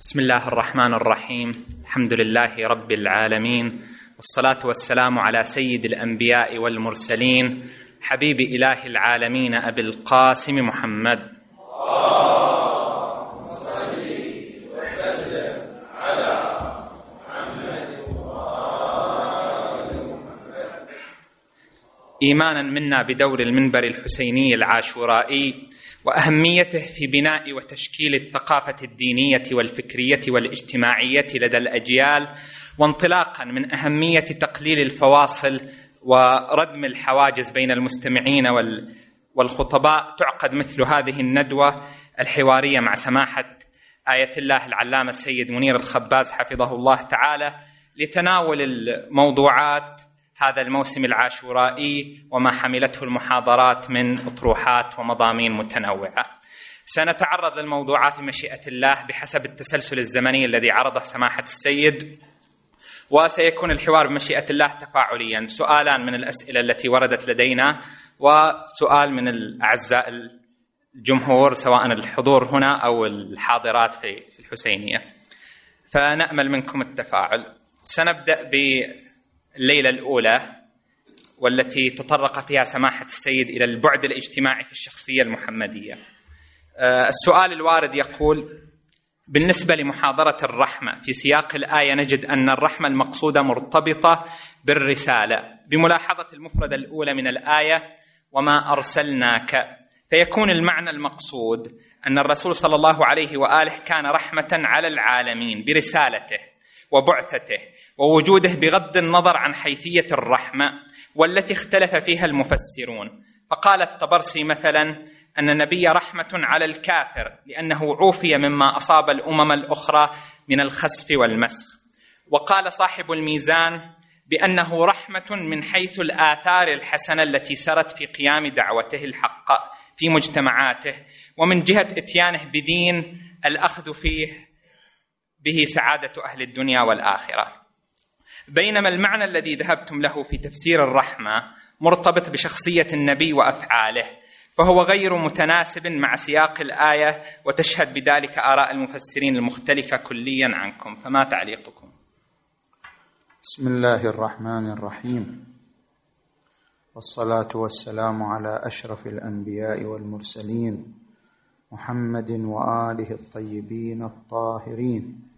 بسم الله الرحمن الرحيم. الحمد لله رب العالمين، والصلاة والسلام على سيد الأنبياء والمرسلين، حبيب إله العالمين أبي القاسم محمد. اللهم صل وسلم على محمد وآل محمد. إيمانا منا بدور المنبر الحسيني العاشورائي وأهميته في بناء وتشكيل الثقافة الدينية والفكرية والاجتماعية لدى الأجيال، وانطلاقا من أهمية تقليل الفواصل وردم الحواجز بين المستمعين والخطباء، تعقد مثل هذه الندوة الحوارية مع سماحة آية الله العلامة السيد منير الخباز حفظه الله تعالى لتناول الموضوعات هذا الموسم العاشورائي وما حملته المحاضرات من أطروحات ومضامين متنوعة. سنتعرض للموضوعات بمشيئة الله بحسب التسلسل الزمني الذي عرضه سماحة السيد، وسيكون الحوار بمشيئة الله تفاعليا، سؤالان من الأسئلة التي وردت لدينا وسؤال من الأعزاء الجمهور سواء الحضور هنا أو الحاضرات في الحسينية، فنأمل منكم التفاعل. سنبدأ الليلة الأولى والتي تطرق فيها سماحة السيد إلى البعد الاجتماعي في الشخصية المحمدية. السؤال الوارد يقول: بالنسبة لمحاضرة الرحمة في سياق الآية نجد أن الرحمة المقصودة مرتبطة بالرسالة بملاحظة المفردة الأولى من الآية وما أرسلناك، فيكون المعنى المقصود أن الرسول صلى الله عليه وآله كان رحمة على العالمين برسالته وبعثته ووجوده بغض النظر عن حيثية الرحمة والتي اختلف فيها المفسرون. فقال الطبرسي مثلا أن النبي رحمة على الكافر لأنه عوفي مما أصاب الأمم الأخرى من الخسف والمسخ. وقال صاحب الميزان بأنه رحمة من حيث الآثار الحسنة التي سرت في قيام دعوته الحق في مجتمعاته، ومن جهة إتيانه بدين الأخذ فيه به سعادة أهل الدنيا والآخرة. بينما المعنى الذي ذهبتم له في تفسير الرحمة مرتبط بشخصية النبي وأفعاله، فهو غير متناسب مع سياق الآية، وتشهد بذلك آراء المفسرين المختلفة كليا عنكم، فما تعليقكم؟ بسم الله الرحمن الرحيم، والصلاة والسلام على أشرف الأنبياء والمرسلين محمد وآله الطيبين الطاهرين.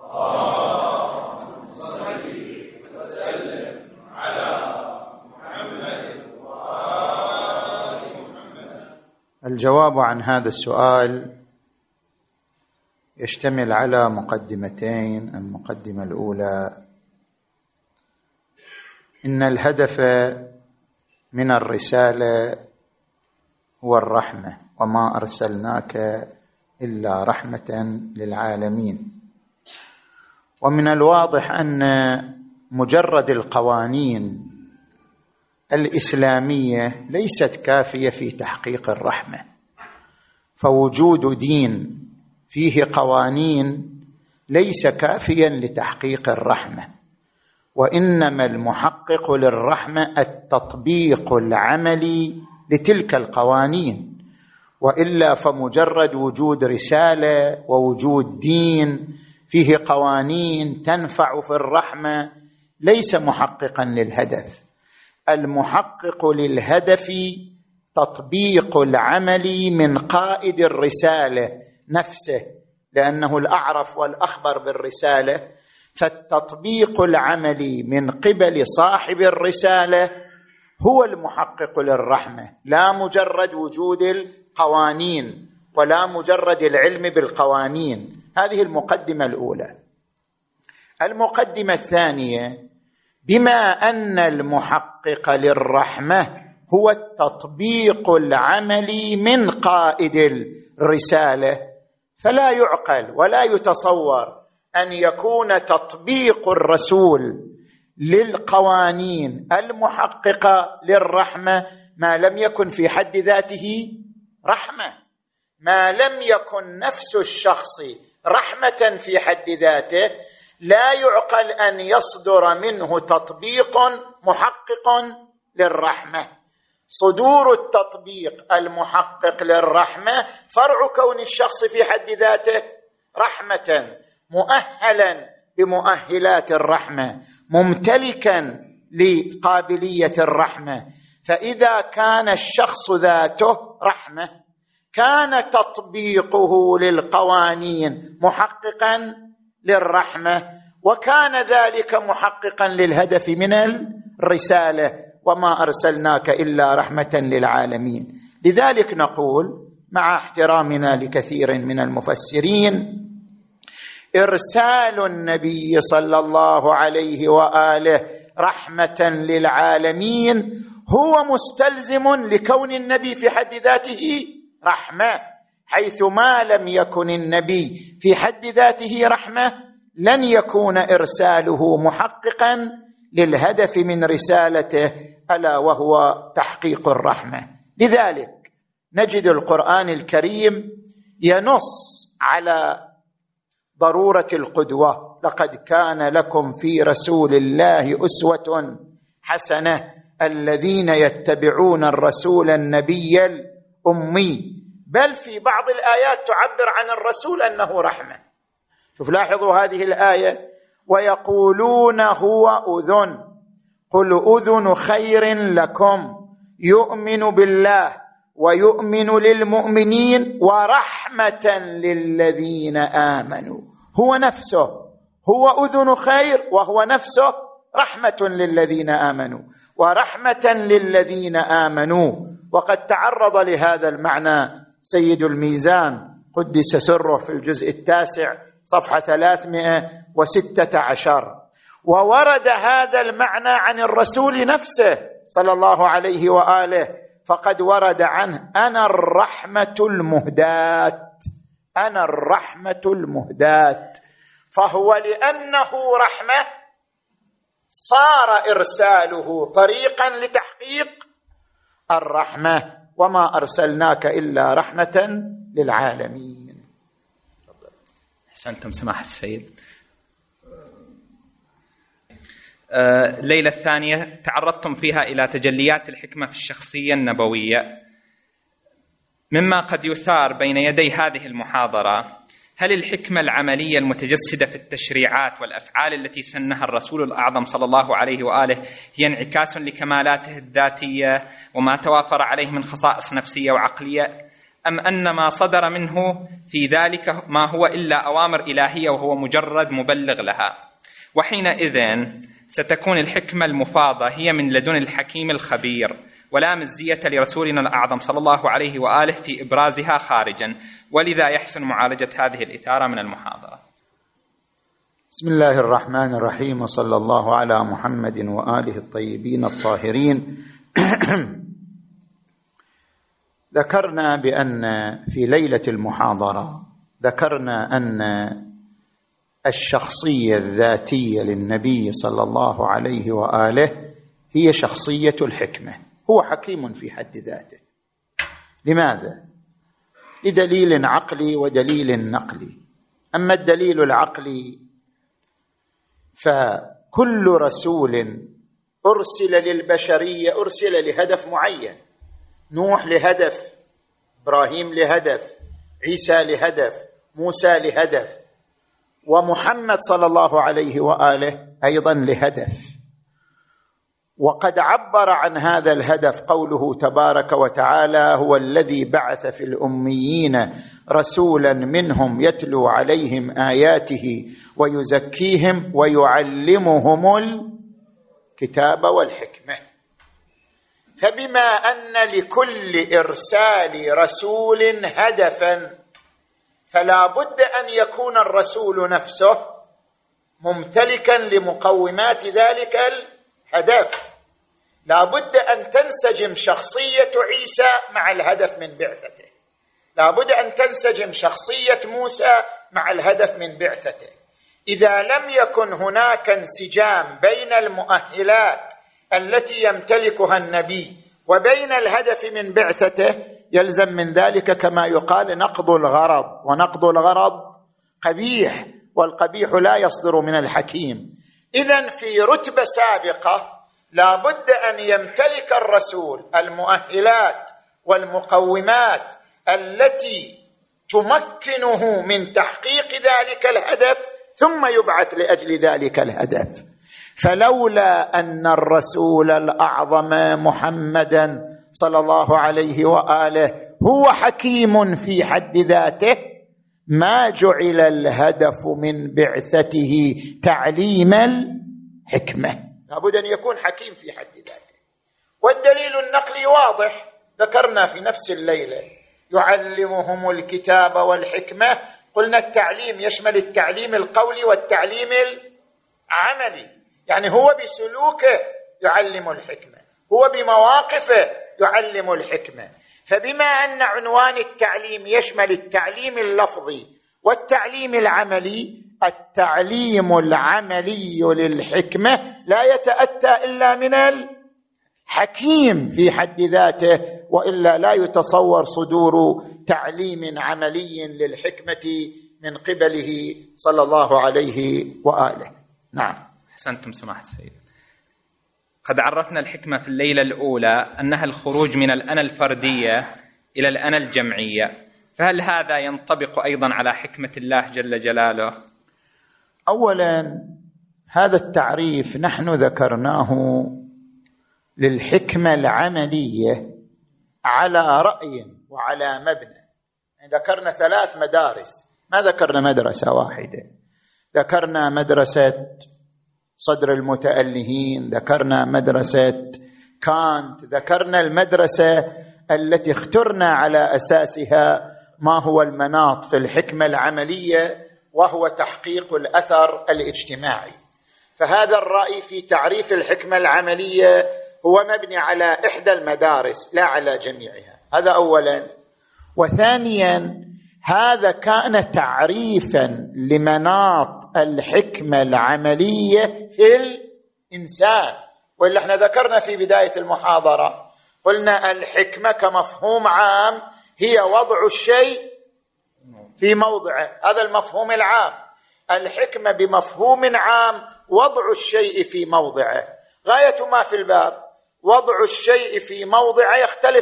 الجواب عن هذا السؤال يشتمل على مقدمتين. المقدمة الأولى: إن الهدف من الرسالة هو الرحمة، وما أرسلناك إلا رحمة للعالمين. ومن الواضح أن مجرد القوانين الإسلامية ليست كافية في تحقيق الرحمة، فوجود دين فيه قوانين ليس كافيا لتحقيق الرحمة، وإنما المحقق للرحمة التطبيق العملي لتلك القوانين، وإلا فمجرد وجود رسالة ووجود دين فيه قوانين تنفع في الرحمة ليس محققا للهدف. المحقق للهدف تطبيق العمل من قائد الرسالة نفسه، لأنه الأعرف والأخبر بالرسالة، فالتطبيق العملي من قبل صاحب الرسالة هو المحقق للرحمة، لا مجرد وجود القوانين ولا مجرد العلم بالقوانين. هذه المقدمة الأولى. المقدمة الثانية: بما أن المحقق للرحمة هو التطبيق العملي من قائد الرسالة، فلا يعقل ولا يتصور أن يكون تطبيق الرسول للقوانين المحققة للرحمة ما لم يكن في حد ذاته رحمة، ما لم يكن نفس الشخص رحمة في حد ذاته، لا يعقل أن يصدر منه تطبيق محقق للرحمة. صدور التطبيق المحقق للرحمة فرع كون الشخص في حد ذاته رحمة، مؤهلا بمؤهلات الرحمة، ممتلكا لقابلية الرحمة. فإذا كان الشخص ذاته رحمة كان تطبيقه للقوانين محققا للرحمة، وكان ذلك محققا للهدف من الرسالة: وما أرسلناك إلا رحمة للعالمين. لذلك نقول مع احترامنا لكثير من المفسرين: إرسال النبي صلى الله عليه وآله رحمة للعالمين هو مستلزم لكون النبي في حد ذاته رحمة، حيث ما لم يكن النبي في حد ذاته رحمة لن يكون إرساله محققا للهدف من رسالته، ألا وهو تحقيق الرحمة. لذلك نجد القرآن الكريم ينص على ضرورة القدوة: لقد كان لكم في رسول الله أسوة حسنة الذين يتبعون الرسول النبي الأمي. بل في بعض الآيات تعبر عن الرسول أنه رحمة. شوف، لاحظوا هذه الآية: ويقولون هو أذن قل أذن خير لكم يؤمن بالله ويؤمن للمؤمنين ورحمة للذين آمنوا. هو نفسه هو أذن خير، وهو نفسه رحمة للذين آمنوا ورحمة للذين آمنوا. وقد تعرض لهذا المعنى سيد الميزان قدس سره في الجزء 9 صفحة 316، وورد هذا المعنى عن الرسول نفسه صلى الله عليه وآله، فقد ورد عنه: أنا الرحمة المهداة، أنا الرحمة المهداة. فهو لأنه رحمة صار إرساله طريقا لتحقيق الرحمة: وما أرسلناك إلا رحمة للعالمين. أحسنتم سماحة السيد. الليلة الثانية تعرضتم فيها إلى تجليات الحكمة في الشخصية النبوية. مما قد يثار بين يدي هذه المحاضرة: هل الحكمة العملية المتجسدة في التشريعات والأفعال التي سنها الرسول الأعظم صلى الله عليه وآله هي انعكاس لكمالاته الذاتية وما توافر عليه من خصائص نفسية وعقلية، أم أن ما صدر منه في ذلك ما هو إلا أوامر إلهية وهو مجرد مبلغ لها؟ وحينئذ ستكون الحكمة المفاضة هي من لدن الحكيم الخبير، ولا مزية لرسولنا الأعظم صلى الله عليه وآله في إبرازها خارجا، ولذا يحسن معالجة هذه الإثارة من المحاضرة. بسم الله الرحمن الرحيم، وصلى الله على محمد وآله الطيبين الطاهرين. ذكرنا بأن في ليلة المحاضرة ذكرنا أن الشخصية الذاتية للنبي صلى الله عليه وآله هي شخصية الحكمة. هو حكيم في حد ذاته. لماذا؟ لدليل عقلي ودليل نقلي. أما الدليل العقلي فكل رسول أرسل للبشرية أرسل لهدف معين: نوح لهدف، إبراهيم لهدف، عيسى لهدف، موسى لهدف، ومحمد صلى الله عليه وآله أيضا لهدف. وقد عبر عن هذا الهدف قوله تبارك وتعالى: هو الذي بعث في الأميين رسولا منهم يتلو عليهم آياته ويزكيهم ويعلمهم الكتاب والحكمة. فبما أن لكل إرسال رسول هدفا، فلا بد أن يكون الرسول نفسه ممتلكا لمقومات ذلك الهدف. لا بد أن تنسجم شخصية عيسى مع الهدف من بعثته، لا بد أن تنسجم شخصية موسى مع الهدف من بعثته. إذا لم يكن هناك انسجام بين المؤهلات التي يمتلكها النبي وبين الهدف من بعثته، يلزم من ذلك كما يقال نقض الغرض، ونقض الغرض قبيح، والقبيح لا يصدر من الحكيم. إذن في رتبة سابقة لا بد أن يمتلك الرسول المؤهلات والمقومات التي تمكنه من تحقيق ذلك الهدف ثم يبعث لأجل ذلك الهدف. فلولا أن الرسول الأعظم محمدا صلى الله عليه وآله هو حكيم في حد ذاته ما جعل الهدف من بعثته تعليم الحكمة، لابد أن يكون حكيم في حد ذاته. والدليل النقلي واضح، ذكرنا في نفس الليلة يعلمهم الكتاب والحكمة، قلنا التعليم يشمل التعليم القولي والتعليم العملي، يعني هو بسلوكه يعلم الحكمة، هو بمواقفه يعلم الحكمة. فبما أن عنوان التعليم يشمل التعليم اللفظي والتعليم العملي، التعليم العملي للحكمة لا يتأتى إلا من الحكيم في حد ذاته، وإلا لا يتصور صدور تعليم عملي للحكمة من قبله صلى الله عليه وآله. نعم. أحسنتم سماحة السيد. قد عرفنا الحكمة في الليلة الأولى أنها الخروج من الأنا الفردية إلى الأنا الجمعية، فهل هذا ينطبق أيضا على حكمة الله جل جلاله؟ أولا هذا التعريف نحن ذكرناه للحكمة العملية على رأي وعلى مبنى. ذكرنا 3 مدارس، ما ذكرنا مدرسة واحدة. ذكرنا مدرسة صدر المتألهين، ذكرنا مدرسة كانت، ذكرنا المدرسة التي اخترنا على أساسها ما هو المناط في الحكمة العملية، وهو تحقيق الأثر الاجتماعي. فهذا الرأي في تعريف الحكمة العملية هو مبني على إحدى المدارس لا على جميعها، هذا أولا. وثانيا هذا كان تعريفا لمناط الحكمة العملية في الإنسان، واللي احنا ذكرنا في بداية المحاضرة قلنا الحكمة كمفهوم عام هي وضع الشيء في موضعه، هذا المفهوم العام. الحكمة بمفهوم عام وضع الشيء في موضعه، غاية ما في الباب وضع الشيء في موضعه يختلف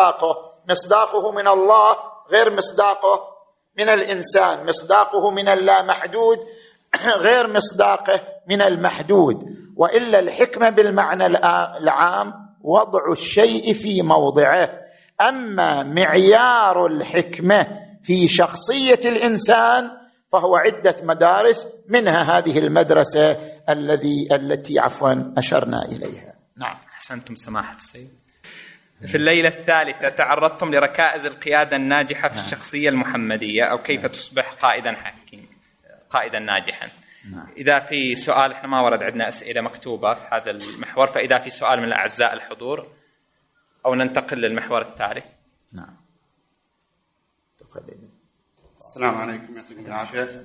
مصداقه من الله غير مصداقه من الإنسان، مصداقه من اللامحدود غير مصداقه من المحدود. وإلا الحكمة بالمعنى العام وضع الشيء في موضعه. أما معيار الحكمة في شخصية الإنسان فهو عدة مدارس، منها هذه المدرسة التي أشرنا إليها. نعم. أحسنتم سماحة السيد. في الليلة الثالثة تعرضتم لركائز القيادة الناجحة في الشخصية المحمدية، أو كيف تصبح قائدا ناجحا. إذا في سؤال، احنا ما ورد عندنا أسئلة مكتوبة في هذا المحور، فإذا في سؤال من الأعزاء الحضور أو ننتقل للمحور التالي. نعم. السلام عليكم، يعطيكم العافية.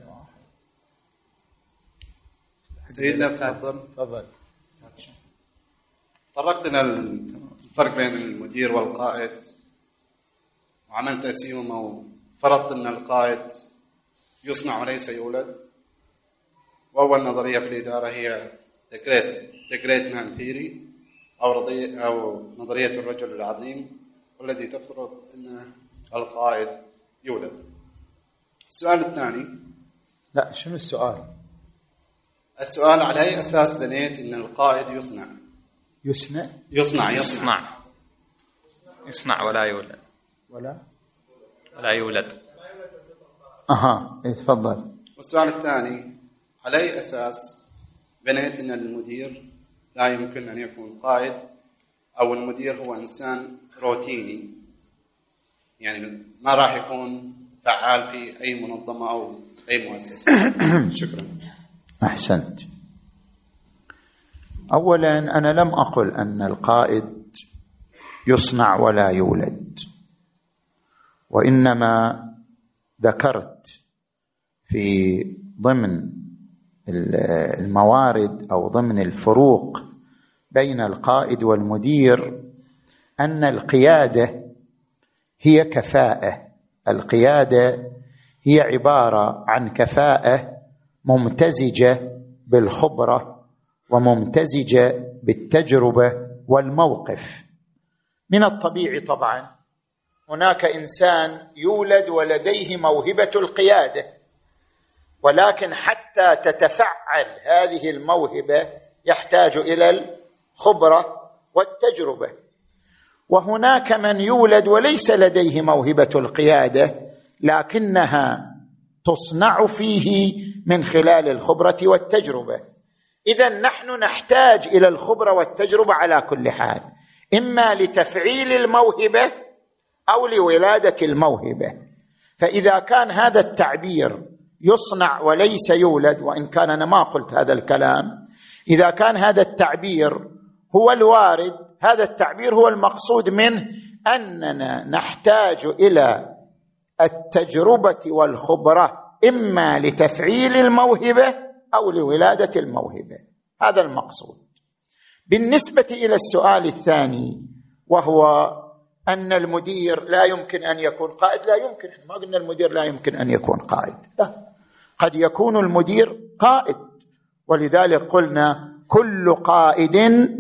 سيدنا تفضل. طرقت لنا الفرق بين المدير والقائد، وعملت أسيومة وفرضت أن القائد يصنع وليس يولد. وأول نظرية في الإدارة هي The Great Man Theory أو نظرية الرجل العظيم، والذي تفرض أن القائد يولد. السؤال الثاني، لا، شنو السؤال؟ السؤال على أي أساس بنيت أن القائد يصنع ولا يولد؟ ولا يولد. تفضل. والسؤال الثاني، على أي أساس بنيت أن المدير لا يمكن أن يكون قائد، أو المدير هو إنسان روتيني، يعني ما راح يكون فعال في أي منظمة أو أي مؤسسة؟ شكرا. أحسنت. أولا أنا لم أقل أن القائد يصنع ولا يولد، وإنما ذكرت في ضمن الموارد أو ضمن الفروق بين القائد والمدير أن القيادة هي كفاءة. القيادة هي عبارة عن كفاءة ممتزجة بالخبرة وممتزجة بالتجربة والموقف. من الطبيعي طبعا هناك إنسان يولد ولديه موهبة القيادة، ولكن حتى تتفعل هذه الموهبة يحتاج إلى الخبرة والتجربة. وهناك من يولد وليس لديه موهبة القيادة، لكنها تصنع فيه من خلال الخبرة والتجربة. إذن نحن نحتاج إلى الخبرة والتجربة على كل حال، إما لتفعيل الموهبة أو لولادة الموهبة. فإذا كان هذا التعبير يصنع وليس يولد، وإن كان أنا ما قلت هذا الكلام، إذا كان هذا التعبير هو الوارد، هذا التعبير هو المقصود منه، أننا نحتاج إلى التجربة والخبرة إما لتفعيل الموهبة أو لولادة الموهبة. هذا المقصود. بالنسبة إلى السؤال الثاني، وهو أن المدير لا يمكن أن يكون قائد، لا يمكن، ما قلنا المدير لا يمكن أن يكون قائد، لا، قد يكون المدير قائد، ولذلك قلنا كل قائد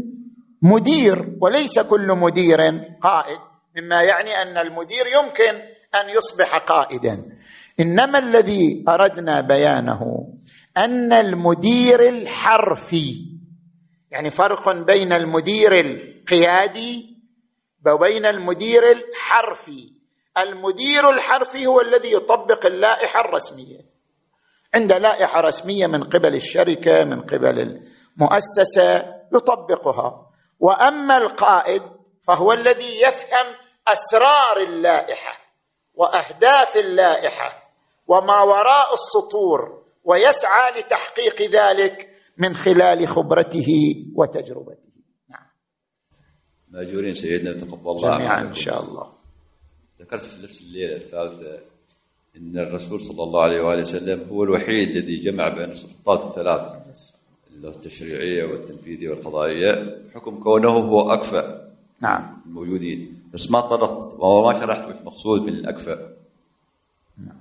مدير وليس كل مدير قائد، مما يعني أن المدير يمكن أن يصبح قائدا. إنما الذي أردنا بيانه أن المدير الحرفي، يعني فرق بين المدير القيادي وبين المدير الحرفي. المدير الحرفي هو الذي يطبق اللائحة الرسمية، عند لائحة رسمية من قبل الشركة من قبل المؤسسة يطبقها. وأما القائد فهو الذي يفهم أسرار اللائحة وأهداف اللائحة وما وراء السطور، ويسعى لتحقيق ذلك من خلال خبرته وتجربته. نعم. ماجورين سيدنا تقبل الله جميعا إن شاء الله. ذكرت في نفس الليلة الثالثة إن الرسول صلى الله عليه وآله وسلم هو الوحيد الذي جمع بين السلطات الثلاث، التشريعية والتنفيذية والقضائية، حكم كونه هو أكفأ نعم الموجودين، بس ما طرقت وما شرحت وش مقصود من الأكفأ. نعم.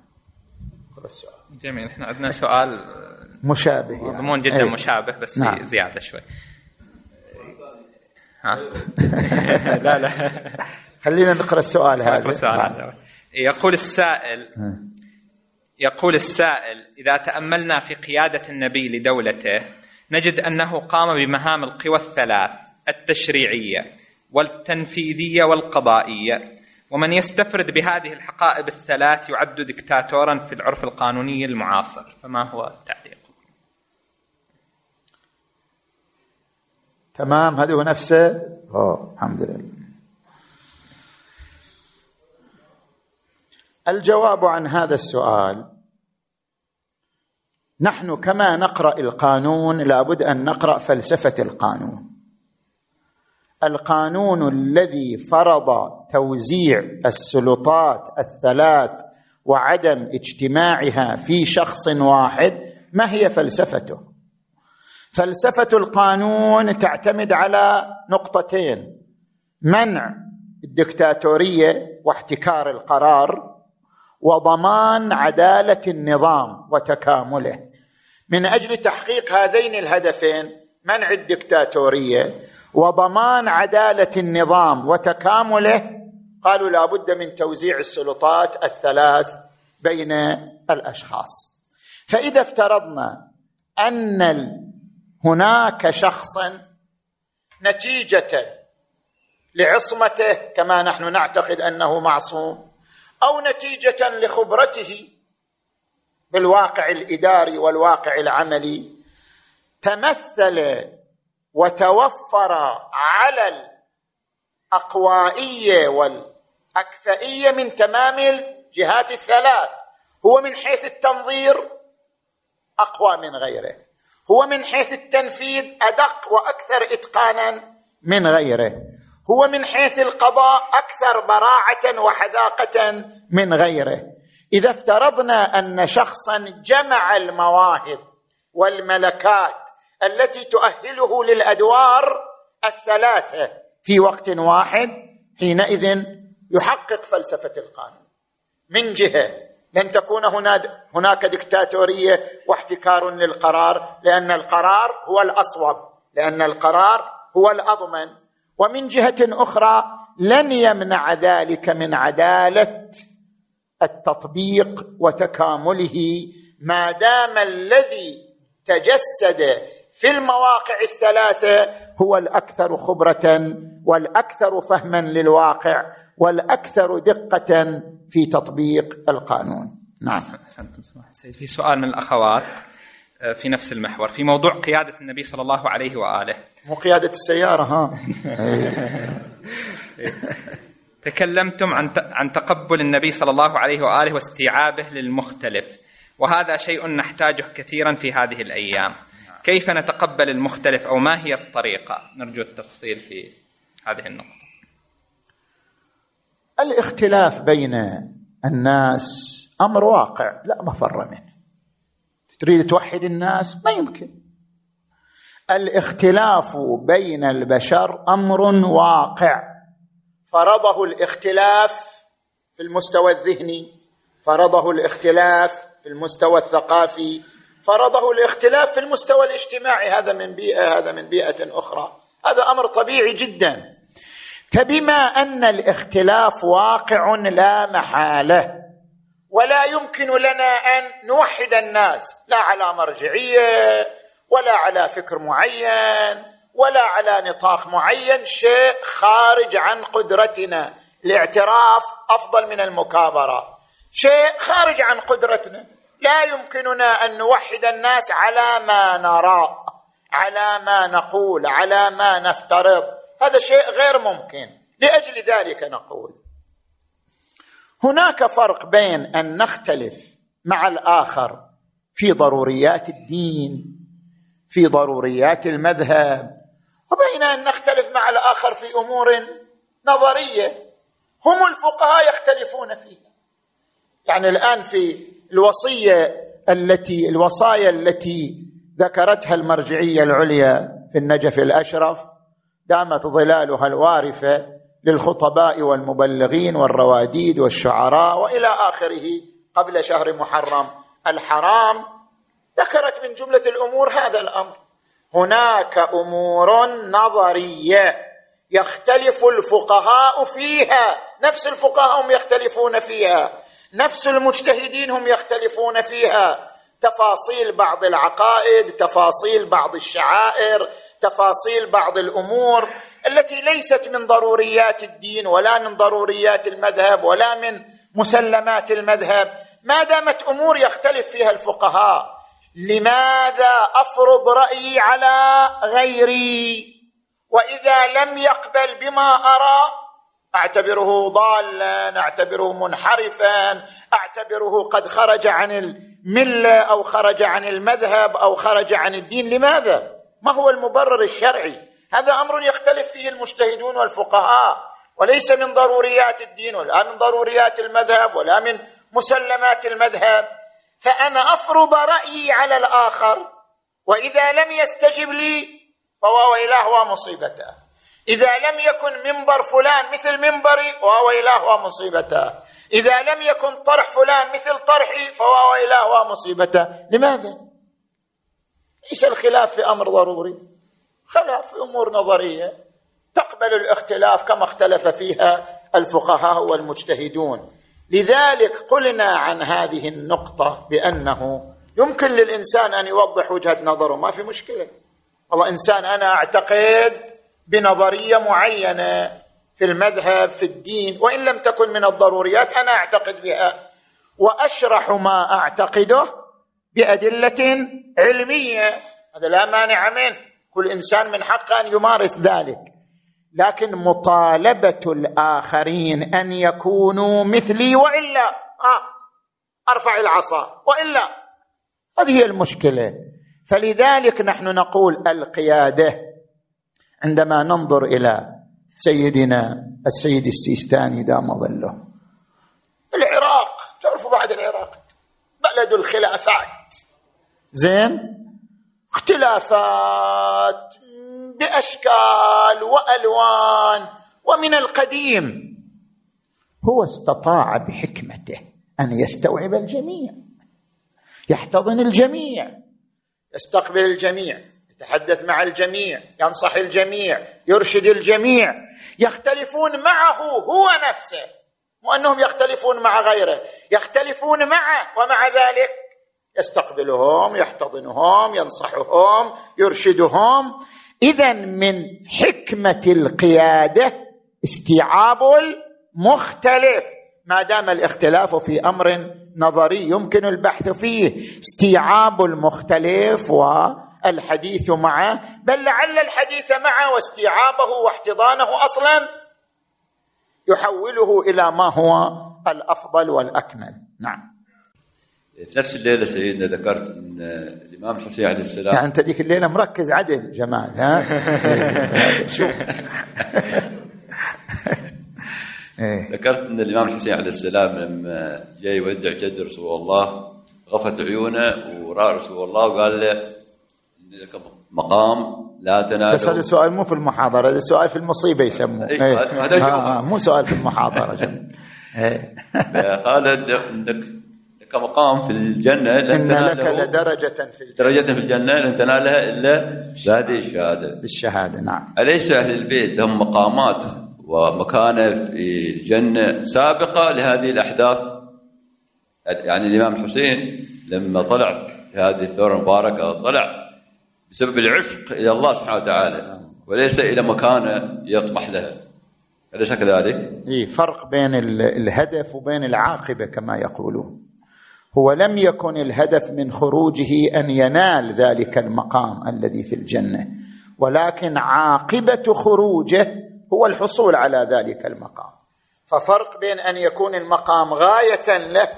جميل. احنا عندنا سؤال مشابه يعني. مضمون جدا مشابه بس نعم. في زيادة شوي. ها؟ لا خلينا نقرأ السؤال هذا. يقول السائل إذا تأملنا في قيادة النبي لدولته نجد أنه قام بمهام القوى الثلاث، التشريعية والتنفيذية والقضائية، ومن يستفرد بهذه الحقائب الثلاث يعد دكتاتورا في العرف القانوني المعاصر، فما هو التعليق؟ تمام، هذا هو نفسه. الحمد لله. الجواب عن هذا السؤال، نحن كما نقرأ القانون لابد أن نقرأ فلسفة القانون. القانون الذي فرض توزيع السلطات الثلاث وعدم اجتماعها في شخص واحد، ما هي فلسفته؟ فلسفة القانون تعتمد على نقطتين: منع الدكتاتورية واحتكار القرار، وضمان عدالة النظام وتكامله. من أجل تحقيق هذين الهدفين، منع الدكتاتورية وضمان عدالة النظام وتكامله، قالوا لا بد من توزيع السلطات الثلاث بين الأشخاص. فإذا افترضنا أن هناك شخصا نتيجة لعصمته كما نحن نعتقد أنه معصوم، أو نتيجة لخبرته بالواقع الإداري والواقع العملي، تمثل وتوفر على الأقوائية والأكفائية من تمام الجهات الثلاث. هو من حيث التنظير أقوى من غيره، هو من حيث التنفيذ أدق وأكثر إتقانا من غيره، هو من حيث القضاء أكثر براعة وحذاقة من غيره. إذا افترضنا أن شخصا جمع المواهب والملكات التي تؤهله للأدوار الثلاثة في وقت واحد، حينئذ يحقق فلسفة القانون. من جهة لن تكون هناك دكتاتورية واحتكار للقرار، لأن القرار هو الأصوب، لأن القرار هو الأضمن. ومن جهة أخرى لن يمنع ذلك من عدالة التطبيق وتكامله ما دام الذي تجسد في المواقع الثلاثة هو الأكثر خبرة والأكثر فهما للواقع والأكثر دقة في تطبيق القانون. نعم. أحسنتم سماحة السيد. في سؤال من الأخوات في نفس المحور في موضوع قيادة النبي صلى الله عليه وآله. مو قيادة السيارة ها. تكلمتم عن تقبل النبي صلى الله عليه وآله واستيعابه للمختلف، وهذا شيء نحتاجه كثيرا في هذه الأيام. كيف نتقبل المختلف أو ما هي الطريقة؟ نرجو التفصيل في هذه النقطة. الاختلاف بين الناس أمر واقع لا مفر منه. تريد توحد الناس ما يمكن. الاختلاف بين البشر أمر واقع فرضه الاختلاف في المستوى الذهني، فرضه الاختلاف في المستوى الثقافي، فرضه الاختلاف في المستوى الاجتماعي، هذا من بيئة هذا من بيئة أخرى، هذا أمر طبيعي جدا. فبما أن الاختلاف واقع لا محالة ولا يمكن لنا أن نوحد الناس لا على مرجعية ولا على فكر معين ولا على نطاق معين، شيء خارج عن قدرتنا. الاعتراف أفضل من المكابرة، شيء خارج عن قدرتنا. لا يمكننا أن نوحد الناس على ما نرى، على ما نقول، على ما نفترض، هذا شيء غير ممكن. لأجل ذلك نقول هناك فرق بين أن نختلف مع الآخر في ضروريات الدين، في ضروريات المذهب، وبين أن نختلف مع الآخر في أمور نظرية هم الفقهاء يختلفون فيها. يعني الآن في الوصايا التي ذكرتها المرجعية العليا في النجف الأشرف دامت ظلالها الوارفة للخطباء والمبلغين والرواديد والشعراء وإلى آخره قبل شهر محرم الحرام، ذكرت من جملة الأمور هذا الأمر. هناك أمور نظرية يختلف الفقهاء فيها، نفس الفقهاء هم يختلفون فيها، نفس المجتهدين هم يختلفون فيها، تفاصيل بعض العقائد، تفاصيل بعض الشعائر، تفاصيل بعض الأمور التي ليست من ضروريات الدين ولا من ضروريات المذهب ولا من مسلمات المذهب. ما دامت أمور يختلف فيها الفقهاء، لماذا أفرض رأيي على غيري؟ وإذا لم يقبل بما أرى أعتبره ضالا، أعتبره منحرفا، أعتبره قد خرج عن الملة أو خرج عن المذهب أو خرج عن الدين. لماذا؟ ما هو المبرر الشرعي؟ هذا أمر يختلف فيه المجتهدون والفقهاء، وليس من ضروريات الدين ولا من ضروريات المذهب ولا من مسلمات المذهب. فأنا أفرض رأيي على الآخر، وإذا لم يستجب لي فهو إله ومصيبته، إذا لم يكن منبر فلان مثل منبري فهو إله ومصيبته، إذا لم يكن طرح فلان مثل طرحي فهو إله ومصيبته. لماذا؟ ليس الخلاف في أمر ضروري، خلاف في أمور نظرية تقبل الاختلاف كما اختلف فيها الفقهاء والمجتهدون. لذلك قلنا عن هذه النقطة بأنه يمكن للإنسان أن يوضح وجهة نظره، ما في مشكلة. والله إنسان أنا أعتقد بنظرية معينة في المذهب في الدين وإن لم تكن من الضروريات أنا أعتقد بها، وأشرح ما أعتقده بأدلة علمية، هذا لا مانع منه، كل إنسان من حقه أن يمارس ذلك. لكن مطالبة الآخرين أن يكونوا مثلي وإلا أرفع العصا وإلا، هذه هي المشكلة. فلذلك نحن نقول القيادة عندما ننظر إلى سيدنا السيد السيستاني دام ظله، العراق تعرفوا بعد العراق بلد الخلافات، زين، اختلافات بأشكال وألوان ومن القديم، هو استطاع بحكمته أن يستوعب الجميع، يحتضن الجميع، يستقبل الجميع، يتحدث مع الجميع، ينصح الجميع، يرشد الجميع، يختلفون معه هو نفسه، وأنهم يختلفون مع غيره، يختلفون معه ومع ذلك يستقبلهم، يحتضنهم، ينصحهم، يرشدهم. إذن من حكمة القيادة استيعاب المختلف، ما دام الاختلاف في أمر نظري يمكن البحث فيه، استيعاب المختلف والحديث معه، بل لعل الحديث معه واستيعابه واحتضانه أصلا يحوله إلى ما هو الأفضل والأكمل. نعم. في نفس الليلة سيدنا ذكرت أن الإمام الحسين عليه السلام، يعني أنت ذيك الليلة مركز عدل جمال، ها؟ شوف. ذكرت أن الإمام الحسين عليه السلام لما جاء يودع جد رسول الله غفت عيونه ورأى رسول الله وقال له إن لك مقام لا تناله. بس هذا سؤال مو في المحاضرة، هذا سؤال في المصيبة يسموه. مو سؤال في المحاضرة. قال إنك مقام في الجنة إن لك لدرجة في الجنة لن تنالها إلا بهذه الشهادة. بالشهادة. نعم. أليس أهل البيت لهم مقامات ومكانة في الجنة سابقة لهذه الأحداث؟ يعني الإمام الحسين لما طلع في هذه الثورة المباركة طلع بسبب العشق إلى الله سبحانه وتعالى وليس إلى مكانة يطمح لها، أليس كذلك؟ فرق بين الهدف وبين العاقبة كما يقولون. هو لم يكن الهدف من خروجه أن ينال ذلك المقام الذي في الجنة، ولكن عاقبة خروجه هو الحصول على ذلك المقام. ففرق بين أن يكون المقام غاية له،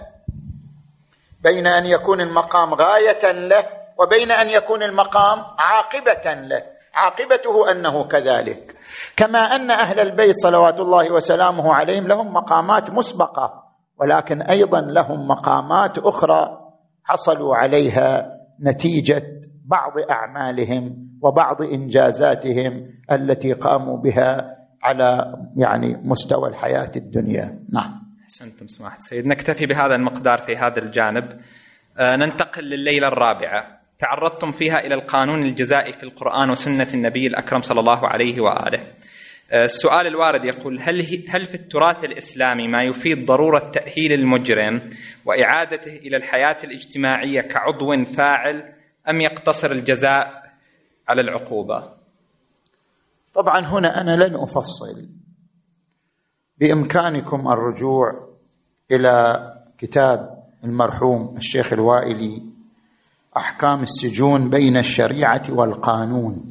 بين أن يكون المقام غاية له وبين أن يكون المقام عاقبة له. عاقبته أنه كذلك، كما أن أهل البيت صلوات الله وسلامه عليهم لهم مقامات مسبقة، ولكن أيضا لهم مقامات أخرى حصلوا عليها نتيجة بعض أعمالهم وبعض إنجازاتهم التي قاموا بها على مستوى الحياة الدنيا. نعم. أحسنتم سماحة السيد. نكتفي بهذا المقدار في هذا الجانب. ننتقل لليلة الرابعة، تعرضتم فيها إلى القانون الجزائي في القرآن وسنة النبي الأكرم صلى الله عليه وآله. السؤال الوارد يقول: هل في التراث الإسلامي ما يفيد ضرورة تأهيل المجرم وإعادته إلى الحياة الاجتماعية كعضو فاعل، أم يقتصر الجزاء على العقوبة؟ طبعا هنا أنا لن أفصل، بإمكانكم الرجوع إلى كتاب المرحوم الشيخ الوائلي أحكام السجون بين الشريعة والقانون.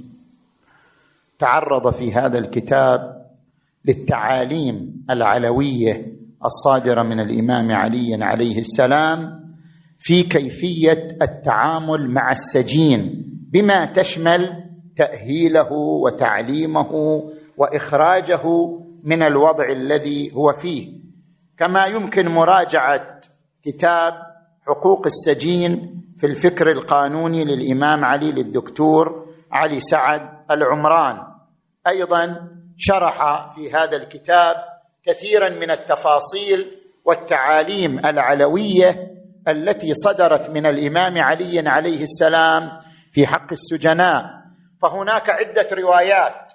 تعرض في هذا الكتاب للتعاليم العلوية الصادرة من الإمام علي عليه السلام في كيفية التعامل مع السجين، بما تشمل تأهيله وتعليمه وإخراجه من الوضع الذي هو فيه. كما يمكن مراجعة كتاب حقوق السجين في الفكر القانوني للإمام علي للدكتور علي سعد العمران، أيضا شرح في هذا الكتاب كثيرا من التفاصيل والتعاليم العلوية التي صدرت من الإمام علي عليه السلام في حق السجناء. فهناك عدة روايات،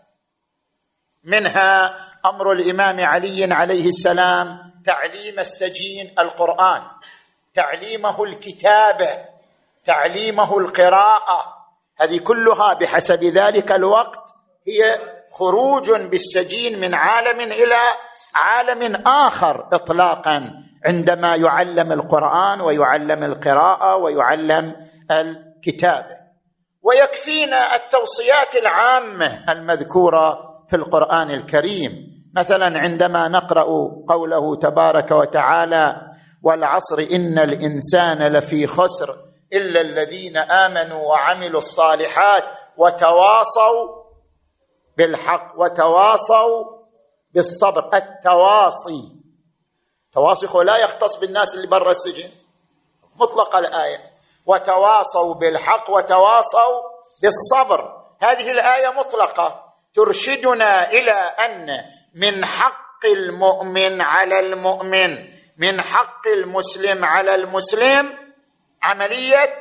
منها أمر الإمام علي عليه السلام تعليم السجين القرآن، تعليمه الكتابة، تعليمه القراءة، هذه كلها بحسب ذلك الوقت هي خروج بالسجين من عالم إلى عالم آخر إطلاقا، عندما يعلم القرآن ويعلم القراءة ويعلم الكتابة. ويكفينا التوصيات العامة المذكورة في القرآن الكريم، مثلا عندما نقرأ قوله تبارك وتعالى: والعصر إن الإنسان لفي خسر إلا الذين آمنوا وعملوا الصالحات وتواصوا بالحق وتواصوا بالصبر. التواصي، تواصي لا يختص بالناس اللي برا السجن، مطلق الآية، وتواصوا بالحق وتواصوا بالصبر. هذه الآية مطلقة ترشدنا إلى أن من حق المؤمن على المؤمن، من حق المسلم على المسلم عملية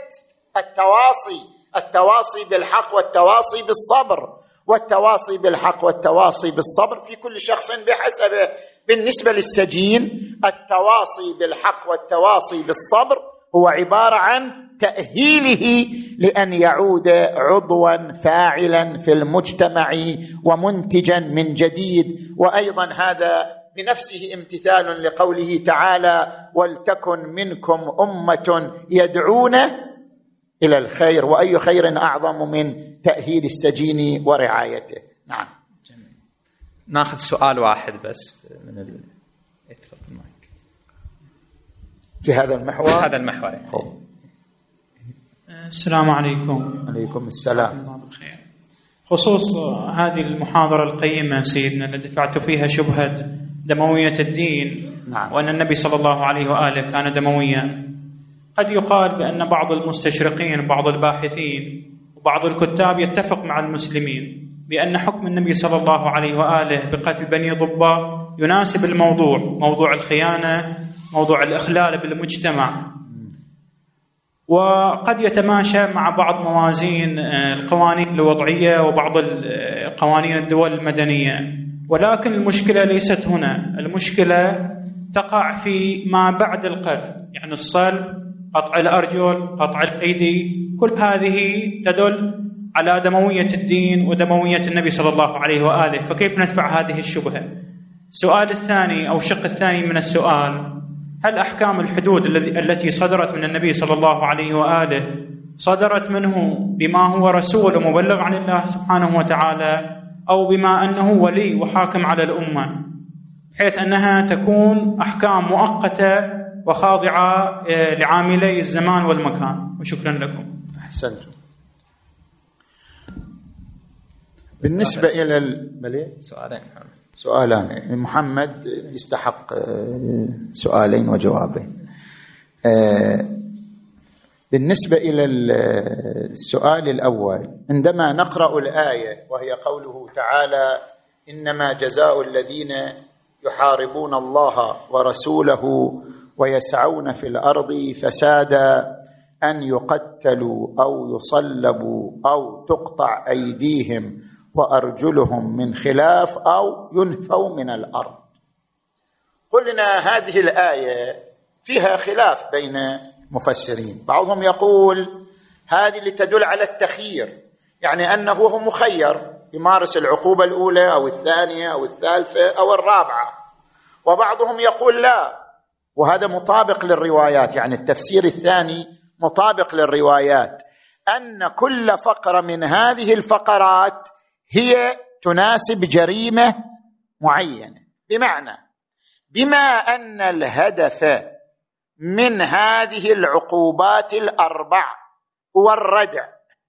التواصي بالحق والتواصي بالصبر، والتواصي بالحق والتواصي بالصبر في كل شخص بحسبه. بالنسبة للسجين التواصي بالحق والتواصي بالصبر هو عبارة عن تأهيله لأن يعود عضوا فاعلا في المجتمع ومنتجا من جديد. وأيضا هذا بنفسه امتثال لقوله تعالى: ولتكن منكم أمة يدعون إلى الخير. وأي خير أعظم من تأهيل السجين ورعايته. نعم. جميل. ناخذ سؤال واحد بس من في هذا المحور. هذا المحور. السلام عليكم. عليكم السلام. خصوص هذه المحاضرة القيمة سيدنا اللي دفعت فيها شبهة دموية الدين، نعم. وأن النبي صلى الله عليه وآله كان دمويا. قد يقال بأن بعض المستشرقين، بعض الباحثين وبعض الكتاب يتفق مع المسلمين بأن حكم النبي صلى الله عليه وآله بقتل بني ضبة يناسب الموضوع، موضوع الخيانة، موضوع الإخلال بالمجتمع، وقد يتماشى مع بعض موازين القوانين الوضعية وبعض قوانين الدول المدنية. ولكن المشكلة ليست هنا، المشكلة تقع في ما بعد القتل، يعني الصلب، قطع الأرجل، قطع الأيدي، كل هذه تدل على دموية الدين ودموية النبي صلى الله عليه وآله. فكيف ندفع هذه الشبهة؟ السؤال الثاني أو الشق الثاني من السؤال: هل أحكام الحدود التي صدرت من النبي صلى الله عليه وآله صدرت منه بما هو رسول ومبلغ عن الله سبحانه وتعالى، أو بما أنه ولي وحاكم على الأمة، بحيث أنها تكون أحكام مؤقتة وخاضعة لعاملي الزمان والمكان؟ وشكرا لكم. أحسنتم. بالنسبة إلى سؤالان، محمد يستحق سؤالين وجوابين. بالنسبة إلى السؤال الأول، عندما نقرأ الآية وهي قوله تعالى: إنما جزاء الذين يحاربون الله ورسوله ويسعون في الأرض فسادا أن يقتلوا أو يصلبوا أو تقطع أيديهم وأرجلهم من خلاف أو ينفوا من الأرض. قلنا هذه الآية فيها خلاف بين مفسرين. بعضهم يقول هذه لتدل على التخيير، يعني أنه هو مخير يمارس العقوبة الأولى أو الثانية أو الثالثة أو الرابعة. وبعضهم يقول لا، وهذا مطابق للروايات، يعني التفسير الثاني مطابق للروايات، أن كل فقرة من هذه الفقرات هي تناسب جريمة معينة. بمعنى بما أن الهدف من هذه العقوبات الأربع هو الردع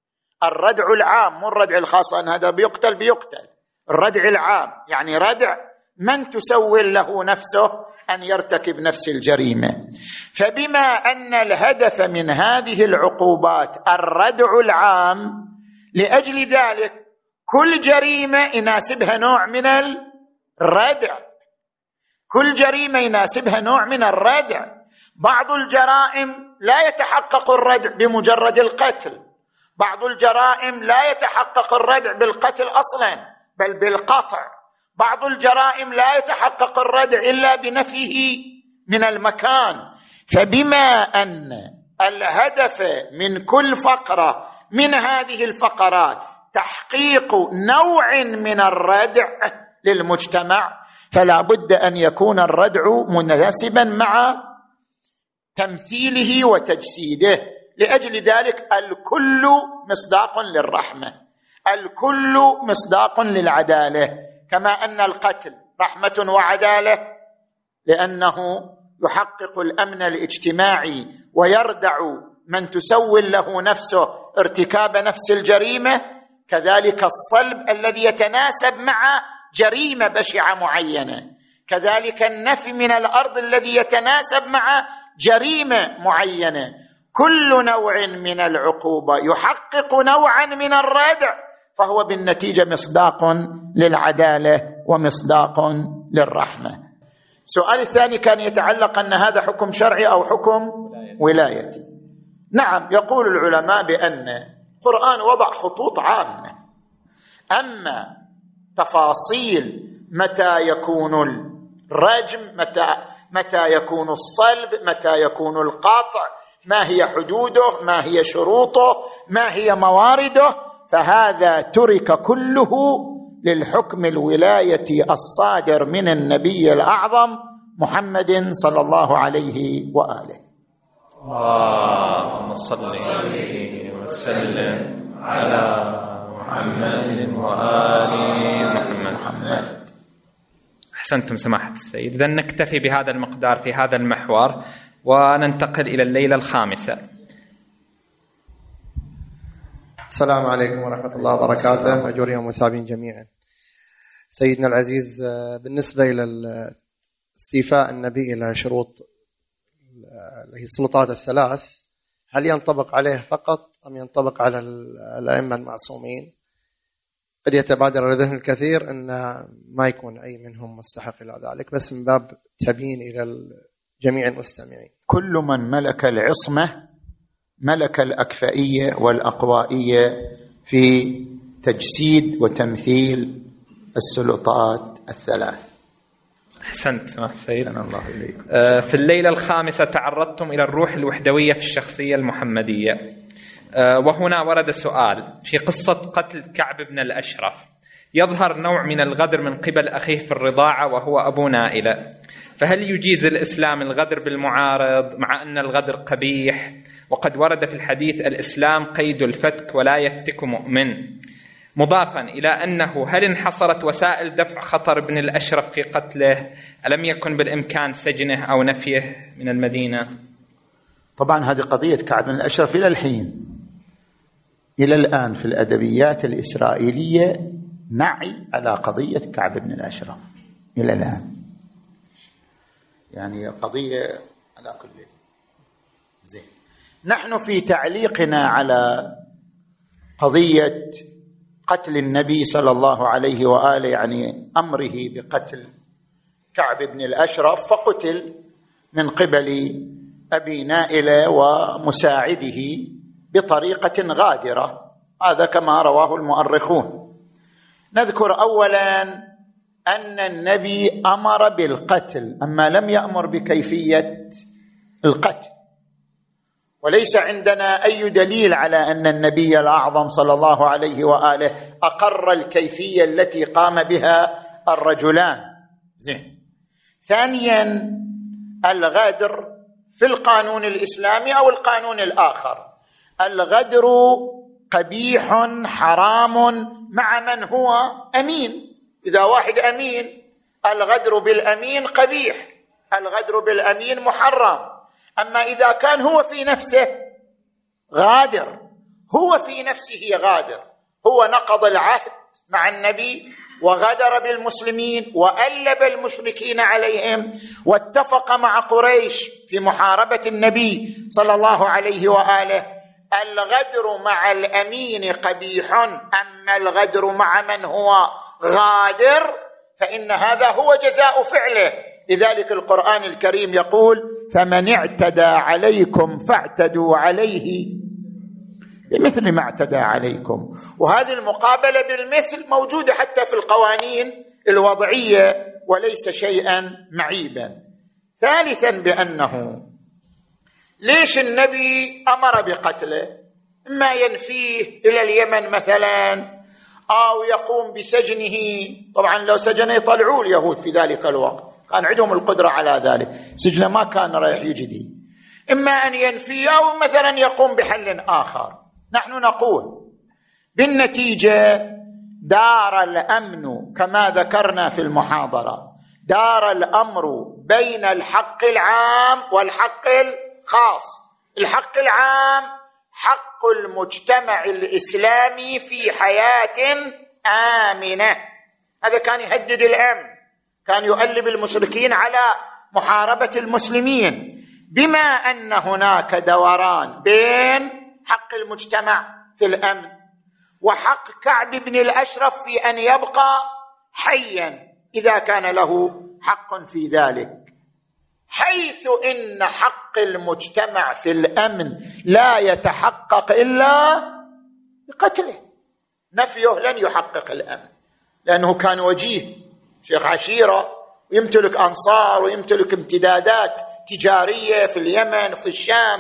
العام، مو الردع الخاص، أن هذا بيقتل، الردع العام يعني ردع من تسول له نفسه أن يرتكب نفس الجريمة. فبما أن الهدف من هذه العقوبات الردع العام، لأجل ذلك كل جريمة يناسبها نوع من الردع، كل جريمة يناسبها نوع من الردع. بعض الجرائم لا يتحقق الردع بمجرد القتل، بعض الجرائم لا يتحقق الردع بالقتل أصلا بل بالقطع، بعض الجرائم لا يتحقق الردع إلا بنفيه من المكان. فبما أن الهدف من كل فقرة من هذه الفقرات تحقيق نوع من الردع للمجتمع، فلا بد أن يكون الردع مناسبا مع تمثيله وتجسيده. لأجل ذلك الكل مصداق للرحمة، الكل مصداق للعدالة، كما أن القتل رحمة وعدالة لأنه يحقق الأمن الاجتماعي ويردع من تسول له نفسه ارتكاب نفس الجريمة، كذلك الصلب الذي يتناسب مع جريمة بشعة معينة، كذلك النفي من الأرض الذي يتناسب مع جريمة معينة. كل نوع من العقوبة يحقق نوعا من الردع، فهو بالنتيجة مصداق للعدالة ومصداق للرحمة. السؤال الثاني كان يتعلق أن هذا حكم شرعي أو حكم ولايتي. نعم، يقول العلماء بأن القرآن وضع خطوط عامة، أما تفاصيل متى يكون الرجم، متى يكون الصلب، متى يكون القطع، ما هي حدوده، ما هي شروطه، ما هي موارده، فهذا ترك كله للحكم الولاية الصادر من النبي الأعظم محمد صلى الله عليه وآله. اللهم صل وسلم على محمد وآل محمد. أحسنتم سماحة السيد. إذن نكتفي بهذا المقدار في هذا المحور وننتقل إلى الليلة الخامسة. السلام عليكم ورحمة الله وبركاته، مأجورين ومثابين جميعا. سيدنا العزيز، بالنسبة إلى استيفاء النبي إلى شروط السلطات الثلاث، هل ينطبق عليه فقط أم ينطبق على الأئمة المعصومين؟ قد يتبادر لذهن الكثير أن ما يكون أي منهم مستحق إلى ذلك، بس من باب تبيين إلى جميع المستمعين. كل من ملك العصمة ملك الأكفائية والأقوائية في تجسيد وتمثيل السلطات الثلاث. أحسنت سماحة السيد. الله إليكم. في الليلة الخامسة تعرضتم إلى الروح الوحدوية في الشخصية المحمدية، وهنا ورد سؤال في قصة قتل كعب بن الأشرف. يظهر نوع من الغدر من قبل أخيه في الرضاعة وهو أبو نائلة، فهل يجيز الإسلام الغدر بالمعارض مع أن الغدر قبيح؟ وقد ورد في الحديث الإسلام قيد الفتك ولا يفتك مؤمن، مضافا إلى أنه هل انحصرت وسائل دفع خطر ابن الأشرف في قتله؟ ألم يكن بالإمكان سجنه أو نفيه من المدينة؟ طبعا هذه قضية كعب بن الأشرف إلى الحين، إلى الآن في الأدبيات الإسرائيلية نعي على قضية كعب بن الأشرف إلى الآن، يعني قضية على كل زين. نحن في تعليقنا على قضية قتل النبي صلى الله عليه وآله، يعني أمره بقتل كعب بن الأشرف، فقتل من قبل أبي نائلة ومساعده بطريقة غادرة، هذا كما رواه المؤرخون. نذكر أولا أن النبي أمر بالقتل، أما لم يأمر بكيفية القتل، وليس عندنا أي دليل على أن النبي الأعظم صلى الله عليه وآله أقر الكيفية التي قام بها الرجلان. زين. ثانيا، الغدر في القانون الإسلامي أو القانون الآخر، الغدر قبيح حرام مع من هو أمين. إذا واحد أمين، الغدر بالأمين قبيح، الغدر بالأمين محرم. أما إذا كان هو في نفسه غادر، هو في نفسه غادر، هو نقض العهد مع النبي وغدر بالمسلمين وألب المشركين عليهم واتفق مع قريش في محاربة النبي صلى الله عليه وآله، الغدر مع الأمين قبيح، أما الغدر مع من هو غادر فإن هذا هو جزاء فعله. لذلك القرآن الكريم يقول: فمن اعتدى عليكم فاعتدوا عليه بمثل ما اعتدى عليكم. وهذه المقابلة بالمثل موجودة حتى في القوانين الوضعية وليس شيئا معيبا. ثالثا، بأنه ليش النبي أمر بقتله؟ إما ينفيه إلى اليمن مثلا، أو يقوم بسجنه. طبعا لو سجنه يطلعوا اليهود في ذلك الوقت، كان عندهم القدرة على ذلك، سجنه ما كان رايح يجدي. إما أن ينفيه أو مثلا يقوم بحل آخر. نحن نقول بالنتيجة دار الأمن كما ذكرنا في المحاضرة، دار الأمر بين الحق العام والحق الخاص. الحق العام حق المجتمع الإسلامي في حياة آمنة، هذا كان يهدد الأمن، كان يؤلب المشركين على محاربة المسلمين، بما أن هناك دوران بين حق المجتمع في الأمن وحق كعب بن الأشرف في أن يبقى حيا إذا كان له حق في ذلك، حيث إن حق المجتمع في الأمن لا يتحقق إلا بقتله، نفيه لن يحقق الأمن، لأنه كان وجيه شيخ عشيرة ويمتلك أنصار ويمتلك امتدادات تجارية في اليمن وفي الشام،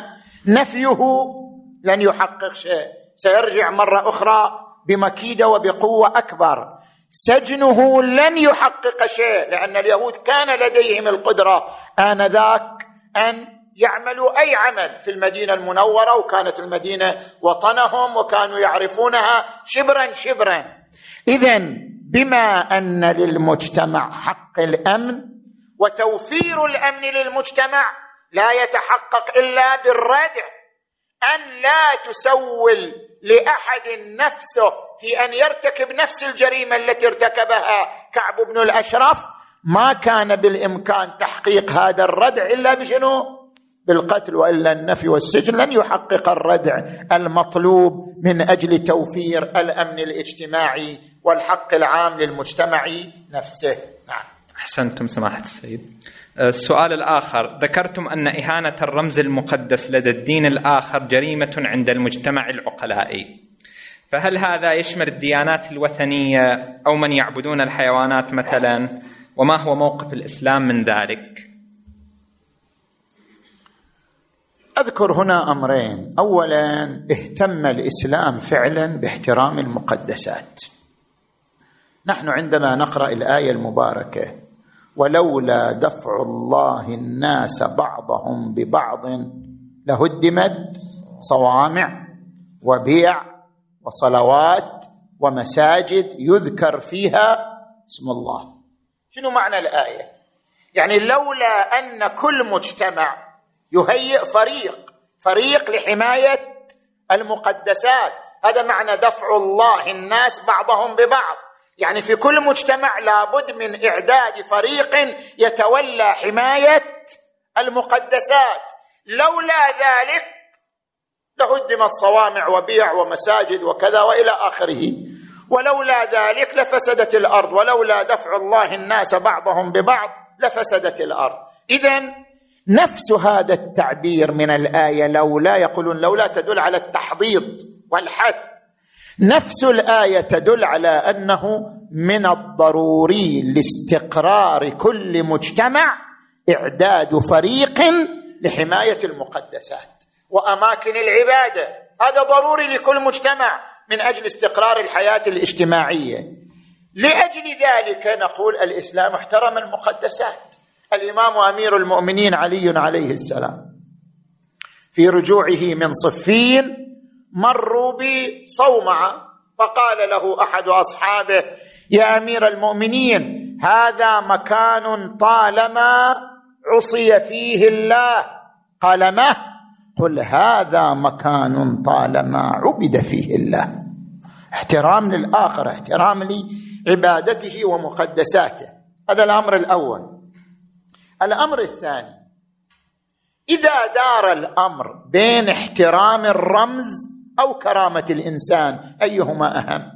نفيه لن يحقق شيء، سيرجع مرة أخرى بمكيدة وبقوة أكبر. سجنه لن يحقق شيء، لأن اليهود كان لديهم القدرة آنذاك أن يعملوا أي عمل في المدينة المنورة، وكانت المدينة وطنهم وكانوا يعرفونها شبرا شبرا. إذن بما أن للمجتمع حق الأمن، وتوفير الأمن للمجتمع لا يتحقق إلا بالردع، أن لا تسول لأحد نفسه في أن يرتكب نفس الجريمة التي ارتكبها كعب بن الأشرف، ما كان بالإمكان تحقيق هذا الردع إلا بشنو؟ بالقتل، وإلا النفي والسجن لن يحقق الردع المطلوب من أجل توفير الأمن الاجتماعي والحق العام للمجتمع نفسه. نعم. أحسنتم سماحة السيد. السؤال الآخر: ذكرتم أن إهانة الرمز المقدس لدى الدين الآخر جريمة عند المجتمع العقلائي، فهل هذا يشمل الديانات الوثنية أو من يعبدون الحيوانات مثلا؟ وما هو موقف الإسلام من ذلك؟ أذكر هنا أمرين. أولا، اهتم الإسلام فعلا باحترام المقدسات. نحن عندما نقرأ الآية المباركة ولولا دفع الله الناس بعضهم ببعض لهدمت صوامع وبيع وصلوات ومساجد يذكر فيها اسم الله. شنو معنى الآية؟ يعني لولا أن كل مجتمع يهيئ فريق لحماية المقدسات، هذا معنى دفع الله الناس بعضهم ببعض. يعني في كل مجتمع لابد من إعداد فريق يتولى حماية المقدسات، لولا ذلك لهدمت صوامع وبيع ومساجد وكذا وإلى آخره، ولولا ذلك لفسدت الأرض، ولولا دفع الله الناس بعضهم ببعض لفسدت الأرض. إذن نفس هذا التعبير من الآية لولا، يقولون لولا تدل على التحضيض والحث، نفس الآية تدل على أنه من الضروري لاستقرار كل مجتمع إعداد فريق لحماية المقدسات وأماكن العبادة. هذا ضروري لكل مجتمع من أجل استقرار الحياة الاجتماعية. لأجل ذلك نقول الإسلام احترم المقدسات. الإمام أمير المؤمنين علي عليه السلام في رجوعه من صفين مروا بصومعة، فقال له أحد أصحابه: يا أمير المؤمنين، هذا مكان طالما عصي فيه الله. قال: ما؟ قل هذا مكان طالما عبد فيه الله. احترام للآخر، احترام لعبادته ومقدساته. هذا الأمر الأول. الأمر الثاني: إذا دار الأمر بين احترام الرمز أو كرامة الإنسان، أيهما أهم؟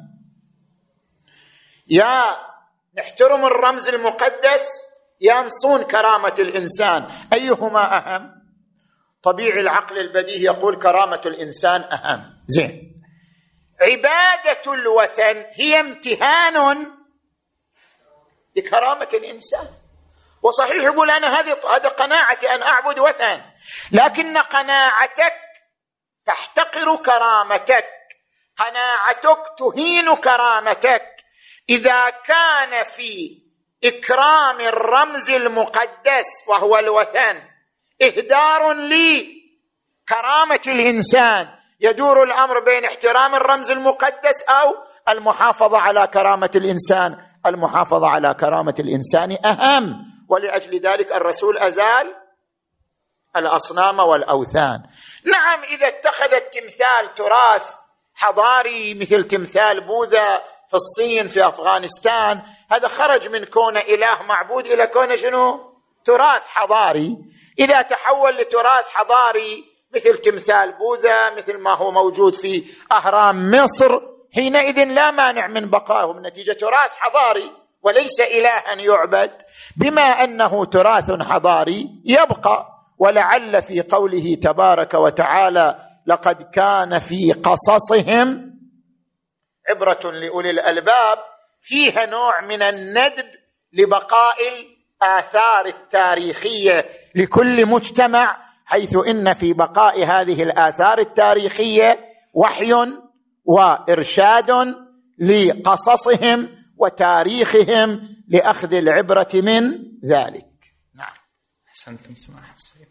يا نحترم الرمز المقدس يا نصون كرامة الإنسان، أيهما أهم؟ طبيعي العقل البديهي يقول كرامة الإنسان أهم. زين، عبادة الوثن هي امتهان لكرامة الإنسان. وصحيح يقول أنا هذه قناعتي أن أعبد وثن، لكن قناعتك تحتقر كرامتك، قناعتك تهين كرامتك. إذا كان في إكرام الرمز المقدس وهو الوثن إهدار لكرامة الإنسان، يدور الأمر بين احترام الرمز المقدس أو المحافظة على كرامة الإنسان. المحافظة على كرامة الإنسان أهم، ولأجل ذلك الرسول أزال الأصنام والأوثان. نعم، إذا اتخذت تمثال تراث حضاري مثل تمثال بوذا في الصين في أفغانستان، هذا خرج من كون إله معبود إلى كون شنو؟ تراث حضاري. إذا تحول لتراث حضاري مثل تمثال بوذا، مثل ما هو موجود في أهرام مصر، حينئذ لا مانع من بقائه من نتيجة تراث حضاري وليس إلها يعبد. بما أنه تراث حضاري يبقى. ولعل في قوله تبارك وتعالى: لقد كان في قصصهم عبرة لأولي الألباب، فيها نوع من الندب لبقاء الآثار التاريخية لكل مجتمع حيث إن في بقاء هذه الآثار التاريخية وحي وإرشاد لقصصهم وتاريخهم لأخذ العبرة من ذلك. نعم. أحسنتم سماحة السيد.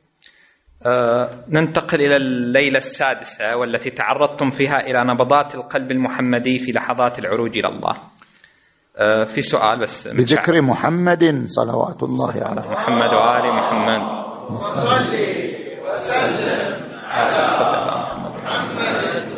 ننتقل إلى الليلة السادسة والتي تعرضتم فيها إلى نبضات القلب المحمدي في لحظات العروج إلى الله. في سؤال بس بذكر محمد صلوات الله عليه محمد وآل محمد. وصلي وسلم على محمد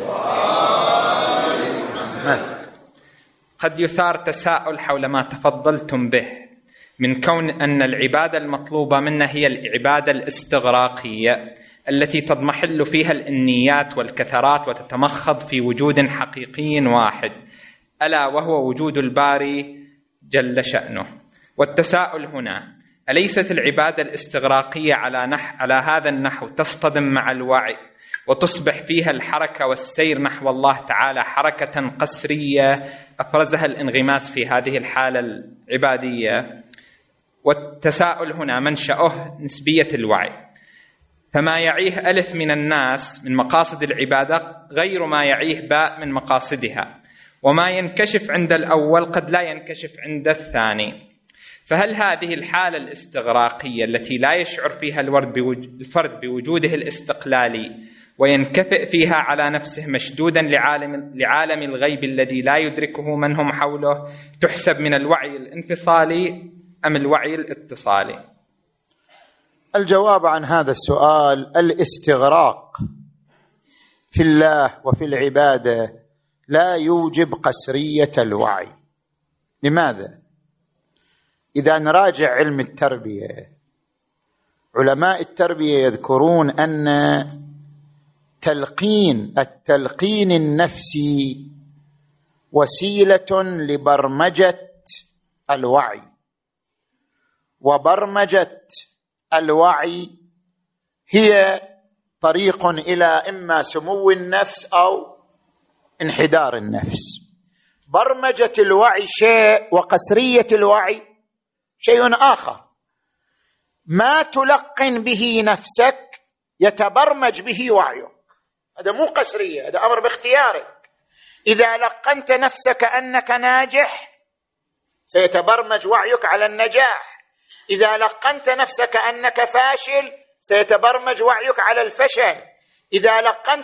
وآل محمد. قد يثار تساؤل حول ما تفضلتم به من كون أن العبادة المطلوبة منا هي العبادة الاستغراقية التي تضمحل فيها الإنيات والكثرات وتتمخض في وجود حقيقي واحد ألا وهو وجود الباري جل شأنه. والتساؤل هنا: أليست العبادة الاستغراقية على هذا النحو تصطدم مع الوعي وتصبح فيها الحركة والسير نحو الله تعالى حركة قسرية أفرزها الانغماس في هذه الحالة العبادية؟ والتساؤل هنا منشأه نسبية الوعي، فما يعيه ألف من الناس من مقاصد العبادة غير ما يعيه باء من مقاصدها، وما ينكشف عند الأول قد لا ينكشف عند الثاني. فهل هذه الحالة الاستغراقية التي لا يشعر فيها الفرد بوجوده الاستقلالي وينكفئ فيها على نفسه مشدودا لعالم الغيب الذي لا يدركه من هم حوله تحسب من الوعي الانفصالي أم الوعي الاتصالي؟ الجواب عن هذا السؤال: الاستغراق في الله وفي العبادة لا يوجب قسرية الوعي. لماذا؟ إذا نراجع علم التربية، علماء التربية يذكرون أن التلقين النفسي وسيلة لبرمجة الوعي، وبرمجة الوعي هي طريق إلى إما سمو النفس أو انحدار النفس. برمجة الوعي شيء وقسرية الوعي شيء آخر. ما تلقن به نفسك يتبرمج به وعيك، هذا مو قسرية، هذا أمر باختيارك. إذا لقنت نفسك أنك ناجح سيتبرمج وعيك على النجاح، إذا لقنت نفسك أنك فاشل سيتبرمج وعيك على الفشل، إذا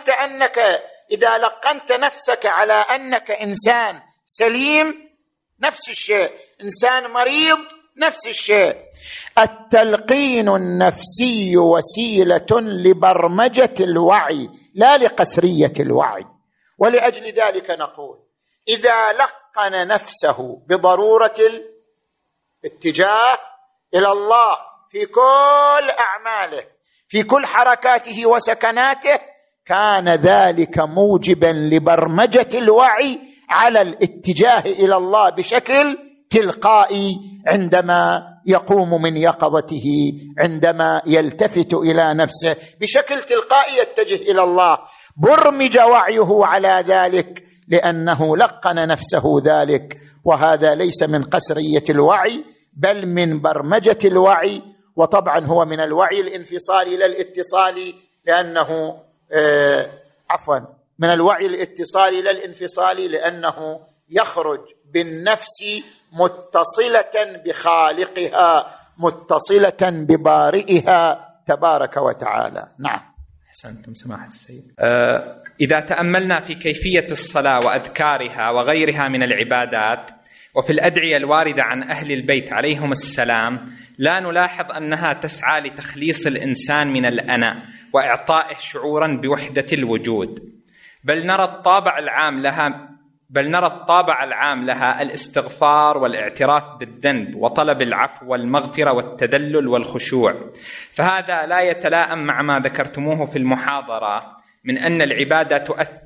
لقنت نفسك على أنك إنسان سليم نفس الشيء، إنسان مريض نفس الشيء. التلقين النفسي وسيلة لبرمجة الوعي لا لقسرية الوعي. ولأجل ذلك نقول: إذا لقن نفسه بضرورة الاتجاه إلى الله في كل أعماله في كل حركاته وسكناته كان ذلك موجبا لبرمجة الوعي على الاتجاه إلى الله بشكل تلقائي عندما يقوم من يقظته، عندما يلتفت إلى نفسه بشكل تلقائي يتجه إلى الله. برمج وعيه على ذلك لأنه لقن نفسه ذلك، وهذا ليس من قسرية الوعي بل من برمجة الوعي. وطبعا هو من الوعي الانفصالي إلى الاتصالي، لأنه من الوعي الاتصالي إلى الانفصالي لأنه يخرج بالنفس متصلة بخالقها، متصلة ببارئها تبارك وتعالى. نعم. أحسنتم سماحة السيد. إذا تأملنا في كيفية الصلاة وأذكارها وغيرها من العبادات وفي الأدعية الواردة عن أهل البيت عليهم السلام، لا نلاحظ أنها تسعى لتخليص الإنسان من الأنا وإعطائه شعورا بوحدة الوجود، بل نرى الطابع العام لها الاستغفار والاعتراف بالذنب وطلب العفو والمغفرة والتدلل والخشوع. فهذا لا يتلائم مع ما ذكرتموه في المحاضرة من أن العبادة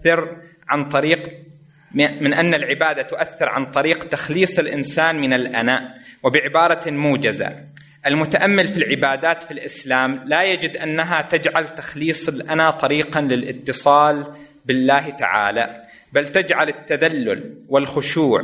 تؤثر عن طريق تخليص الإنسان من الأنا. وبعبارة موجزة، المتأمل في العبادات في الإسلام لا يجد أنها تجعل تخليص الأنا طريقا للاتصال بالله تعالى، بل تجعل التذلل والخشوع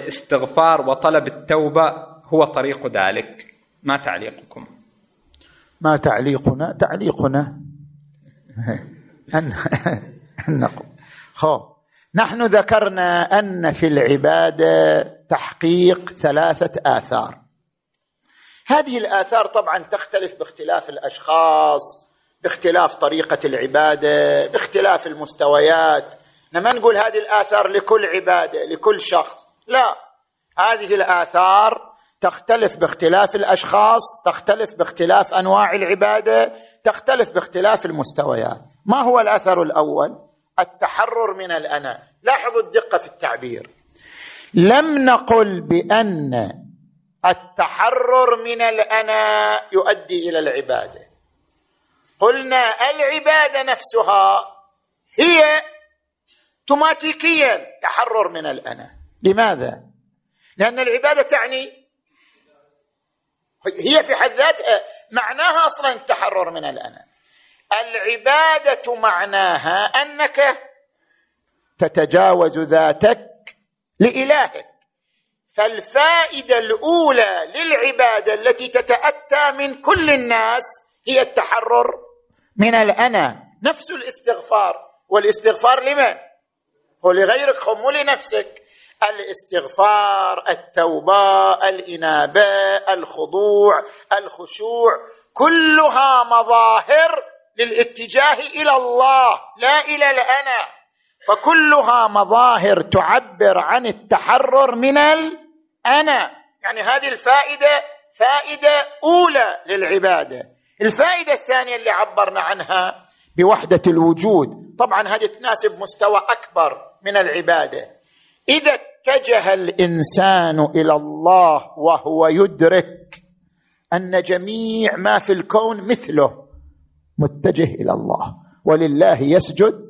والاستغفار وطلب التوبة هو طريق ذلك. ما تعليقكم؟ ما تعليقنا؟ تعليقنا أن نقول نحن ذكرنا أن في العبادة تحقيق 3 آثار. هذه الآثار طبعا تختلف باختلاف الأشخاص، باختلاف طريقة العبادة، باختلاف المستويات. ما نقول هذه الآثار لكل عبادة لكل شخص، لا، هذه الآثار تختلف باختلاف الأشخاص، تختلف باختلاف أنواع العبادة، تختلف باختلاف المستويات. ما هو الأثر الأول؟ التحرر من الأنا. لاحظوا الدقة في التعبير، لم نقل بأن التحرر من الأنا يؤدي إلى العبادة، قلنا العبادة نفسها هي اوتوماتيكيا تحرر من الأنا. لماذا؟ لأن العبادة تعني، هي في حد ذاتها معناها أصلا التحرر من الأنا. العبادة معناها أنك تتجاوز ذاتك لإلهك. فالفائدة الأولى للعبادة التي تتأتى من كل الناس هي التحرر من الأنا. نفس الاستغفار، والاستغفار لمن؟ هو لغيرك، مو لنفسك. الاستغفار، التوبة، الإنابة، الخضوع، الخشوع، كلها مظاهر للاتجاه إلى الله لا إلى الأنا، فكلها مظاهر تعبر عن التحرر من الأنا. يعني هذه الفائدة فائدة أولى للعبادة. الفائدة الثانية اللي عبرنا عنها بوحدة الوجود، طبعا هذه تناسب مستوى أكبر من العبادة. إذا اتجه الإنسان إلى الله وهو يدرك أن جميع ما في الكون مثله متجه إلى الله، ولله يسجد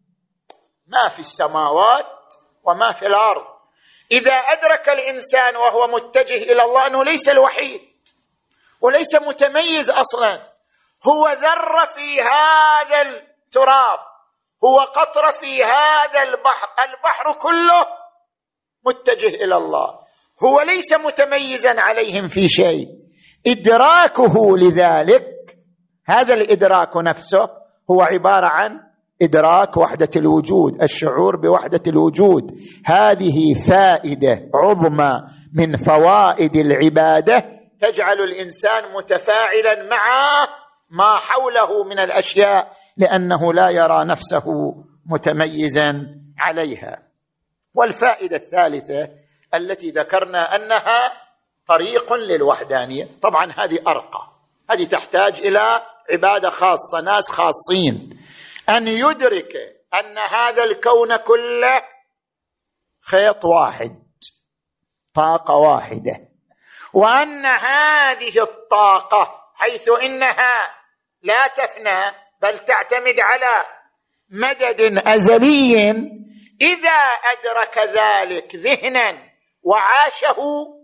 ما في السماوات وما في الأرض. إذا أدرك الإنسان وهو متجه إلى الله أنه ليس الوحيد وليس متميز أصلا، هو ذرة في هذا التراب، هو قطرة في هذا البحر، البحر كله متجه إلى الله، هو ليس متميزا عليهم في شيء. إدراكه لذلك، هذا الإدراك نفسه هو عبارة عن إدراك وحدة الوجود، الشعور بوحدة الوجود. هذه فائدة عظمى من فوائد العبادة تجعل الإنسان متفاعلا مع ما حوله من الأشياء، لأنه لا يرى نفسه متميزا عليها. والفائدة الثالثة التي ذكرنا أنها طريق للوحدانية، طبعا هذه أرقى، هذه تحتاج إلى عبادة خاصة، ناس خاصين، أن يدرك أن هذا الكون كله خيط واحد، طاقة واحدة، وأن هذه الطاقة حيث إنها لا تفنى بل تعتمد على مدد أزلي، إذا أدرك ذلك ذهنا وعاشه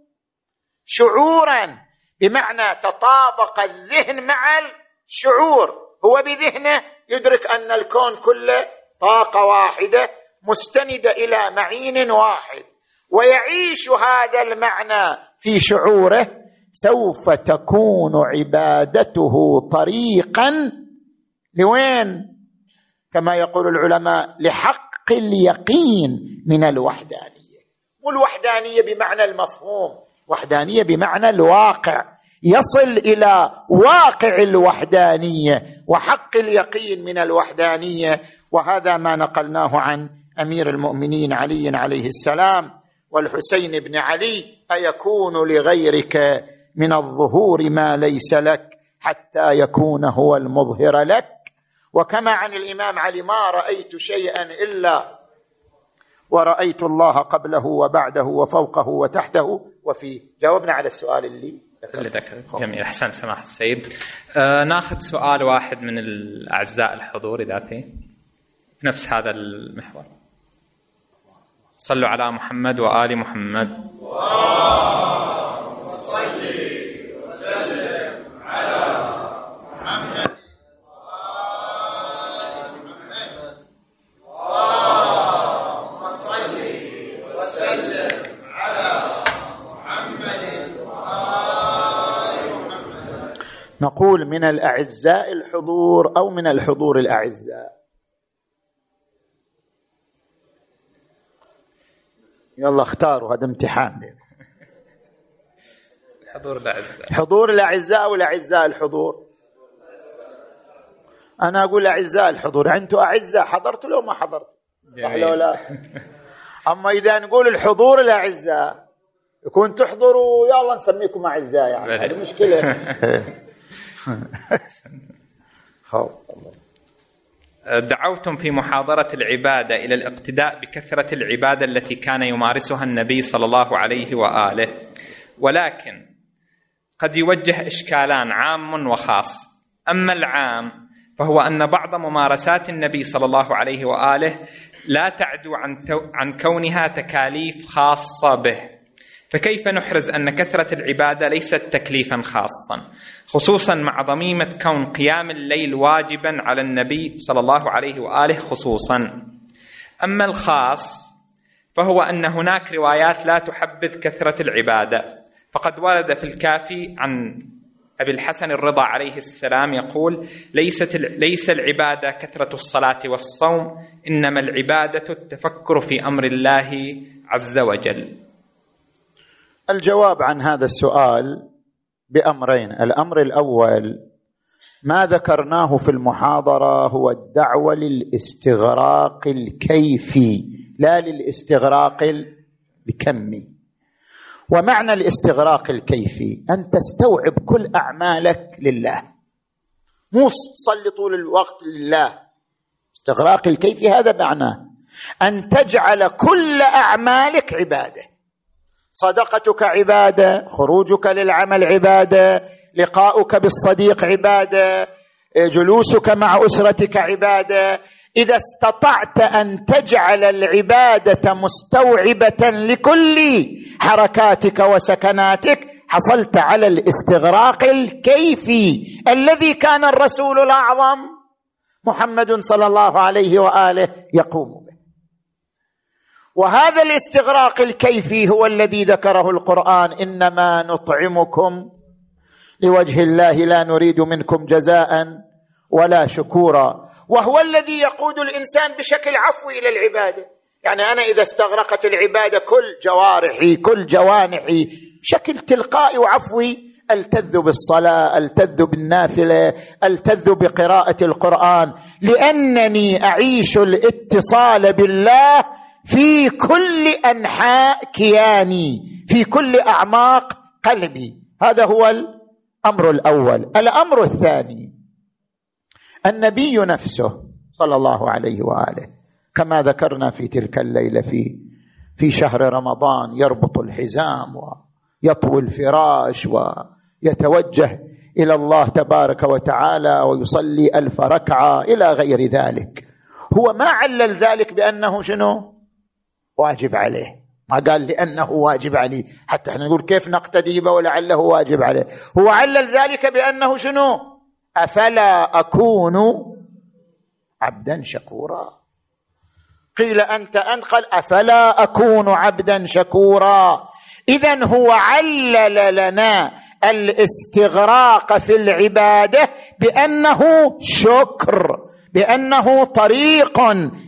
شعورا، بمعنى تطابق الذهن مع الشعور، هو بذهنه يدرك أن الكون كله طاقة واحدة مستندة إلى معين واحد، ويعيش هذا المعنى في شعوره، سوف تكون عبادته طريقا لوين؟ كما يقول العلماء لحق اليقين من الوحدانية. مو الوحدانية بمعنى المفهوم، وحدانية بمعنى الواقع، يصل إلى واقع الوحدانية وحق اليقين من الوحدانية. وهذا ما نقلناه عن أمير المؤمنين علي عليه السلام والحسين بن علي: أيكون لغيرك من الظهور ما ليس لك حتى يكون هو المظهر لك. وكما عن الإمام علي: ما رأيت شيئا إلا ورأيت الله قبله وبعده وفوقه وتحته وفيه. جاوبنا على السؤال اللي ذكره. جميل، أحسن سماحة السيد. ناخذ سؤال واحد من الأعزاء الحضور إذا في نفس هذا المحور. صلوا على محمد وآل محمد. اللهم صل وسلم على محمد وآل محمد. اللهم صل وسلم على محمد وآل محمد. نقول من الأعزاء الحضور أو من الحضور الأعزاء؟ يلا اختاروا، هذا امتحان. حضور الأعزاء. حضور الأعزاء أو الأعزاء الحضور؟ أنا أقول أعزاء الحضور. أنتم أعزاء حضرتوا لو ما حضرتوا؟ صح لو لا؟ أما إذا نقول الحضور الأعزاء يكون تحضروا يلا نسميكم أعزاء، يعني هذه مشكلة. دعوتم في محاضرة العبادة إلى الاقتداء بكثرة العبادة التي كان يمارسها النبي صلى الله عليه وآله، ولكن قد يوجه إشكالان عام وخاص. أما العام فهو أن بعض ممارسات النبي صلى الله عليه وآله لا تعدو عن كونها تكاليف خاصة به، فكيف نحرز أن كثرة العبادة ليست تكليفا خاصا، خصوصا مع ضميمة كون قيام الليل واجبا على النبي صلى الله عليه وآله خصوصا. أما الخاص فهو أن هناك روايات لا تحبذ كثرة العبادة، فقد ورد في الكافي عن أبي الحسن الرضا عليه السلام يقول: ليس العبادة كثرة الصلاة والصوم، إنما العبادة التفكر في أمر الله عز وجل. الجواب عن هذا السؤال بأمرين. الأمر الأول ما ذكرناه في المحاضرة هو الدعوة للاستغراق الكيفي لا للاستغراق الكمي. ومعنى الاستغراق الكيفي أن تستوعب كل أعمالك لله، مو تصلي طول الوقت لله. استغراق الكيفي هذا معناه أن تجعل كل أعمالك عبادة. صدقتك عبادة، خروجك للعمل عبادة، لقاؤك بالصديق عبادة، جلوسك مع أسرتك عبادة. إذا استطعت أن تجعل العبادة مستوعبة لكل حركاتك وسكناتك حصلت على الاستغراق الكيفي الذي كان الرسول الأعظم محمد صلى الله عليه وآله يقوم به. وهذا الاستغراق الكيفي هو الذي ذكره القرآن: إنما نطعمكم لوجه الله لا نريد منكم جزاء ولا شكورا. وهو الذي يقود الإنسان بشكل عفوي إلى العبادة. يعني أنا إذا استغرقت العبادة كل جوارحي كل جوانحي بشكل تلقائي وعفوي، ألتذ بالصلاة، ألتذ بالنافلة، ألتذ بقراءة القرآن، لأنني أعيش الاتصال بالله في كل أنحاء كياني، في كل أعماق قلبي. هذا هو الأمر الأول. الأمر الثاني: النبي نفسه صلى الله عليه وآله كما ذكرنا في تلك الليلة في شهر رمضان يربط الحزام ويطوي الفراش ويتوجه إلى الله تبارك وتعالى ويصلي 1000 ركعة إلى غير ذلك. هو ما علل ذلك بأنه شنو؟ واجب عليه. ما قال لأنه واجب عليه، حتى احنا نقول كيف نقتدي به ولعله واجب عليه. هو علل ذلك بأنه شنو؟ أفلا أكون عبدا شكورا. قيل أنت أنقل أفلا أكون عبدا شكورا. إذن هو علل لنا الاستغراق في العبادة بأنه شكر، بأنه طريق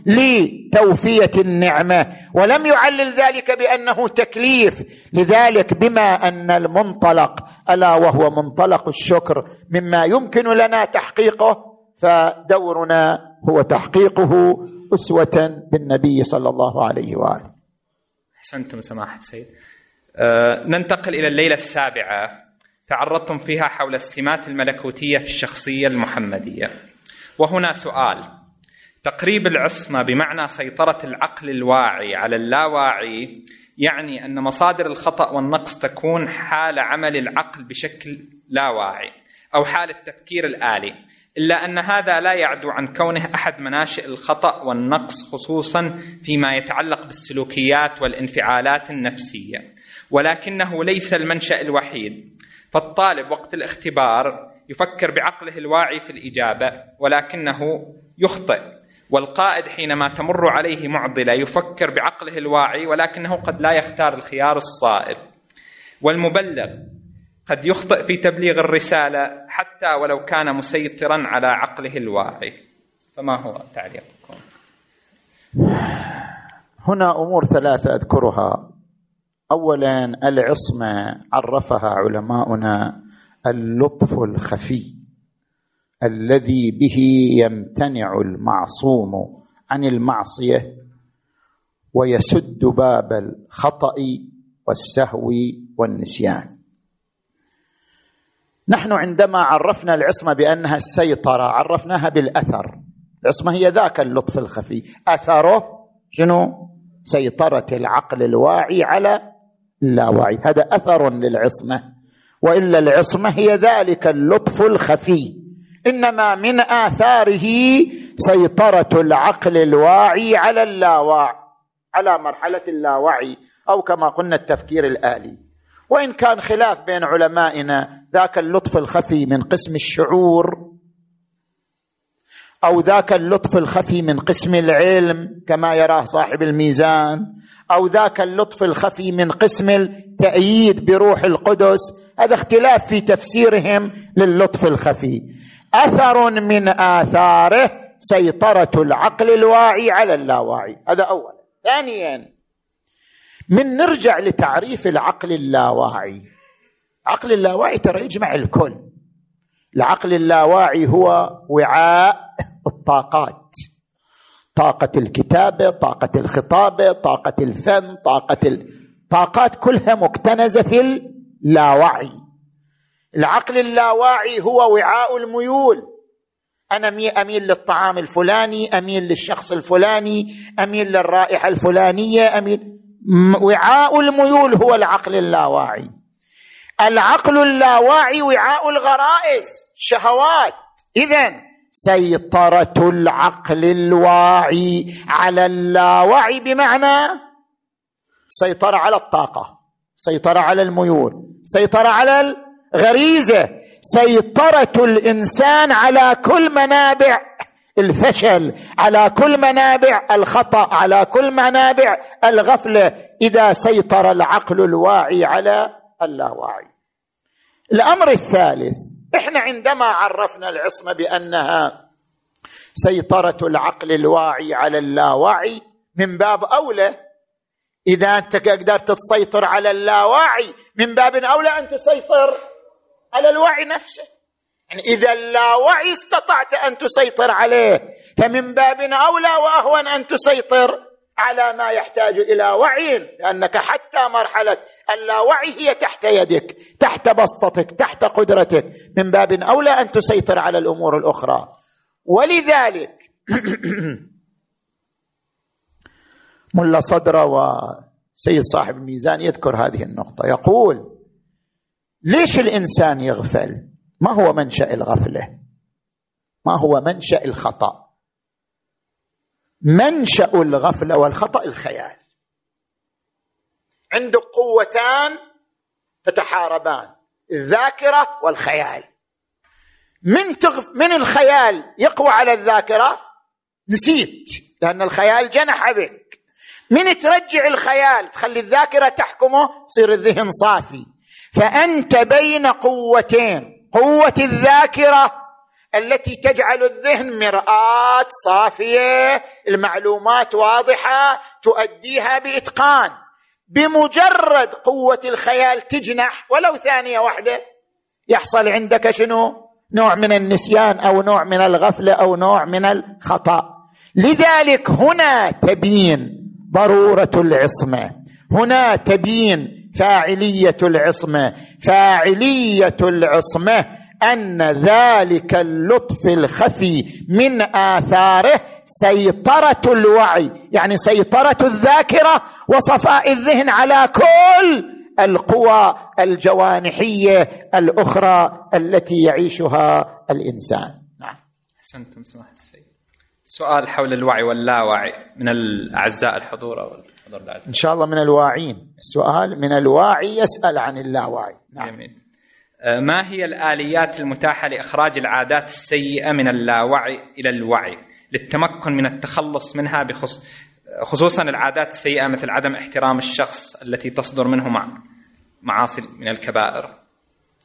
لتوفية النعمة، ولم يعلل ذلك بأنه تكليف. لذلك بما أن المنطلق ألا وهو منطلق الشكر مما يمكن لنا تحقيقه، فدورنا هو تحقيقه أسوة بالنبي صلى الله عليه وآله. أحسنتم سماحة السيد. ننتقل إلى الليلة السابعة، تعرضتم فيها حول السمات الملكوتية في الشخصية المحمدية. وهنا سؤال: تقريب العصمة بمعنى سيطرة العقل الواعي على اللاواعي يعني أن مصادر الخطأ والنقص تكون حال عمل العقل بشكل لا واعي أو حال التفكير الآلي، إلا أن هذا لا يعدو عن كونه أحد مناشئ الخطأ والنقص، خصوصا فيما يتعلق بالسلوكيات والانفعالات النفسية، ولكنه ليس المنشأ الوحيد. فالطالب وقت الاختبار يفكر بعقله الواعي في الإجابة ولكنه يخطئ، والقائد حينما تمر عليه معضلة يفكر بعقله الواعي ولكنه قد لا يختار الخيار الصائب، والمبلغ قد يخطئ في تبليغ الرسالة حتى ولو كان مسيطرا على عقله الواعي. فما هو تعليقكم؟ هنا أمور ثلاثة أذكرها. أولا، العصمة عرفها علماؤنا اللطف الخفي الذي به يمتنع المعصوم عن المعصية ويسد باب الخطأ والسهو والنسيان. نحن عندما عرفنا العصمة بأنها السيطرة عرفناها بالأثر. العصمة هي ذاك اللطف الخفي، أثره شنو؟ سيطرة العقل الواعي على اللاواعي، هذا أثر للعصمة. وإلا العصمة هي ذلك اللطف الخفي، إنما من آثاره سيطرة العقل الواعي على اللاواعي، على مرحلة اللاوعي، أو كما قلنا التفكير الآلي. وإن كان خلاف بين علمائنا، ذاك اللطف الخفي من قسم الشعور أو ذاك اللطف الخفي من قسم العلم كما يراه صاحب الميزان، أو ذاك اللطف الخفي من قسم التأييد بروح القدس، هذا اختلاف في تفسيرهم للطف الخفي. أثر من آثاره سيطرة العقل الواعي على اللاواعي، هذا أولا. ثانيا، من نرجع لتعريف العقل اللاواعي. عقل اللاواعي ترى يجمع الكل. العقل اللاواعي هو وعاء الطاقات، طاقة الكتابة، طاقة الخطابة، طاقة الفن، طاقات كلها مكتنزة في اللاوعي. العقل اللاواعي هو وعاء الميول. أنا أميل للطعام الفلاني، أميل للشخص الفلاني، أميل للرائحة الفلانية، وعاء الميول هو العقل اللاواعي. العقل اللاواعي وعاء الغرائز، شهوات. إذن سيطرة العقل الواعي على اللاوعي بمعنى سيطرة على الطاقة، سيطرة على الميول، سيطرة على الغريزة، سيطرة الإنسان على كل منابع الفشل، على كل منابع الخطأ، على كل منابع الغفلة، إذا سيطر العقل الواعي على اللاواعي. الأمر الثالث، إحنا عندما عرفنا العصمة بأنها سيطرة العقل الواعي على اللاواعي، من باب أولى إذا أنت قدرت تسيطر على اللاواعي من باب أولى أن تسيطر على الوعي نفسه. يعني إذا اللاوعي استطعت أن تسيطر عليه، فمن باب أولى وأهون أن تسيطر على ما يحتاج إلى وعي، لأنك حتى مرحلة اللاوعي هي تحت يدك، تحت بسطتك، تحت قدرتك، من باب أولى أن تسيطر على الأمور الأخرى. ولذلك ملا صدرة وسيد صاحب الميزان يذكر هذه النقطة، يقول: ليش الإنسان يغفل؟ ما هو منشأ الغفلة؟ ما هو منشأ الخطأ؟ منشأ الغفلة والخطأ الخيال. عنده قوتان تتحاربان، الذاكرة والخيال. من الخيال يقوى على الذاكرة نسيت، لأن الخيال جنح بك. من ترجع الخيال تخلي الذاكرة تحكمه، يصير الذهن صافي. فأنت بين قوتين، قوة الذاكرة التي تجعل الذهن مرآة صافية، المعلومات واضحة تؤديها بإتقان. بمجرد قوة الخيال تجنح ولو ثانية واحدة، يحصل عندك شنو؟ نوع من النسيان أو نوع من الغفلة أو نوع من الخطأ. لذلك هنا تبين ضرورة العصمة، هنا تبين فاعلية العصمة. فاعلية العصمة أن ذلك اللطف الخفي من آثاره سيطرة الوعي، يعني سيطرة الذاكرة وصفاء الذهن على كل القوى الجوانحية الأخرى التي يعيشها الإنسان. نعم. أحسنتم سماحة السيد. سؤال حول الوعي واللاوعي من الأعزاء الحضور أو الحضور الأعزاء. إن شاء الله من الواعين. السؤال من الواعي يسأل عن اللاوعي. نعم. جميل. ما هي الآليات المتاحة لإخراج العادات السيئة من اللاوعي إلى الوعي للتمكن من التخلص منها، خصوصا العادات السيئة مثل عدم احترام الشخص التي تصدر منه معاصي من الكبائر؟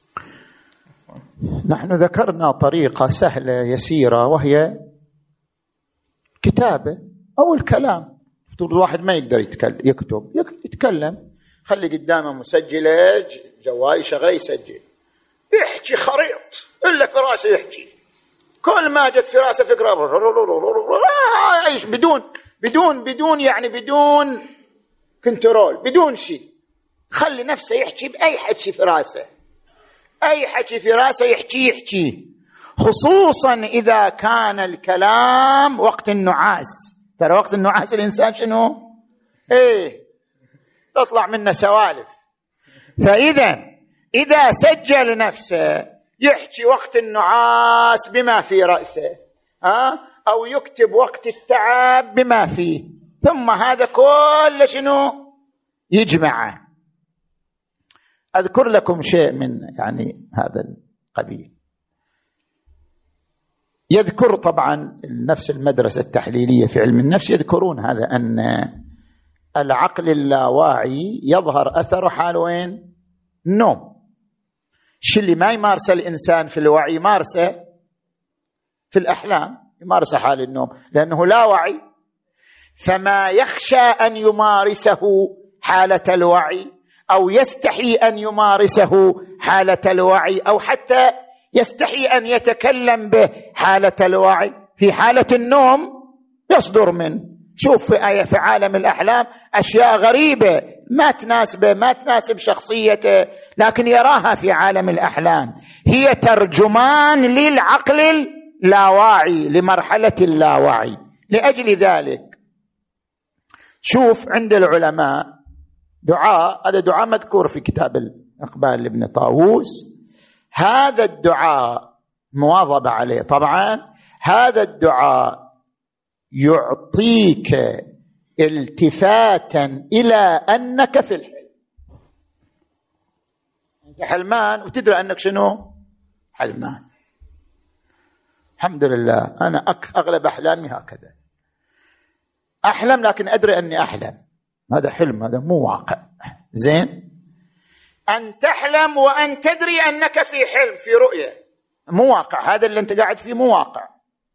نحن ذكرنا طريقة سهلة يسيرة وهي كتابة أو الكلام. الواحد ما يقدر يكتب يتكلم، خلي قدامه مسجلة جوال شغله يسجل، يحكي خريط إلا في راسه يحكي، كل ما جت في راسه فكرة بدون يعني بدون كنترول، بدون شيء، خلي نفسه يحكي بأي حكي في راسه، أي حكي في راسه يحكي، خصوصا إذا كان الكلام وقت النعاس. ترى وقت النعاس الإنسان شنو؟ تطلع منه سوالف. إذا سجل نفسه يحكي وقت النعاس بما في رأسه، أو يكتب وقت التعب بما فيه، ثم هذا كله شنو يجمعه. أذكر لكم شيء من يعني هذا القبيل. يذكر طبعا نفس المدرسة التحليلية في علم النفس يذكرون هذا، أن العقل اللاواعي يظهر أثره حال وين؟ النوم. الشيء اللي ما يمارسه الإنسان في الوعي يمارسه في الأحلام، يمارسه حال النوم لأنه لا وعي، فما يخشى أن يمارسه حالة الوعي أو يستحي أن يمارسه حالة الوعي أو حتى يستحي أن يتكلم به حالة الوعي، في حالة النوم يصدر منه. شوف في عالم الأحلام أشياء غريبة ما تناسبه، ما تناسب شخصيته، لكن يراها في عالم الأحلام، هي ترجمان للعقل اللاواعي، لمرحلة اللاوعي. لأجل ذلك شوف عند العلماء دعاء، هذا دعاء مذكور في كتاب الإقبال لابن طاووس، هذا الدعاء مواظبة عليه طبعا، هذا الدعاء يعطيك التفاتا إلى أنك في الحلم. أنت حلمان وتدري أنك شنو؟ حلمان. الحمد لله أنا أغلب أحلامي هكذا، أحلم لكن أدري أني أحلم، هذا حلم، هذا مو واقع. زين، أن تحلم وأن تدري أنك في حلم، في رؤية، مو واقع، هذا اللي أنت قاعد فيه مو واقع.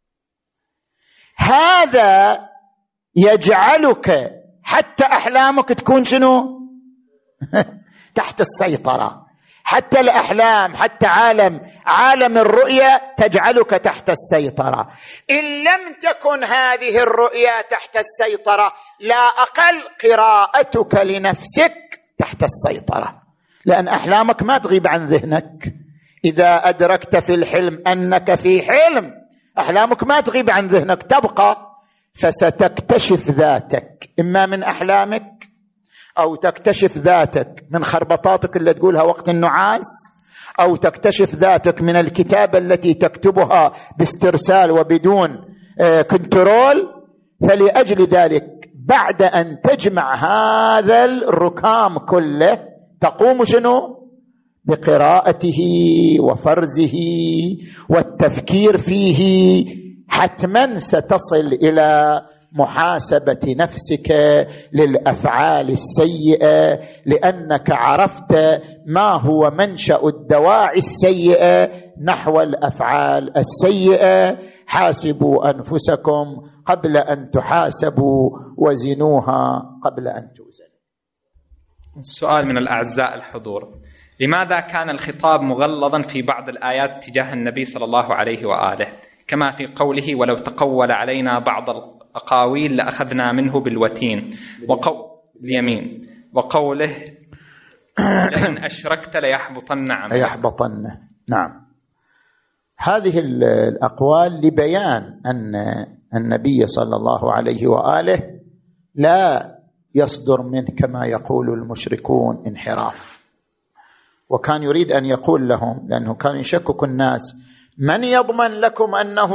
هذا يجعلك حتى أحلامك تكون شنو؟ تحت السيطرة. حتى الأحلام، حتى عالم الرؤية تجعلك تحت السيطرة. إن لم تكن هذه الرؤية تحت السيطرة، لا أقل قراءتك لنفسك تحت السيطرة، لأن أحلامك ما تغيب عن ذهنك. إذا أدركت في الحلم أنك في حلم، أحلامك ما تغيب عن ذهنك، تبقى، فستكتشف ذاتك إما من أحلامك أو تكتشف ذاتك من خربطاتك اللي تقولها وقت النعاس، أو تكتشف ذاتك من الكتابة التي تكتبها باسترسال وبدون كنترول. فلأجل ذلك بعد أن تجمع هذا الركام كله تقوم شنو؟ بقراءته وفرزه والتفكير فيه. حتما ستصل إلى محاسبة نفسك للأفعال السيئة، لأنك عرفت ما هو منشأ الدواعي السيئة نحو الأفعال السيئة. حاسبوا أنفسكم قبل أن تحاسبوا، وزنوها قبل أن توزنوا. السؤال من الأعزاء الحضور: لماذا كان الخطاب مغلظا في بعض الآيات تجاه النبي صلى الله عليه وآله، كما في قوله ولو تقول علينا بعض الأقاويل لأخذنا منه بالوتين اليمين، وقوله لئن أشركت ليحبطن عملك. نعم، هذه الأقوال لبيان أن النبي صلى الله عليه وآله لا يصدر منه كما يقول المشركون انحراف. وكان يريد أن يقول لهم، لأنه كان يشكك الناس، من يضمن لكم أنه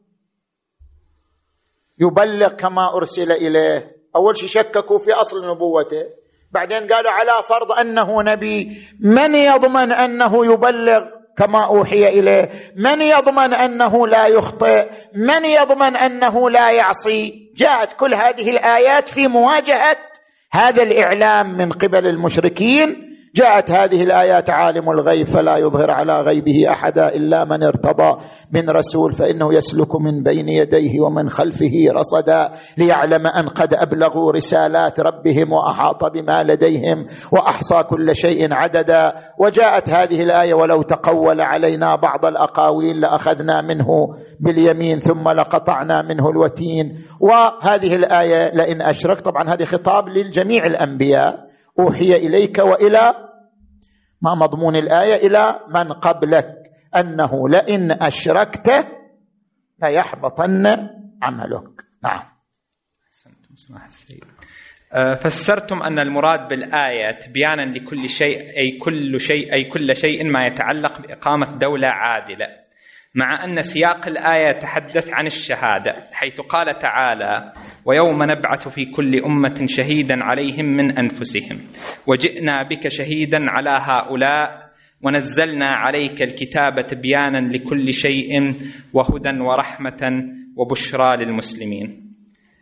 يبلغ كما أرسل إليه؟ أول شيء شككوا في أصل نبوته، بعدين قالوا على فرض أنه نبي، من يضمن أنه يبلغ كما أوحي إليه؟ من يضمن أنه لا يخطئ؟ من يضمن أنه لا يعصي؟ جاءت كل هذه الآيات في مواجهة هذا الإعلام من قبل المشركين جاءت هذه الآيات: عالم الغيب فلا يظهر على غيبه أحدا إلا من ارتضى من رسول فإنه يسلك من بين يديه ومن خلفه رصدا ليعلم أن قد أبلغوا رسالات ربهم وأحاط بما لديهم وأحصى كل شيء عددا. وجاءت هذه الآية: ولو تقول علينا بعض الأقاويل لأخذنا منه باليمين ثم لقطعنا منه الوتين. وهذه الآية: لئن أشركت، طبعا هذه خطاب للجميع الأنبياء، أوحي إليك وإلى ما مضمون الآية إلى من قبلك أنه لئن أشركت ليحبطن عملك. نعم. أحسنتم سماحة السيد. فسرتم أن المراد بالآية بيانا لكل شيء أي كل شيء ما يتعلق بإقامة دولة عادلة، مع أن سياق الآية يتحدث عن الشهادة، حيث قال تعالى: ويوم نبعث في كل أمة شهيدا عليهم من أنفسهم وجئنا بك شهيدا على هؤلاء ونزلنا عليك الكتاب بيانا لكل شيء وهدى ورحمة وبشرى للمسلمين.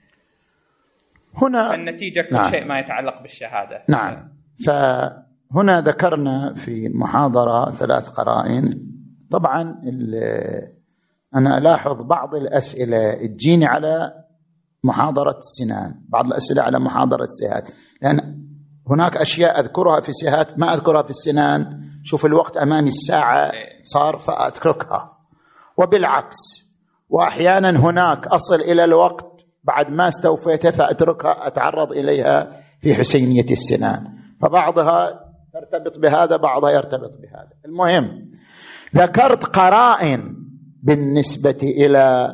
هنا النتيجة كل شيء ما يتعلق بالشهادة. نعم. فهنا ذكرنا في المحاضرة 3 قرائن. طبعا أنا ألاحظ بعض الأسئلة تجيني على محاضرة السنان، بعض الأسئلة على محاضرة السهات، لأن هناك أشياء أذكرها في السهات ما أذكرها في السنان. شوف الوقت أمامي الساعة صار فأتركها، وبالعكس. وأحيانا هناك أصل إلى الوقت بعد ما استوفيتها فأتركها أتعرض إليها في حسينية السنان، فبعضها ترتبط بهذا بعضها يرتبط بهذا. المهم ذكرت قرائن بالنسبة إلى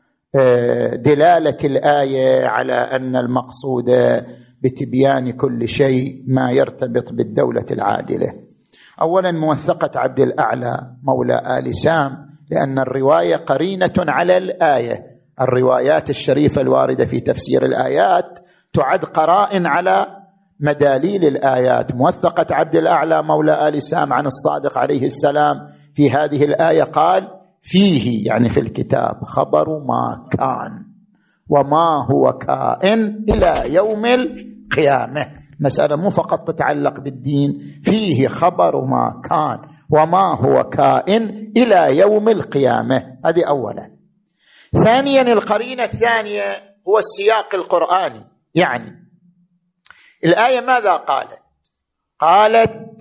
دلالة الآية على أن المقصود بتبيان كل شيء ما يرتبط بالدولة العادلة. أولا موثقة عبد الأعلى مولى آل سام، لأن الرواية قرينة على الآية. الروايات الشريفة الواردة في تفسير الآيات تعد قرائن على مداليل الآيات. موثقة عبد الأعلى مولى آل سام عن الصادق عليه السلام في هذه الآية قال: فيه يعني في الكتاب خبر ما كان وما هو كائن إلى يوم القيامة. مسألة مو فقط تتعلق بالدين، فيه خبر ما كان وما هو كائن إلى يوم القيامة. هذه أولا. ثانيا القرينة الثانية هو السياق القرآني. يعني الآية ماذا قالت؟ قالت: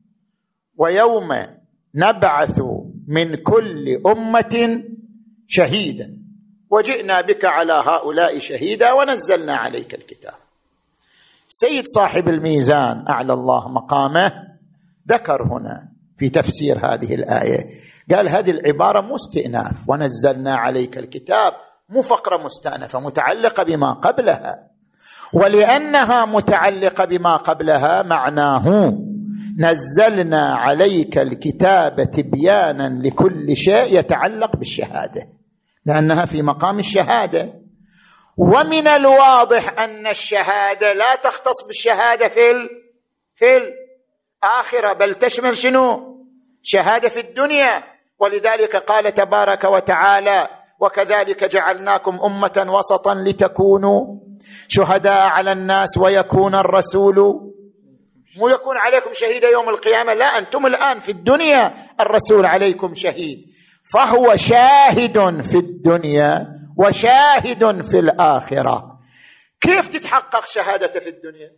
ويوم نبعث من كل أمة شهيدا وجئنا بك على هؤلاء شهيدا ونزلنا عليك الكتاب. سيد صاحب الميزان أعلى الله مقامه ذكر هنا في تفسير هذه الآية، قال هذه العبارة مو استئناف، ونزلنا عليك الكتاب مو فقرة مستأنفة، متعلقة بما قبلها، ولأنها متعلقة بما قبلها معناه نزلنا عليك الكتاب تبيانا لكل شيء يتعلق بالشهادة، لأنها في مقام الشهادة. ومن الواضح أن الشهادة لا تختص بالشهادة في الآخرة، بل تشمل شنو؟ شهادة في الدنيا. ولذلك قال تبارك وتعالى: وكذلك جعلناكم أمة وسطا لتكونوا شهداء على الناس ويكون الرسول، مو يكون عليكم شهيدا يوم القيامة، لا، أنتم الآن في الدنيا الرسول عليكم شهيد. فهو شاهد في الدنيا وشاهد في الآخرة. كيف تتحقق شهادته في الدنيا؟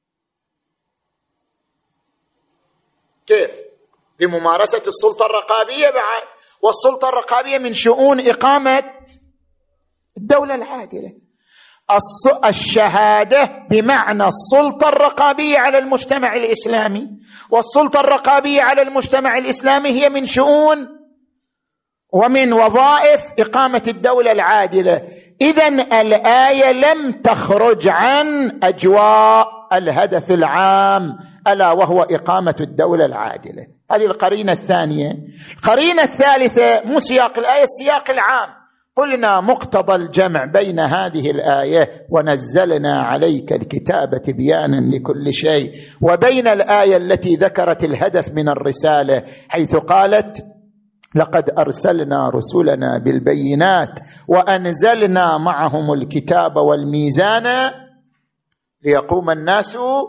كيف؟ بممارسة السلطة الرقابية بعد، والسلطة الرقابية من شؤون إقامة الدولة العادلة. الشهادة بمعنى السلطة الرقابية على المجتمع الإسلامي، والسلطة الرقابية على المجتمع الإسلامي هي من شؤون ومن وظائف إقامة الدولة العادلة. إذن الآية لم تخرج عن أجواء الهدف العام ألا وهو إقامة الدولة العادلة. هذه القرينة الثانية. القرينة الثالثة مو سياق الآية، السياق العام. قلنا مقتضى الجمع بين هذه الآية ونزلنا عليك الكتاب تبيانا لكل شيء وبين الآية التي ذكرت الهدف من الرسالة، حيث قالت: لقد أرسلنا رسلنا بالبينات وأنزلنا معهم الكتاب والميزان ليقوم الناس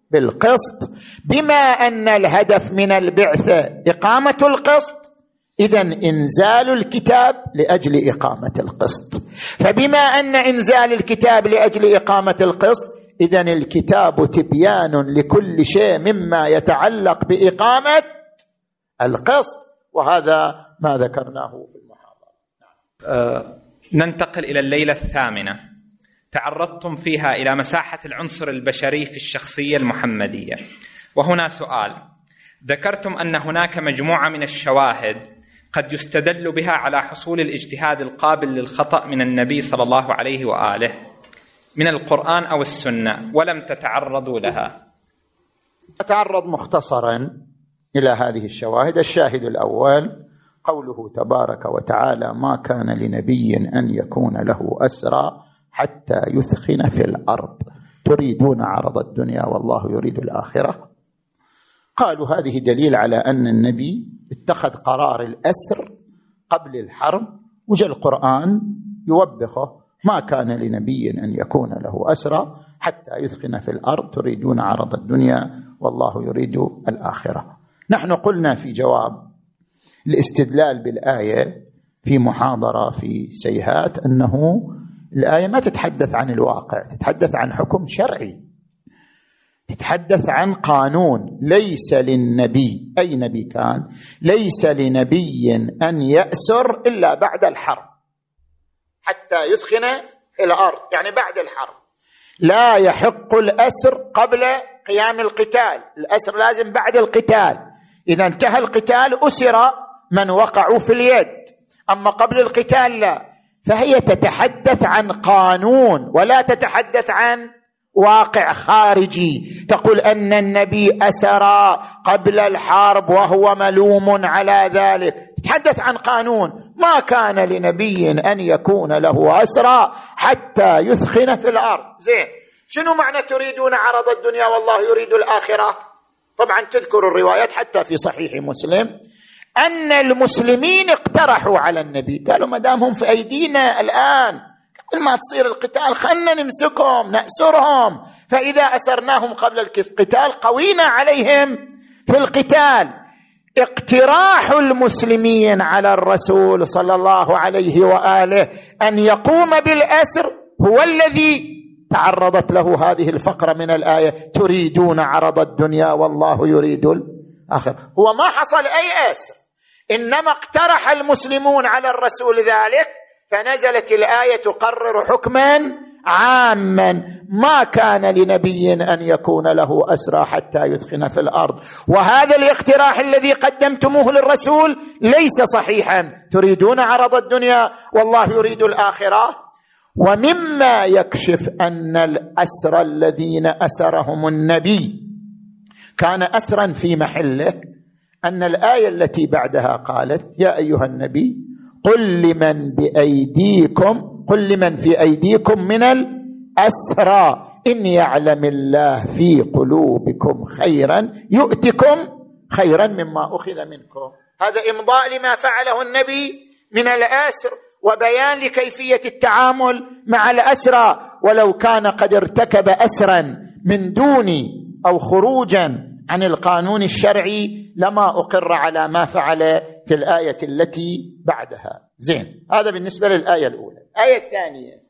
بالقسط. بما أن الهدف من البعثة إقامة القسط، إذن إنزال الكتاب لأجل إقامة القسط. فبما أن إنزال الكتاب لأجل إقامة القسط، إذن الكتاب تبيان لكل شيء مما يتعلق بإقامة القسط، وهذا ما ذكرناه في المحاضرة. ننتقل إلى الليلة الثامنة. تعرضتم فيها إلى مساحة العنصر البشري في الشخصية المحمدية، وهنا سؤال. ذكرتم أن هناك مجموعة من الشواهد قد يستدل بها على حصول الاجتهاد القابل للخطأ من النبي صلى الله عليه وآله من القرآن أو السنة، ولم تتعرضوا لها. أتعرض مختصرا إلى هذه الشواهد. الشاهد الأول قوله تبارك وتعالى: ما كان لنبي أن يكون له أسرى حتى يثخن في الأرض تريدون عرض الدنيا والله يريد الآخرة. قالوا هذه دليل على أن النبي اتخذ قرار الأسر قبل الحرب، وجاء القرآن يوبخه: ما كان لنبي أن يكون له أسرى حتى يثخن في الأرض تريدون عرض الدنيا والله يريد الآخرة. نحن قلنا في جواب الاستدلال بالآية في محاضرة في سيهات أنه الآية ما تتحدث عن الواقع، تتحدث عن حكم شرعي، تتحدث عن قانون. ليس للنبي، أي نبي كان، ليس لنبي أن يأسر إلا بعد الحرب حتى يثخن الأرض، يعني بعد الحرب. لا يحق الأسر قبل قيام القتال، الأسر لازم بعد القتال. إذا انتهى القتال أسر من وقعوا في اليد، أما قبل القتال لا. فهي تتحدث عن قانون ولا تتحدث عن واقع خارجي. تقول أن النبي أسر قبل الحرب وهو ملوم على ذلك، تتحدث عن قانون. ما كان لنبي أن يكون له أسرى حتى يثخن في الأرض. زين، شنو معنى تريدون عرض الدنيا والله يريد الآخرة؟ طبعا تذكر الروايات حتى في صحيح مسلم أن المسلمين اقترحوا على النبي، قالوا ما دامهم في أيدينا الآن قبل ما تصير القتال خلنا نمسكهم نأسرهم، فإذا أسرناهم قبل القتال قوينا عليهم في القتال. اقتراح المسلمين على الرسول صلى الله عليه وآله أن يقوم بالأسر هو الذي تعرضت له هذه الفقرة من الآية: تريدون عرض الدنيا والله يريد الآخرة. هو ما حصل أي أسر، إنما اقترح المسلمون على الرسول ذلك، فنزلت الآية تقرر حكما عاما: ما كان لنبي أن يكون له أسرى حتى يثخن في الأرض. وهذا الاقتراح الذي قدمتموه للرسول ليس صحيحا، تريدون عرض الدنيا والله يريد الآخرة. ومما يكشف أن الأسرى الذين أسرهم النبي كان أسرا في محله أن الآية التي بعدها قالت: يا أيها النبي قل لمن في أيديكم من الأسرى إن يعلم الله في قلوبكم خيرا يؤتكم خيرا مما أخذ منكم. هذا إمضاء لما فعله النبي من الأسر وبيان لكيفية التعامل مع الأسرى. ولو كان قد ارتكب أسرا من دون أو خروجا عن القانون الشرعي لما أقر على ما فعل في الآية التي بعدها. زين، هذا بالنسبة للآية الأولى. الآية الثانية: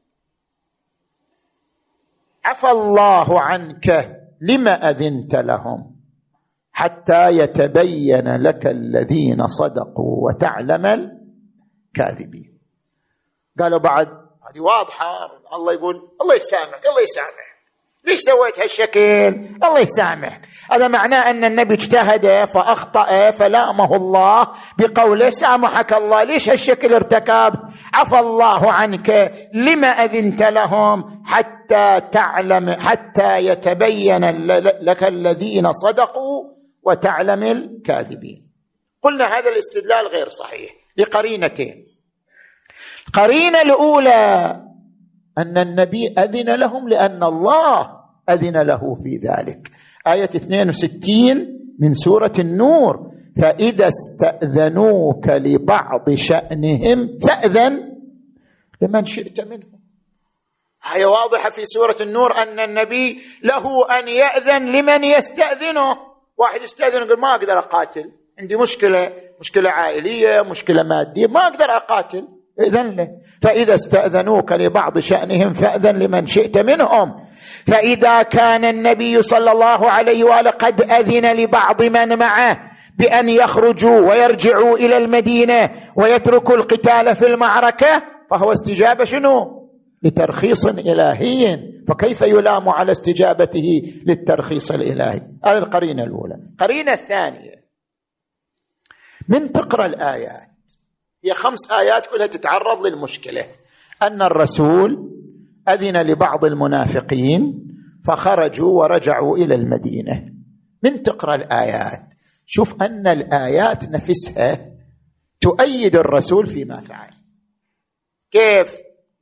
عفى الله عنك لما أذنت لهم حتى يتبين لك الذين صدقوا وتعلم الكاذبين. قالوا بعد هذه واضحة، الله يقول الله يسامحك، الله يسامحك، ليش سويت هالشكل؟ الله يسامحك. هذا معناه أن النبي اجتهد فأخطأ فلامه الله بقوله سامحك الله، ليش هالشكل ارتكب؟ عفى الله عنك لما أذنت لهم حتى تعلم، حتى يتبين لك الذين صدقوا وتعلم الكاذبين. قلنا هذا الاستدلال غير صحيح لقرينتين. القرينة الأولى أن النبي أذن لهم لأن الله أذن له في ذلك. آية 62 من سورة النور: فإذا استأذنوك لبعض شأنهم فأذن لمن شئت منهم. هي واضحة في سورة النور أن النبي له أن يأذن لمن يستأذنه. واحد يستأذن يقول ما أقدر أقاتل، عندي مشكلة عائلية، مشكلة مادية، ما أقدر أقاتل، إذن له. فإذا استأذنوك لبعض شأنهم فأذن لمن شئت منهم. فإذا كان النبي صلى الله عليه وآله قد أذن لبعض من معه بأن يخرجوا ويرجعوا إلى المدينة ويتركوا القتال في المعركة، فهو استجابة شنو؟ لترخيص إلهي، فكيف يلام على استجابته للترخيص الإلهي؟ هذه القرينة الأولى. القرينة الثانية، من تقرأ الآيات، هي 5 آيات كلها تتعرض للمشكلة أن الرسول أذن لبعض المنافقين فخرجوا ورجعوا إلى المدينة. من تقرأ الآيات شوف أن الآيات نفسها تؤيد الرسول فيما فعل. كيف؟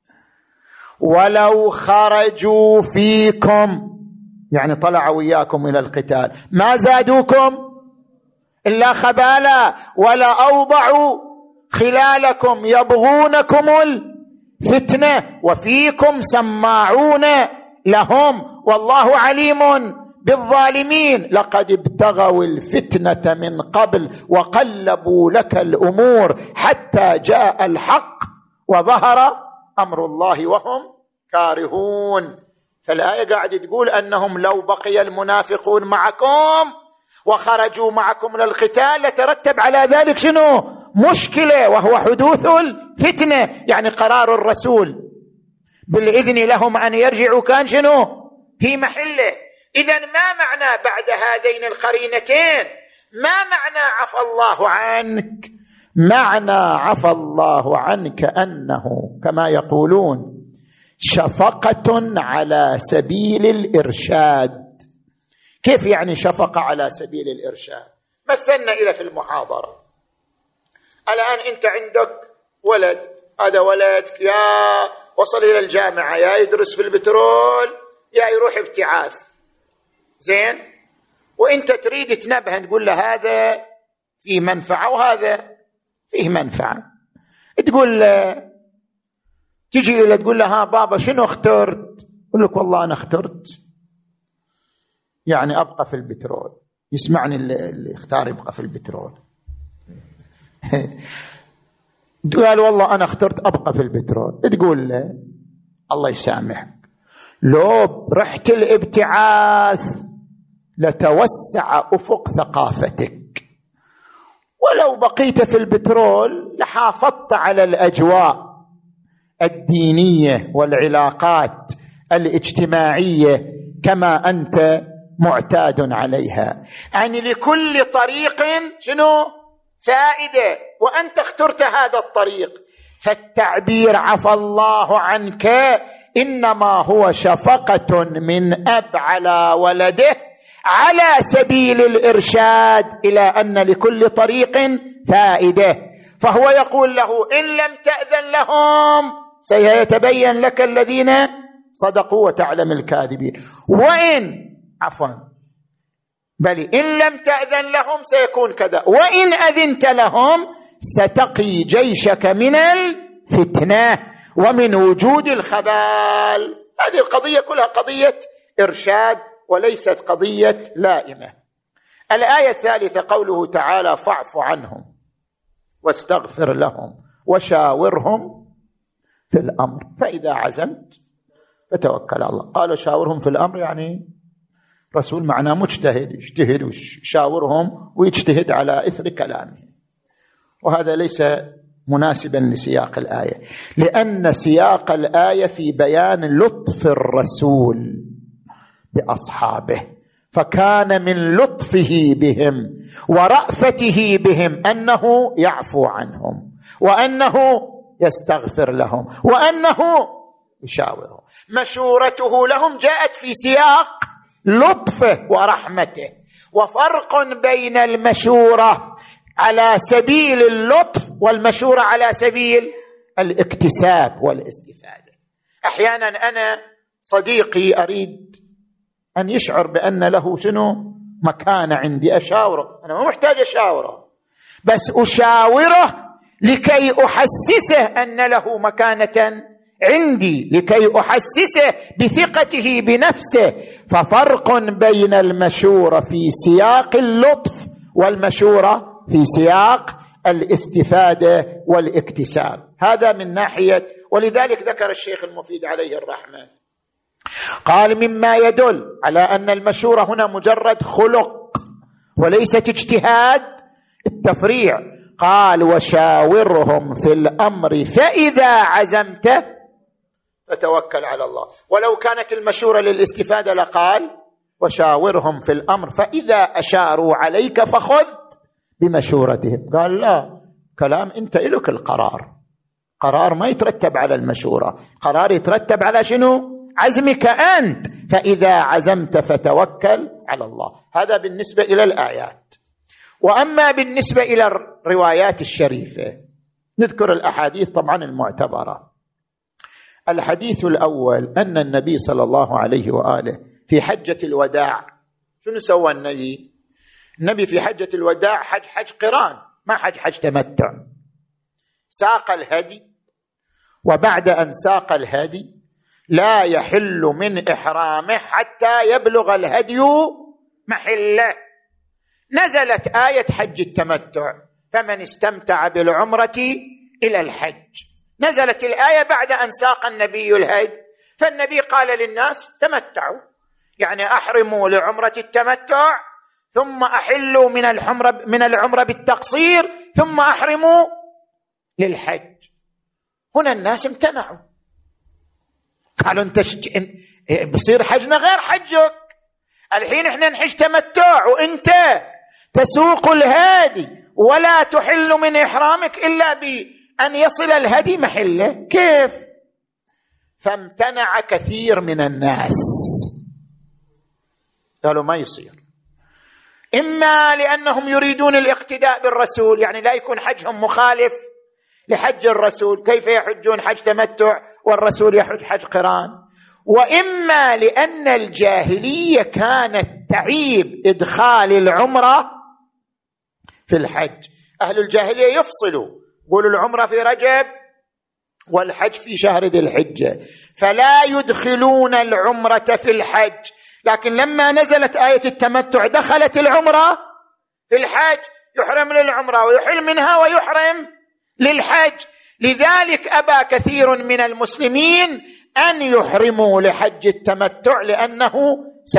ولو خرجوا فيكم، يعني طلعوا وياكم إلى القتال، ما زادوكم إلا خبالا ولا أوضعوا خلالكم يبغونكم الفتنة وفيكم سماعون لهم والله عليم بالظالمين. لقد ابتغوا الفتنة من قبل وقلبوا لك الأمور حتى جاء الحق وظهر أمر الله وهم كارهون. فالآية قاعدة تقول أنهم لو بقي المنافقون معكم وخرجوا معكم للقتال لترتب على ذلك شنو؟ مشكلة، وهو حدوث الفتنة. يعني قرار الرسول بالإذن لهم أن يرجعوا كان شنو؟ في محله. إذن ما معنى بعد هذين القرينتين؟ ما معنى عفى الله عنك؟ معنى عفى الله عنك أنه كما يقولون شفقة على سبيل الإرشاد. كيف يعني شفقة على سبيل الإرشاد؟ مثلنا إلى في المحاضرة، الآن أنت عندك ولد، هذا ولدك يا وصل إلى الجامعة، يا يدرس في البترول يا يروح ابتعاث، زين؟ وأنت تريد تنبه تقول له هذا فيه منفعة وهذا فيه منفعة. تقول له، تجي إلى تقول له ها بابا شنو اخترت؟ يقول لك والله أنا اخترت يعني أبقى في البترول. يسمعني اللي اختار يبقى في البترول. قال والله أنا اخترت أبقى في البترول. تقول له الله يسامحك، لو رحت الابتعاث لتوسع أفق ثقافتك، ولو بقيت في البترول لحافظت على الأجواء الدينية والعلاقات الاجتماعية كما أنت معتاد عليها. يعني لكل طريق شنو؟ فائدة، وأنت اخترت هذا الطريق. فالتعبير عفى الله عنك إنما هو شفقة من أب على ولده على سبيل الإرشاد إلى أن لكل طريق فائدة. فهو يقول له إن لم تأذن لهم سيتبين لك الذين صدقوا وتعلم الكاذبين، بل إن لم تأذن لهم سيكون كذا، وإن أذنت لهم ستقي جيشك من الفتنة ومن وجود الخبال. هذه القضية كلها قضية إرشاد وليست قضية لائمة. الآية الثالثة قوله تعالى فاعف عنهم واستغفر لهم وشاورهم في الأمر فإذا عزمت فتوكل على الله. قالوا شاورهم في الأمر يعني رسول معناه مجتهد، يجتهد ويشاورهم ويجتهد على إثر كلامه، وهذا ليس مناسبا لسياق الآية، لأن سياق الآية في بيان لطف الرسول بأصحابه، فكان من لطفه بهم ورأفته بهم أنه يعفو عنهم وأنه يستغفر لهم وأنه يشاورهم. مشورته لهم جاءت في سياق لطفه ورحمته، وفرق بين المشورة على سبيل اللطف والمشورة على سبيل الاكتساب والاستفادة. أحيانا أنا صديقي أريد أن يشعر بأن له شنو مكانة عندي، أشاوره، أنا ما محتاج أشاوره، بس أشاوره لكي أحسسه أن له مكانة عندي لكي أحسسه بثقته بنفسه. ففرق بين المشورة في سياق اللطف والمشورة في سياق الاستفادة والاكتساب. هذا من ناحية. ولذلك ذكر الشيخ المفيد عليه الرحمة قال مما يدل على أن المشورة هنا مجرد خلق وليست اجتهاد التفريع. قال وشاورهم في الأمر فإذا عزمت فتوكل على الله. ولو كانت المشورة للاستفادة لقال وشاورهم في الأمر فإذا أشاروا عليك فخذ بمشورتهم. قال لا، كلام أنت إلك القرار، قرار ما يترتب على المشورة، قرار يترتب على شنو؟ عزمك أنت. فإذا عزمت فتوكل على الله. هذا بالنسبة إلى الآيات. وأما بالنسبة إلى الروايات الشريفة نذكر الأحاديث طبعا المعتبرة. الحديث الأول أن النبي صلى الله عليه وآله في حجة الوداع شنو سوى النبي؟ النبي في حجة الوداع حج قران، ما حج تمتع. ساق الهدي، وبعد أن ساق الهدي لا يحل من إحرامه حتى يبلغ الهدي محله. نزلت آية حج التمتع فمن استمتع بالعمرة إلى الحج. نزلت الآية بعد أن ساق النبي الهدي، فالنبي قال للناس تمتعوا، يعني أحرموا لعمرة التمتع ثم أحلوا من العمرة بالتقصير ثم أحرموا للحج. هنا الناس امتنعوا، قالوا انت بصير حجنا غير حجك، الحين احنا نحج تمتع وانت تسوق الهادي ولا تحل من إحرامك إلا بأن يصل الهدي محله، كيف؟ فامتنع كثير من الناس، قالوا ما يصير. إما لأنهم يريدون الاقتداء بالرسول، يعني لا يكون حجهم مخالف لحج الرسول، كيف يحجون حج تمتع والرسول يحج حج قران. وإما لأن الجاهلية كانت تعيب إدخال العمرة في الحج. أهل الجاهلية يفصلوا، يقولوا العمرة في رجب والحج في شهر ذي الحجة، فلا يدخلون العمرة في الحج. لكن لما نزلت آية التمتع دخلت العمرة في الحج، يحرم للعمرة ويحل منها ويحرم للحج. لذلك أبى كثير من المسلمين أن يحرموا لحج التمتع، لأنه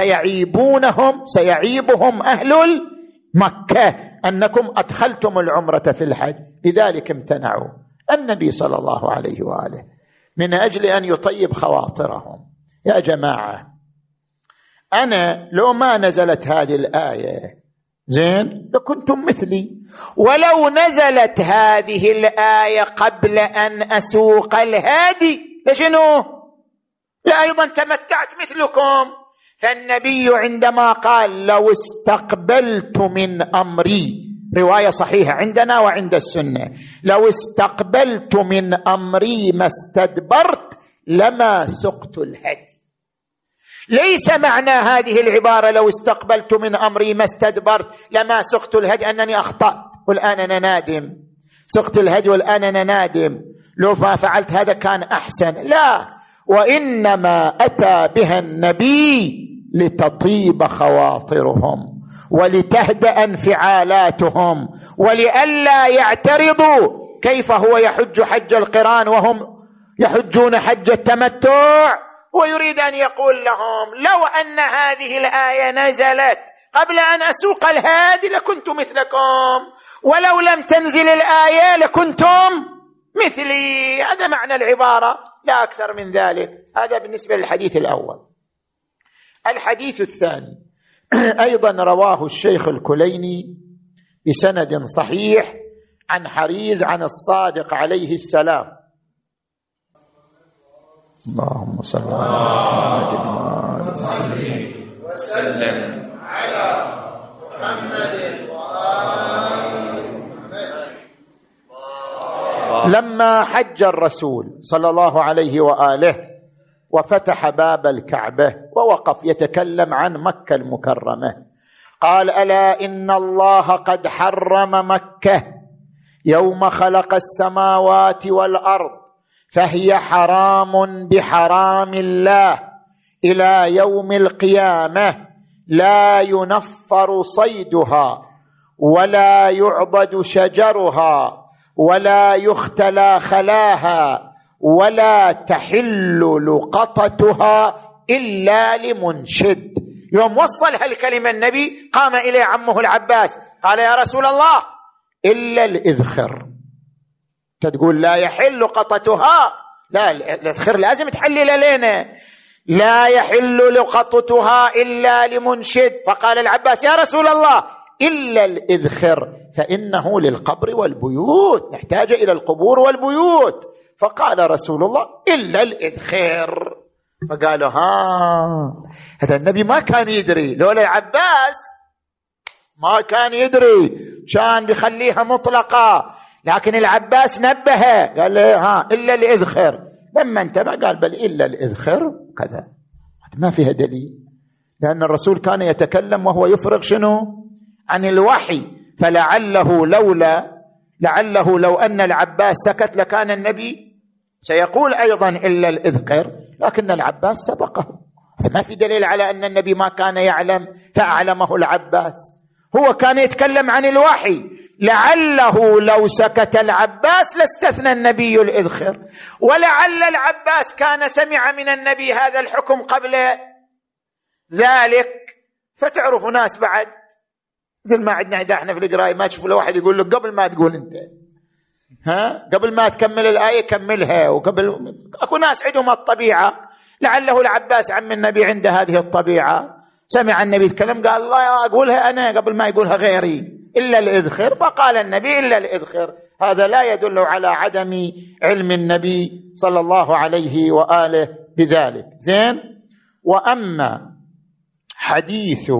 سيعيبهم أهل مكة أنكم أدخلتم العمرة في الحج. لذلك امتنعوا. النبي صلى الله عليه وآله من أجل أن يطيب خواطرهم، يا جماعة أنا لو ما نزلت هذه الآية زين لكنتم مثلي، ولو نزلت هذه الآية قبل أن أسوق الهادي لشنو؟ لأيضا تمتعت مثلكم. فالنبي عندما قال لو استقبلت من أمري، رواية صحيحة عندنا وعند السنة، لو استقبلت من أمري ما استدبرت لما سقت الهدي. ليس معنى هذه العبارة لو استقبلت من أمري ما استدبرت لما سقت الهدي أنني أخطأت والآن أنا نادم، سقت الهدي والآن أنا نادم، لو ما فعلت هذا كان أحسن. لا، وإنما أتى بها النبي لتطيب خواطرهم ولتهدأ انفعالاتهم ولئلا يعترضوا كيف هو يحج حج القران وهم يحجون حج التمتع. ويريد أن يقول لهم لو أن هذه الآية نزلت قبل أن أسوق الهادي لكنت مثلكم، ولو لم تنزل الآية لكنتم مثلي. هذا معنى العبارة لا أكثر من ذلك. هذا بالنسبة للحديث الأول. الحديث الثاني أيضا رواه الشيخ الكليني بسند صحيح عن حريز عن الصادق عليه السلام. اللهم صل على محمد وسلم على محمد وآل محمد. لما حج الرسول صلى الله عليه وآله وفتح باب الكعبة ووقف يتكلم عن مكة المكرمة، قال ألا إن الله قد حرم مكة يوم خلق السماوات والأرض فهي حرام بحرام الله إلى يوم القيامة، لا ينفر صيدها ولا يعضد شجرها ولا يختلى خلاها ولا تحل لقطتها إلا لمنشد. يوم وصل هالكلمة النبي قام إليه عمه العباس قال يا رسول الله إلا الإذخر. تقول لا يحل قطتها، لا الإذخر لازم تحلل لنا، لا يحل لقطتها إلا لمنشد. فقال العباس يا رسول الله إلا الإذخر فإنه للقبر والبيوت، نحتاج إلى القبور والبيوت. فقال رسول الله إلا الإذخر. فقالوا هذا النبي ما كان يدري، لولا العباس ما كان يدري، كان بيخليها مطلقة، لكن العباس نبهه قال له إلا الإذخر. لما انتبه قال بل إلا الإذخر كذا. ما فيها دليل، لأن الرسول كان يتكلم وهو يفرغ شنو عن الوحي، فلعله لو أن العباس سكت لكان النبي سيقول أيضا إلا الإذخر، لكن العباس سبقه. ما في دليل على أن النبي ما كان يعلم فأعلمه العباس، هو كان يتكلم عن الوحي. لعله لو سكت العباس لاستثنى النبي الإذخر، ولعل العباس كان سمع من النبي هذا الحكم قبل ذلك. فتعرف ناس بعد مثل ما عندنا احنا في القراءة ما تشوف له واحد يقول له قبل ما تقول انت قبل ما تكمل الآية كملها، وقبل اكو ناس عندهم الطبيعة. لعله العباس عم النبي عنده هذه الطبيعة، سمع النبي يتكلم قال الله أقولها أنا قبل ما يقولها غيري إلا الإذخر، فقال النبي إلا الإذخر. هذا لا يدل على عدم علم النبي صلى الله عليه وآله بذلك. زين. وأما حديث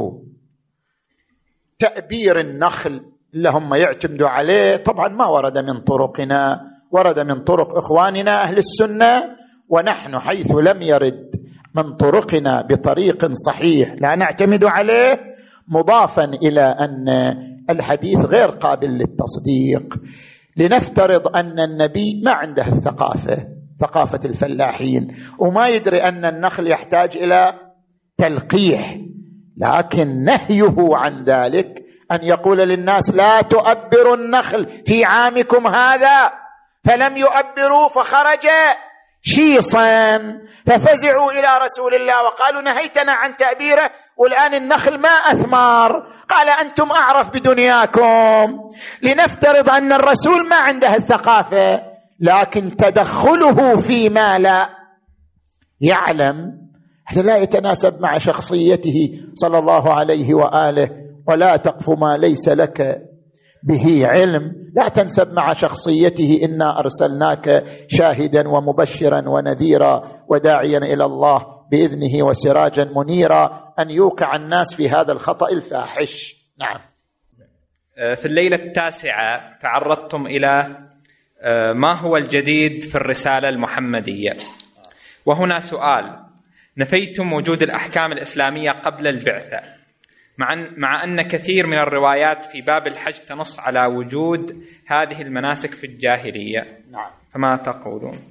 تأبير النخل اللي هم يعتمدوا عليه طبعا ما ورد من طرقنا، ورد من طرق إخواننا أهل السنة، ونحن حيث لم يرد من طرقنا بطريق صحيح لا نعتمد عليه، مضافا إلى أن الحديث غير قابل للتصديق. لنفترض أن النبي ما عنده ثقافة الفلاحين وما يدري أن النخل يحتاج إلى تلقيح، لكن نهيه عن ذلك أن يقول للناس لا تؤبروا النخل في عامكم هذا، فلم يؤبروا فخرج شيصا، ففزعوا إلى رسول الله وقالوا نهيتنا عن تأبيره والآن النخل ما أثمار. قال أنتم أعرف بدنياكم. لنفترض أن الرسول ما عنده الثقافة، لكن تدخله فيما لا يعلم هذا لا يتناسب مع شخصيته صلى الله عليه وآله. ولا تقف ما ليس لك به علم، لا تنسب مع شخصيته إنا أرسلناك شاهدا ومبشرا ونذيرا وداعيا إلى الله بإذنه وسراجا منيرا، أن يوقع الناس في هذا الخطأ الفاحش. نعم. في الليلة التاسعة تعرضتم إلى ما هو الجديد في الرسالة المحمدية، وهنا سؤال: نفيتم وجود الأحكام الإسلامية قبل البعثة، مع أن كثير من الروايات في باب الحج تنص على وجود هذه المناسك في الجاهلية. نعم. فما تقولون؟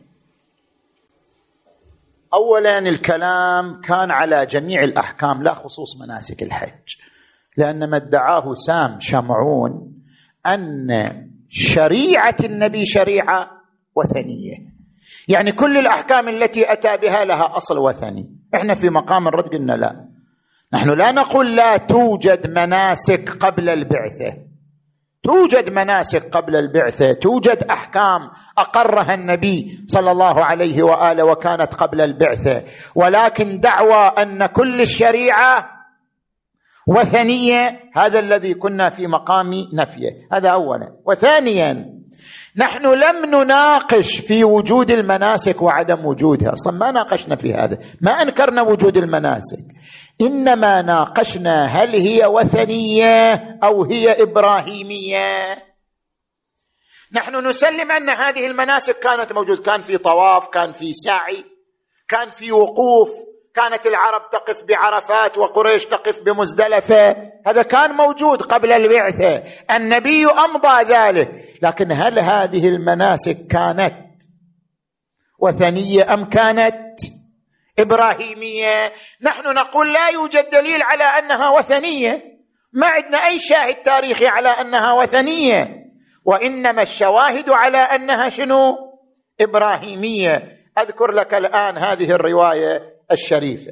أولا الكلام كان على جميع الأحكام لا خصوص مناسك الحج، لأن ما ادعاه سام شمعون أن شريعة النبي شريعة وثنية، يعني كل الأحكام التي أتى بها لها أصل وثني. إحنا في مقام الرد قلنا لا، نحن لا نقول لا توجد مناسك قبل البعثة، توجد مناسك قبل البعثة، توجد أحكام أقرها النبي صلى الله عليه وآله وكانت قبل البعثة، ولكن دعوى أن كل الشريعة وثنية هذا الذي كنا في مقام نفيه. هذا أولا. وثانيا نحن لم نناقش في وجود المناسك وعدم وجودها، أصلا ما ناقشنا في هذا، ما أنكرنا وجود المناسك، إنما ناقشنا هل هي وثنية أو هي إبراهيمية. نحن نسلم أن هذه المناسك كانت موجودة، كان في طواف، كان في سعي، كان في وقوف، كانت العرب تقف بعرفات وقريش تقف بمزدلفة، هذا كان موجود قبل البعثة، النبي أمضى ذلك. لكن هل هذه المناسك كانت وثنية أم كانت إبراهيمية؟ نحن نقول لا يوجد دليل على أنها وثنية، ما عندنا أي شاهد تاريخي على أنها وثنية، وإنما الشواهد على أنها شنو؟ إبراهيمية. أذكر لك الآن هذه الرواية الشريفة،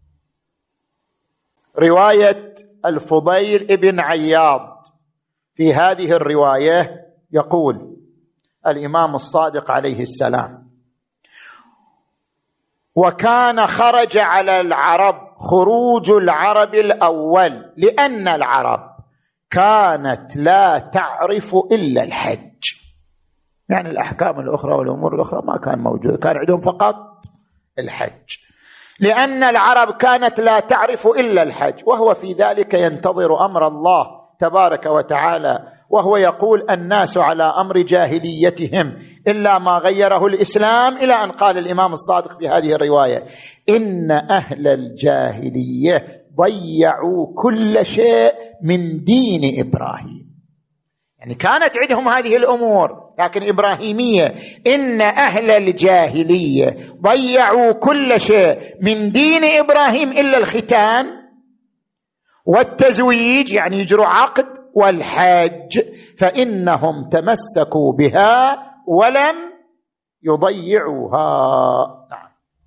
رواية الفضيل ابن عياض. في هذه الرواية يقول الإمام الصادق عليه السلام: وكان خرج على العرب خروج العرب الأول لأن العرب كانت لا تعرف إلا الحج، يعني الأحكام الأخرى والأمور الأخرى ما كان موجود، كان عندهم فقط الحج، لأن العرب كانت لا تعرف إلا الحج، وهو في ذلك ينتظر أمر الله تبارك وتعالى، وهو يقول: الناس على أمر جاهليتهم إلا ما غيره الإسلام، إلى أن قال الإمام الصادق في هذه الرواية: إن أهل الجاهلية ضيعوا كل شيء من دين إبراهيم. يعني كانت عندهم هذه الأمور لكن إبراهيمية. إن أهل الجاهلية ضيعوا كل شيء من دين إبراهيم إلا الختان والتزويج، يعني يجروا عقد، والحج، فإنهم تمسكوا بها ولم يضيعوها. نعم.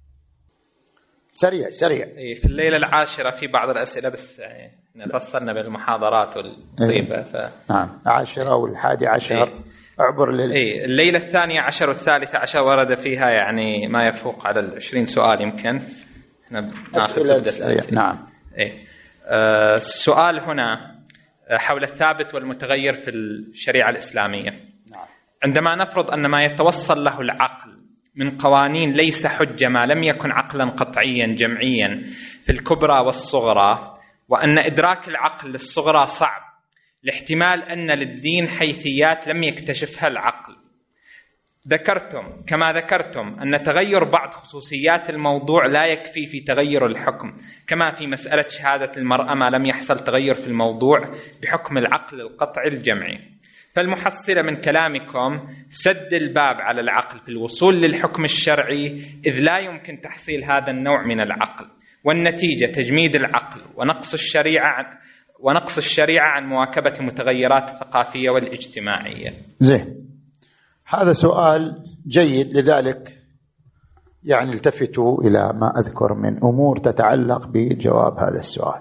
سريع. في الليلة العاشرة في بعض الأسئلة، بس يعني فصلنا بالمحاضرات والمصيبة. نعم، 10 والحادي عشر اعبر الليلة 12 والثالثة عشر ورد فيها يعني ما يفوق على 20 سؤال يمكن. ناخذ سدة. نعم. السؤال هنا حول الثابت والمتغير في الشريعة الإسلامية. عندما نفرض أن ما يتوصل له العقل من قوانين ليس حجة ما لم يكن عقلا قطعيا جمعيا في الكبرى والصغرى، وأن إدراك العقل للصغرى صعب لاحتمال أن للدين حيثيات لم يكتشفها العقل، كما ذكرتم أن تغير بعض خصوصيات الموضوع لا يكفي في تغير الحكم، كما في مسألة شهادة المرأة ما لم يحصل تغير في الموضوع بحكم العقل القطعي الجمعي. فالمحصلة من كلامكم سد الباب على العقل في الوصول للحكم الشرعي، إذ لا يمكن تحصيل هذا النوع من العقل، والنتيجة تجميد العقل ونقص الشريعة عن مواكبة المتغيرات الثقافية والاجتماعية. زين، هذا سؤال جيد، لذلك يعني التفتوا إلى ما أذكر من أمور تتعلق بجواب هذا السؤال.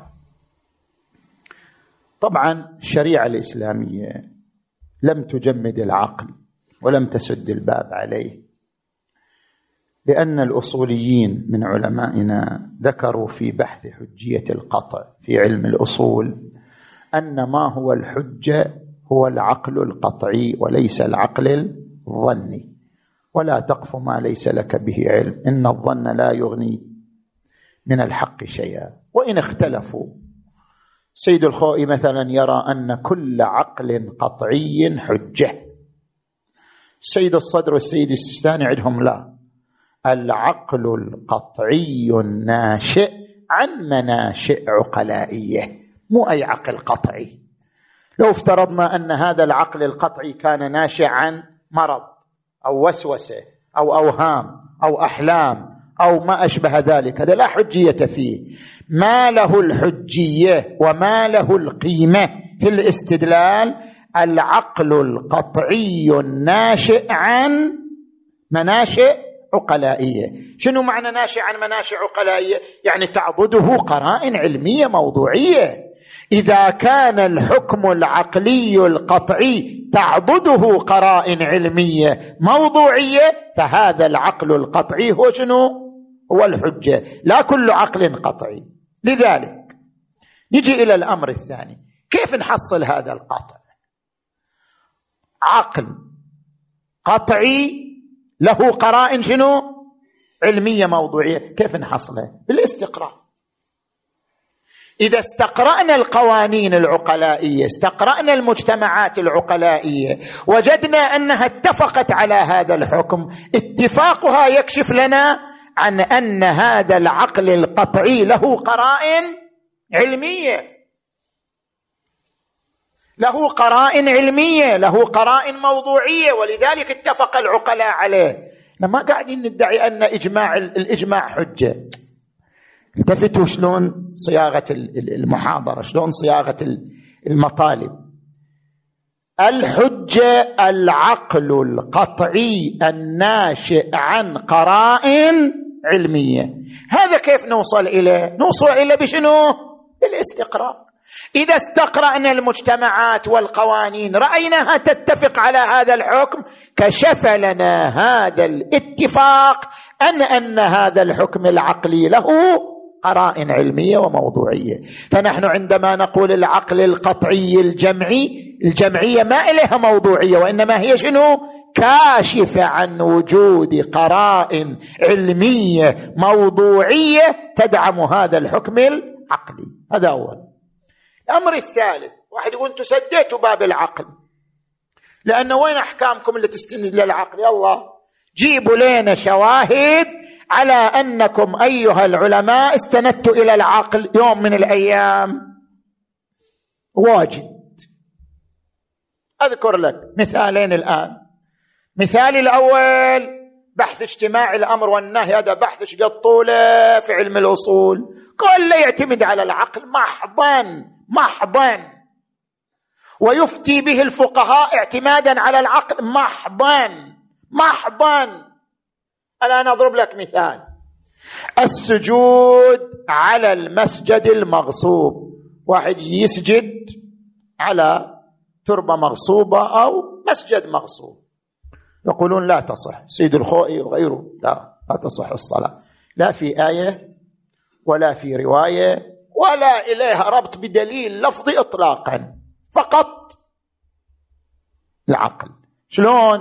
طبعا الشريعة الإسلامية لم تجمد العقل ولم تسد الباب عليه، لأن الأصوليين من علمائنا ذكروا في بحث حجية القطع في علم الأصول أن ما هو الحجة هو العقل القطعي وليس العقل الظني، ولا تقف ما ليس لك به علم، إن الظن لا يغني من الحق شيئا. وإن اختلفوا، سيد الخوئي مثلا يرى أن كل عقل قطعي حجة، السيد الصدر والسيد السيستاني عندهم لا، العقل القطعي الناشئ عن مناشئ عقلائية، مو أي عقل قطعي. لو افترضنا أن هذا العقل القطعي كان ناشئ عن مرض أو وسوسة أو أوهام أو أحلام أو ما أشبه ذلك، هذا لا حجية فيه. ما له الحجية وما له القيمة في الاستدلال العقل القطعي الناشئ عن مناشئ عقلائية. شنو معنى ناشئ عن مناشئ عقلائية؟ يعني تعضده قرائن علمية موضوعية. إذا كان الحكم العقلي القطعي تعضده قرائن علمية موضوعية، فهذا العقل القطعي هو شنو؟ هو الحجة، لا كل عقل قطعي. لذلك نجي إلى الأمر الثاني، كيف نحصل هذا القطع؟ عقل قطعي له قرائن شنو؟ علمية موضوعية، كيف نحصلها؟ بالاستقراء. إذا استقرأنا القوانين العقلائية، استقرأنا المجتمعات العقلائية، وجدنا أنها اتفقت على هذا الحكم، اتفاقها يكشف لنا عن أن هذا العقل القطعي له قرائن علمية، له قرائن علمية، له قرائن موضوعية، ولذلك اتفق العقلاء عليه. ما قاعدين ندعي أن الإجماع حجة. التفتوا شلون صياغة المحاضرة، شلون صياغة المطالب. الحجة العقل القطعي الناشئ عن قرائن علمية. هذا كيف نوصل إليه؟ نوصل إليه بشنو؟ بالاستقراء. إذا استقرأنا المجتمعات والقوانين رأيناها تتفق على هذا الحكم، كشف لنا هذا الاتفاق أن هذا الحكم العقلي له قرائن علمية وموضوعية. فنحن عندما نقول العقل القطعي الجمعية ما إليها موضوعية، وإنما هي شنو؟ كاشفة عن وجود قرائن علمية موضوعية تدعم هذا الحكم العقلي. هذا أول. الأمر الثالث، واحد يقول أنتم سديتوا باب العقل، لأنه وين أحكامكم اللي تستند للعقل؟ يلا جيبوا لنا شواهد على أنكم أيها العلماء استندتوا إلى العقل يوم من الأيام. واجد. أذكر لك مثالين الآن. مثال الأول بحث اجتماعي الأمر والنهي، هذا بحث شقد طوله في علم الأصول، كله يعتمد على العقل محضا، ويفتي به الفقهاء اعتمادا على العقل محضا. الآن أضرب لك مثال. السجود على المسجد المغصوب، واحد يسجد على تربة مغصوبة أو مسجد مغصوب، يقولون لا تصح. سيد الخوئي وغيره لا تصح الصلاة، لا في آية ولا في رواية ولا إليها ربط بدليل لفظي إطلاقا، فقط العقل. شلون؟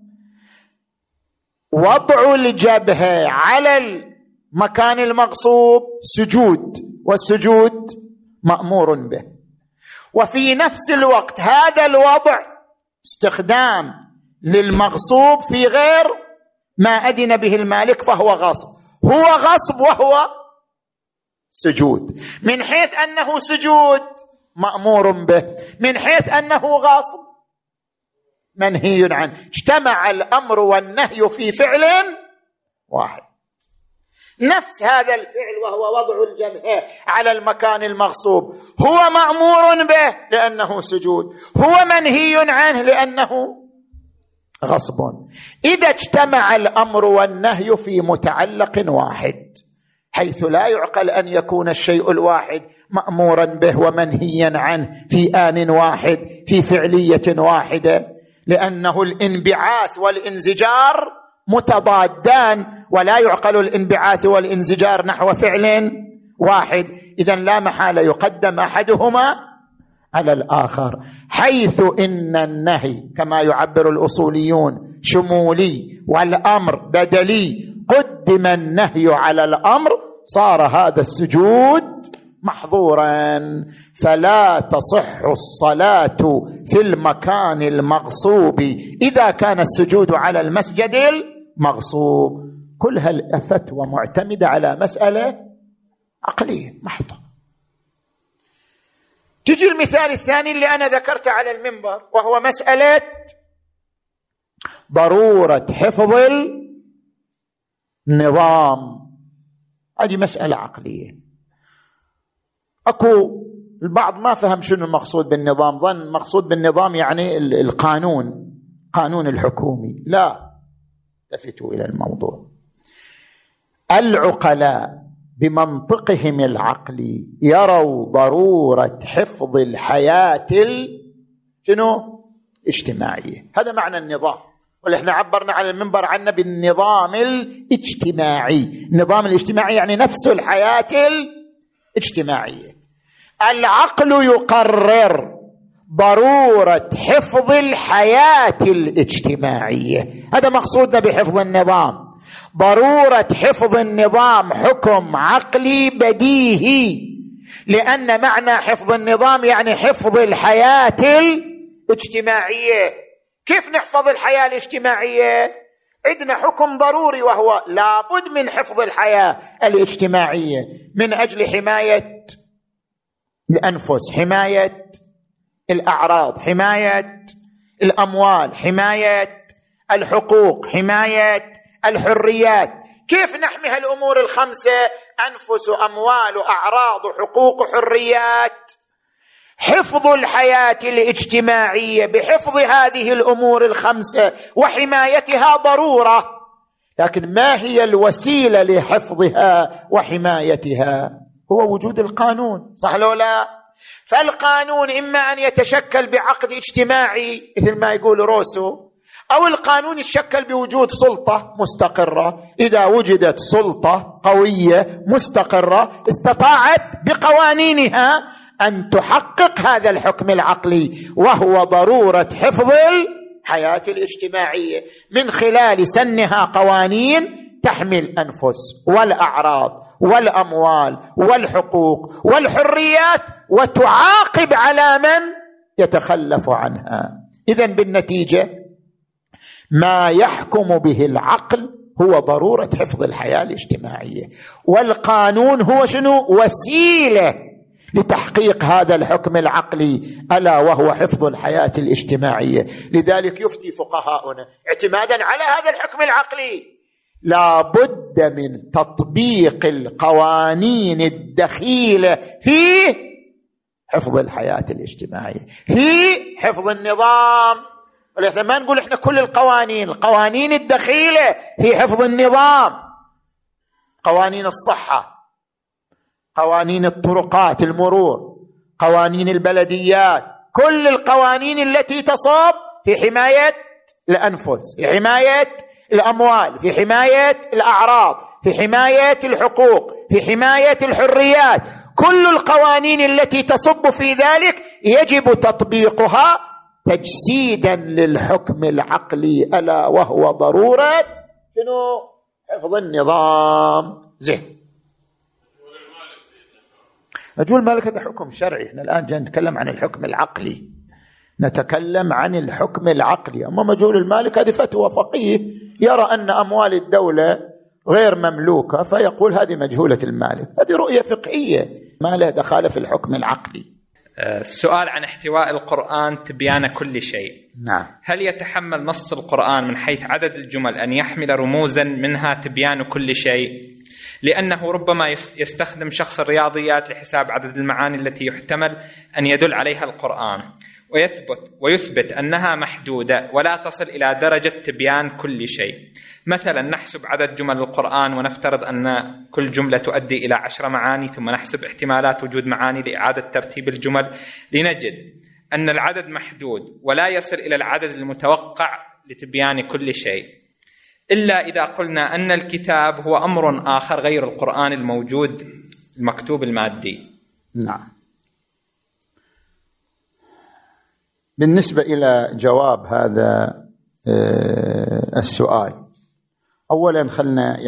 وضع الجبهة على المكان المغصوب سجود، والسجود مأمور به، وفي نفس الوقت هذا الوضع استخدام للمغصوب في غير ما أذن به المالك، فهو غصب. هو غصب وهو سجود، من حيث أنه سجود مأمور به، من حيث أنه غصب منهي عنه. اجتمع الأمر والنهي في فعل واحد. نفس هذا الفعل وهو وضع الجبهة على المكان المغصوب هو مأمور به لأنه سجود، هو منهي عنه لأنه غصب. إذا اجتمع الأمر والنهي في متعلق واحد، حيث لا يعقل أن يكون الشيء الواحد مأمورا به ومنهيا عنه في آن واحد في فعلية واحدة، لأنه الانبعاث والانزجار متضادان، ولا يعقل الانبعاث والانزجار نحو فعل واحد. إذن لا محالة يقدم أحدهما على الآخر، حيث إن النهي كما يعبر الأصوليون شمولي والأمر بدلي، قدم النهي على الأمر، صار هذا السجود محظورا. فلا تصح الصلاة في المكان المغصوب إذا كان السجود على المسجد المغصوب. كل هالفتوى معتمدة على مسألة عقلية محضة. تجي المثال الثاني اللي أنا ذكرته على المنبر، وهو مسألة ضرورة حفظ النظام. هذه مسألة عقلية. أكو البعض ما فهم شنو المقصود بالنظام، ظن مقصود بالنظام يعني قانون الحكومي. لا، التفتوا إلى الموضوع. العقلاء بمنطقهم العقلي يروا ضرورة حفظ الحياة الاجتماعية. هذا معنى النظام، واللي احنا عبرنا على المنبر عنه بالنظام الاجتماعي. النظام الاجتماعي يعني نفس الحياة الاجتماعية. العقل يقرر ضرورة حفظ الحياة الاجتماعية، هذا مقصودنا بحفظ النظام. ضرورة حفظ النظام حكم عقلي بديهي، لأن معنى حفظ النظام يعني حفظ الحياة الاجتماعية. كيف نحفظ الحياة الاجتماعية؟ عندنا حكم ضروري وهو لابد من حفظ الحياة الاجتماعية من أجل حماية الأنفس، حماية الأعراض، حماية الأموال، حماية الحقوق، حماية الحريات. كيف نحمي هالأمور الخمسة؟ أنفس، أموال، أعراض، حقوق، حريات. حفظ الحياة الاجتماعية بحفظ هذه الأمور الخمسة وحمايتها ضرورة، لكن ما هي الوسيلة لحفظها وحمايتها؟ هو وجود القانون، صح لو لا؟ فالقانون إما أن يتشكل بعقد اجتماعي مثل ما يقول روسو، أو القانون يتشكل بوجود سلطة مستقرة. إذا وجدت سلطة قوية مستقرة استطاعت بقوانينها أن تحقق هذا الحكم العقلي، وهو ضرورة حفظ الحياة الاجتماعية من خلال سنها قوانين تحمي الأنفس والأعراض والأموال والحقوق والحريات وتعاقب على من يتخلف عنها. إذن بالنتيجة ما يحكم به العقل هو ضرورة حفظ الحياة الاجتماعية، والقانون هو شنو؟ وسيلة لتحقيق هذا الحكم العقلي، ألا وهو حفظ الحياة الاجتماعية. لذلك يفتي فقهاؤنا اعتمادا على هذا الحكم العقلي لا بد من تطبيق القوانين الدخيلة في حفظ الحياة الاجتماعية، في حفظ النظام. ولهذا ما نقول احنا كل القوانين الدخيلة في حفظ النظام، قوانين الصحة، قوانين الطرقات المرور، قوانين البلديات، كل القوانين التي تصب في حماية الأنفس، في حماية الأموال، في حماية الأعراض، في حماية الحقوق، في حماية الحريات، كل القوانين التي تصب في ذلك يجب تطبيقها تجسيدا للحكم العقلي، ألا وهو ضرورة شنو؟ حفظ النظام. زين، مجهول المالك هذا حكم شرعي، احنا الآن جاي نتكلم عن الحكم العقلي، نتكلم عن الحكم العقلي. أما مجهول المالك هذه فتوى فقيه يرى أن أموال الدولة غير مملوكة فيقول هذه مجهولة المالك، هذه رؤية فقهية ما لها دخل في الحكم العقلي. السؤال عن احتواء القرآن تبيان كل شيء. نعم. هل يتحمل نص القرآن من حيث عدد الجمل أن يحمل رموزا منها تبيان كل شيء؟ لأنه ربما يستخدم شخص الرياضيات لحساب عدد المعاني التي يحتمل أن يدل عليها القرآن ويثبت أنها محدودة ولا تصل إلى درجة تبيان كل شيء. مثلا نحسب عدد جمل القرآن ونفترض أن كل جملة تؤدي إلى 10 معاني، ثم نحسب احتمالات وجود معاني لإعادة ترتيب الجمل، لنجد أن العدد محدود ولا يصل إلى العدد المتوقع لتبيان كل شيء، إلا إذا قلنا أن الكتاب هو أمر آخر غير القرآن الموجود المكتوب المادي. نعم. بالنسبة إلى جواب هذا السؤال، أولا خلنا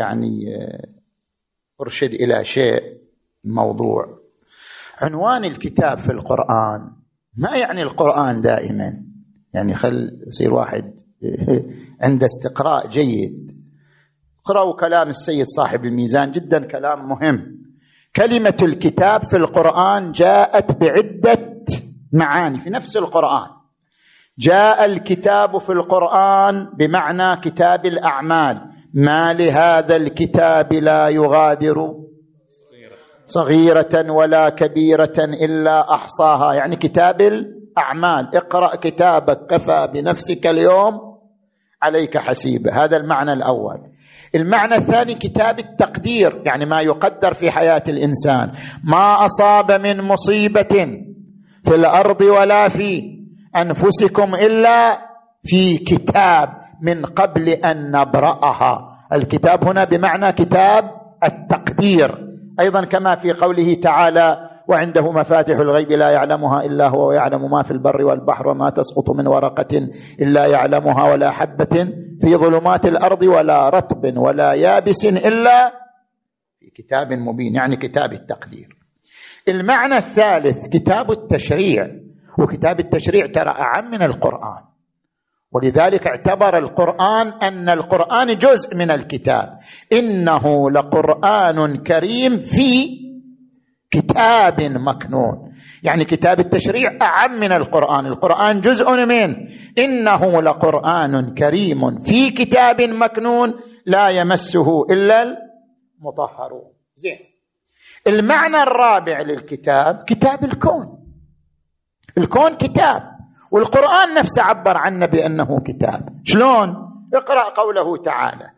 أرشد إلى شيء. موضوع عنوان الكتاب في القرآن ما يعني القرآن دائما، خل يصير واحد عنده استقراء جيد. اقرأوا كلام السيد صاحب الميزان، جدا كلام مهم. كلمة الكتاب في القرآن جاءت بعدة معاني في نفس القرآن. جاء الكتاب في القرآن بمعنى كتاب الأعمال، ما لهذا الكتاب لا يغادر صغيرة ولا كبيرة إلا أحصاها، كتاب الأعمال. اقرأ كتابك كفى بنفسك اليوم عليك حسيبة، هذا المعنى الأول. المعنى الثاني كتاب التقدير، ما يقدر في حياة الإنسان. ما أصاب من مصيبة في الأرض ولا في أنفسكم إلا في كتاب من قبل أن نبرأها. الكتاب هنا بمعنى كتاب التقدير، أيضا كما في قوله تعالى وعنده مفاتح الغيب لا يعلمها إلا هو ويعلم ما في البر والبحر وما تسقط من ورقة إلا يعلمها ولا حبة في ظلمات الأرض ولا رطب ولا يابس إلا في كتاب مبين، كتاب التقدير. المعنى الثالث كتاب التشريع، وكتاب التشريع ترى أعم من القرآن، ولذلك اعتبر القرآن أن القرآن جزء من الكتاب. إنه لقرآن كريم في كتاب مكنون، كتاب التشريع أعم من القرآن، القرآن جزء منه. إنه لقرآن كريم في كتاب مكنون لا يمسه إلا المطهرون. زين. المعنى الرابع للكتاب كتاب الكون. الكون كتاب، والقرآن نفسه عبر عنه بأنه كتاب. شلون؟ اقرأ قوله تعالى: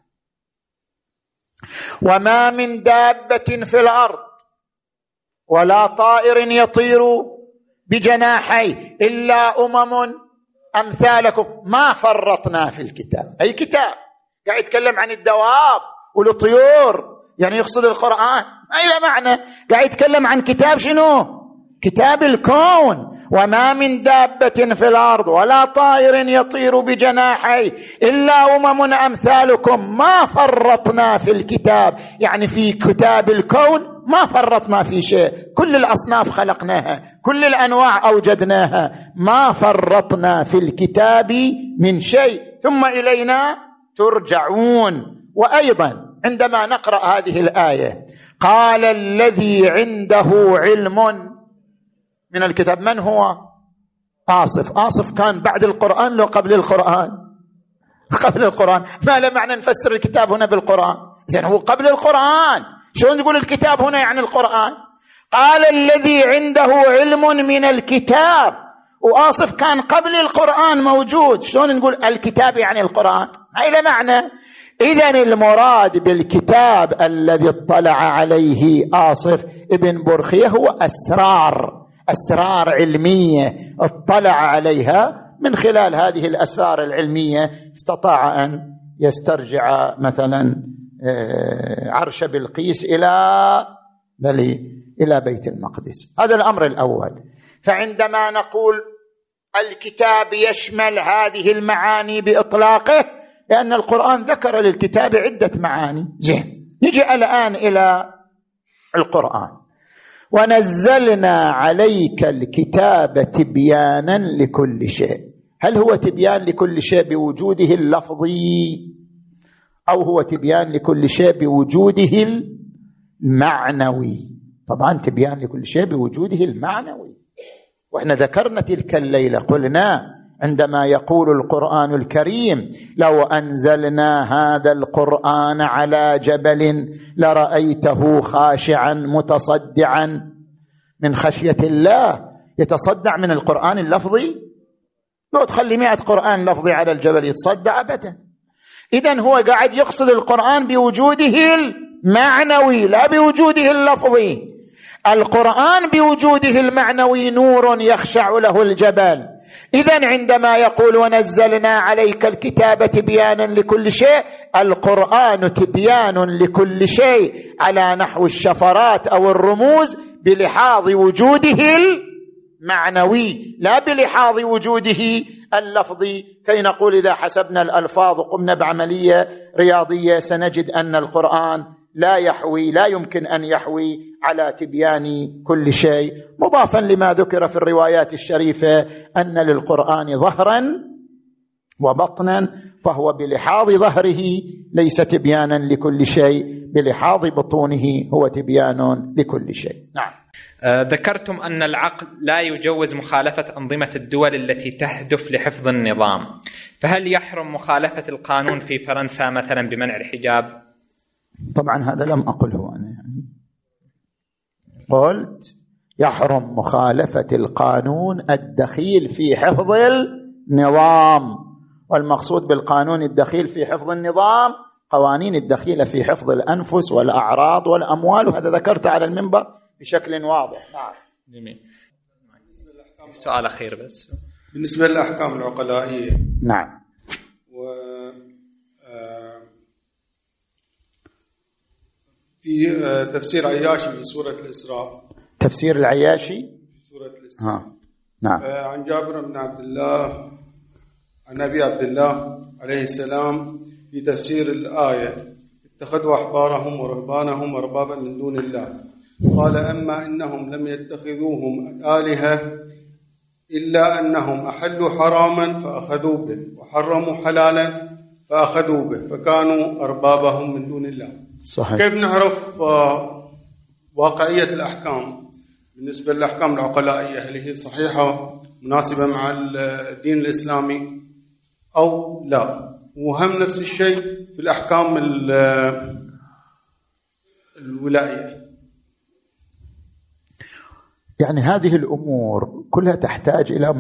وما من دابة في الأرض ولا طائر يطير بجناحيه إلا أمم أمثالكم ما فرطنا في الكتاب. أي كتاب؟ قاعد يتكلم عن الدواب والطيور، يعني يقصد القرآن؟ ما إلى معنى. قاعد يتكلم عن كتاب شنو؟ كتاب الكون. وما من دابة في الأرض ولا طائر يطير بجناحيه إلا أمم أمثالكم ما فرطنا في الكتاب، يعني في كتاب الكون ما فرطنا في شيء، كل الأصناف خلقناها، كل الأنواع أوجدناها، ما فرطنا في الكتاب من شيء، ثم إلينا ترجعون. وأيضا عندما نقرأ هذه الآية: قال الذي عنده علم من الكتاب. من هو؟ آصف كان بعد القرآن لو قبل القرآن؟ قبل القرآن. ما له معنى نفسر الكتاب هنا بالقرآن؟ زين، هو قبل القرآن، شلون نقول الكتاب هنا يعني القرآن؟ قال الذي عنده علم من الكتاب، وآصف كان قبل القرآن موجود، شلون نقول الكتاب يعني القرآن؟ ما له معنى. إذن المراد بالكتاب الذي اطلع عليه آصف ابن برخية هو أسرار علمية اطلع عليها. من خلال هذه الأسرار العلمية استطاع أن يسترجع مثلا عرش بلقيس إلى بيت المقدس. هذا الأمر الأول. فعندما نقول الكتاب يشمل هذه المعاني بإطلاقه، لأن القرآن ذكر للكتاب عدة معاني. زين، نجي الآن إلى القرآن: ونزلنا عليك الكتاب تبيانا لكل شيء. هل هو تبيان لكل شيء بوجوده اللفظي، أو هو تبيان لكل شيء بوجوده المعنوي؟ طبعا تبيان لكل شيء بوجوده المعنوي. وإحنا ذكرنا تلك الليلة قلنا عندما يقول القرآن الكريم: لو أنزلنا هذا القرآن على جبل لرأيته خاشعا متصدعا من خشية الله. يتصدع من القرآن اللفظي؟ لو تخلي 100 قرآن لفظي على الجبل يتصدع أبدا. إذن هو قاعد يقصد القرآن بوجوده المعنوي لا بوجوده اللفظي. القرآن بوجوده المعنوي نور يخشع له الجبل. إذن عندما يقول ونزلنا عليك الكتاب تبيانا لكل شيء، القرآن تبيان لكل شيء على نحو الشفرات أو الرموز بلحاظ وجوده المعنوي لا بلحاظ وجوده اللفظي. كي نقول إذا حسبنا الألفاظ وقمنا بعملية رياضية سنجد أن القرآن لا يمكن أن يحوي على تبيان كل شيء، مضافا لما ذكر في الروايات الشريفة أن للقرآن ظهرا وبطنا، فهو بلحاظ ظهره ليس تبيانا لكل شيء، بلحاظ بطونه هو تبيان لكل شيء. نعم. ذكرتم أن العقل لا يجوز مخالفة أنظمة الدول التي تهدف لحفظ النظام، فهل يحرم مخالفة القانون في فرنسا مثلا بمنع الحجاب؟ طبعا هذا لم أقله أنا، يعني قلت يحرم مخالفة القانون الدخيل في حفظ النظام، والمقصود بالقانون الدخيل في حفظ النظام قوانين الدخيلة في حفظ الأنفس والأعراض والأموال، وهذا ذكرت على المنبر بشكل واضح. نعم. جميل. السؤال أخير بس بالنسبة للأحكام العقلائية. نعم. في تفسير عياشي في سورة الإسراء. تفسير العياشي في سورة الإسراء. نعم. عن جابر بن عبد الله عن أبي عبد الله عليه السلام في تفسير الآية: اتخذوا أحبارهم ورهبانهم أربابا من دون الله، قال: أما إنهم لم يتخذوهم آلهة إلا أنهم أحلوا حراما فأخذوا به وحرموا حلالا فأخذوا به فكانوا أربابهم من دون الله. صحيح. كيف نعرف واقعية الأحكام بالنسبة للأحكام العقلائية؟ هل هي صحيحة مناسبة مع الدين الإسلامي أو لا؟ وهم نفس الشيء في الأحكام الولائية. يعني هذه الأمور كلها تحتاج إلى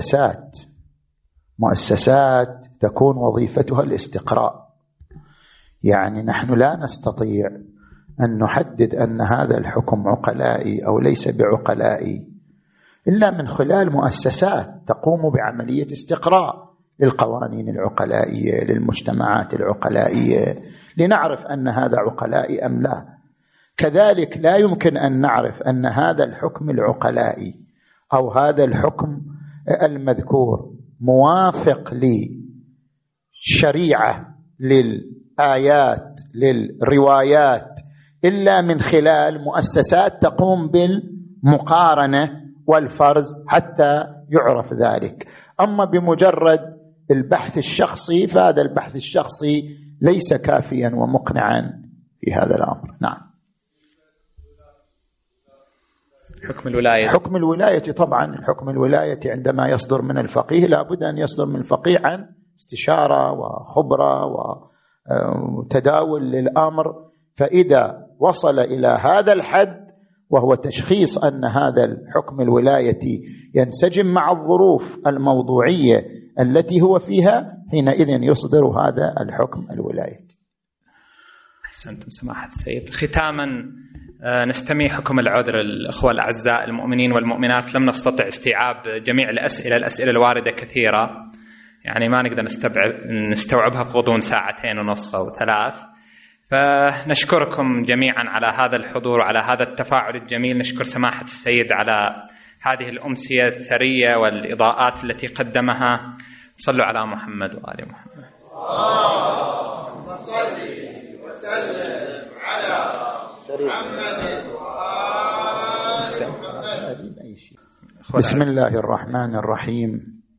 مؤسسات تكون وظيفتها الاستقراء. يعني نحن لا نستطيع أن نحدد أن هذا الحكم عقلائي أو ليس بعقلائي إلا من خلال مؤسسات تقوم بعملية استقراء للقوانين العقلائية، للمجتمعات العقلائية، لنعرف أن هذا عقلائي أم لا. كذلك لا يمكن أن نعرف أن هذا الحكم العقلائي أو هذا الحكم المذكور موافق للشريعة، للآيات، للروايات، إلا من خلال مؤسسات تقوم بالمقارنة والفرز حتى يعرف ذلك. أما بمجرد البحث الشخصي فهذا البحث الشخصي ليس كافيا ومقنعا في هذا الأمر. نعم. حكم الولاية طبعا الحكم الولاية عندما يصدر من الفقيه لابد أن يصدر من الفقيه عن استشارة وخبرة وتداول للأمر، فإذا وصل إلى هذا الحد وهو تشخيص أن هذا الحكم الولاية ينسجم مع الظروف الموضوعية التي هو فيها، حينئذ يصدر هذا الحكم الولاية. أحسنتم سماحة السيد. ختاما نستمع حكم العذر الأخوة الأعزاء المؤمنين والمؤمنات. لم نستطع استيعاب جميع الأسئلة الواردة كثيرة، يعني ما نقدر نستوعبها في غضون 2.5 أو 3. فنشكركم جميعا على هذا الحضور وعلى هذا التفاعل الجميل. نشكر سماحة السيد على هذه الأمسية الثرية والإضاءات التي قدمها. صلوا على محمد وآل محمد. اللهم صل وسلم على محمد وآل محمد. بسم الله الرحمن الرحيم.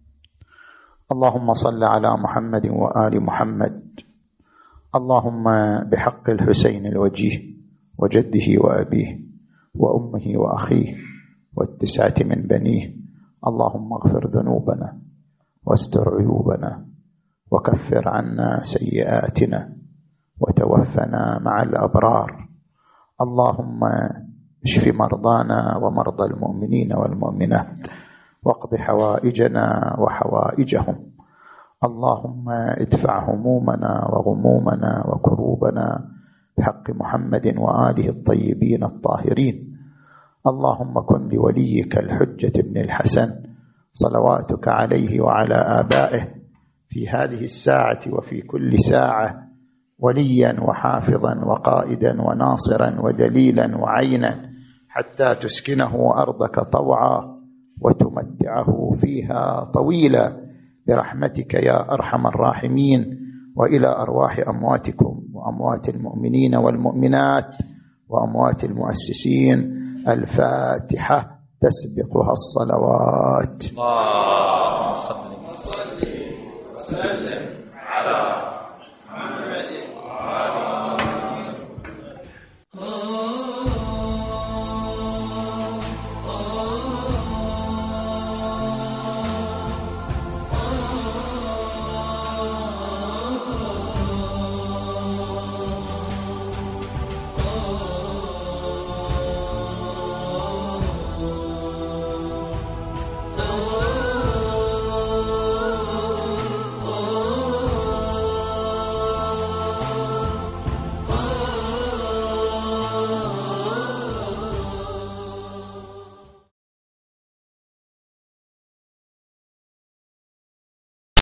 اللهم صل على محمد وآل محمد. اللهم بحق الحسين الوجيه وجده وأبيه وأمه وأخيه و9 من بنيه، اللهم اغفر ذنوبنا واستر عيوبنا وكفر عنا سيئاتنا وتوفنا مع الأبرار. اللهم اشف مرضانا ومرضى المؤمنين والمؤمنات واقض حوائجنا وحوائجهم. اللهم ادفع همومنا وغمومنا وكروبنا بحق محمد وآله الطيبين الطاهرين. اللهم كن لوليك الحجة بن الحسن صلواتك عليه وعلى آبائه في هذه الساعة وفي كل ساعة وليا وحافظا وقائدا وناصرا ودليلا وعينا، حتى تسكنه أرضك طوعا وتمتعه فيها طويلا برحمتك يا أرحم الراحمين. وإلى أرواح أمواتكم وأموات المؤمنين والمؤمنات وأموات المؤسسين الفاتحة تسبقها الصلوات. اللهم صل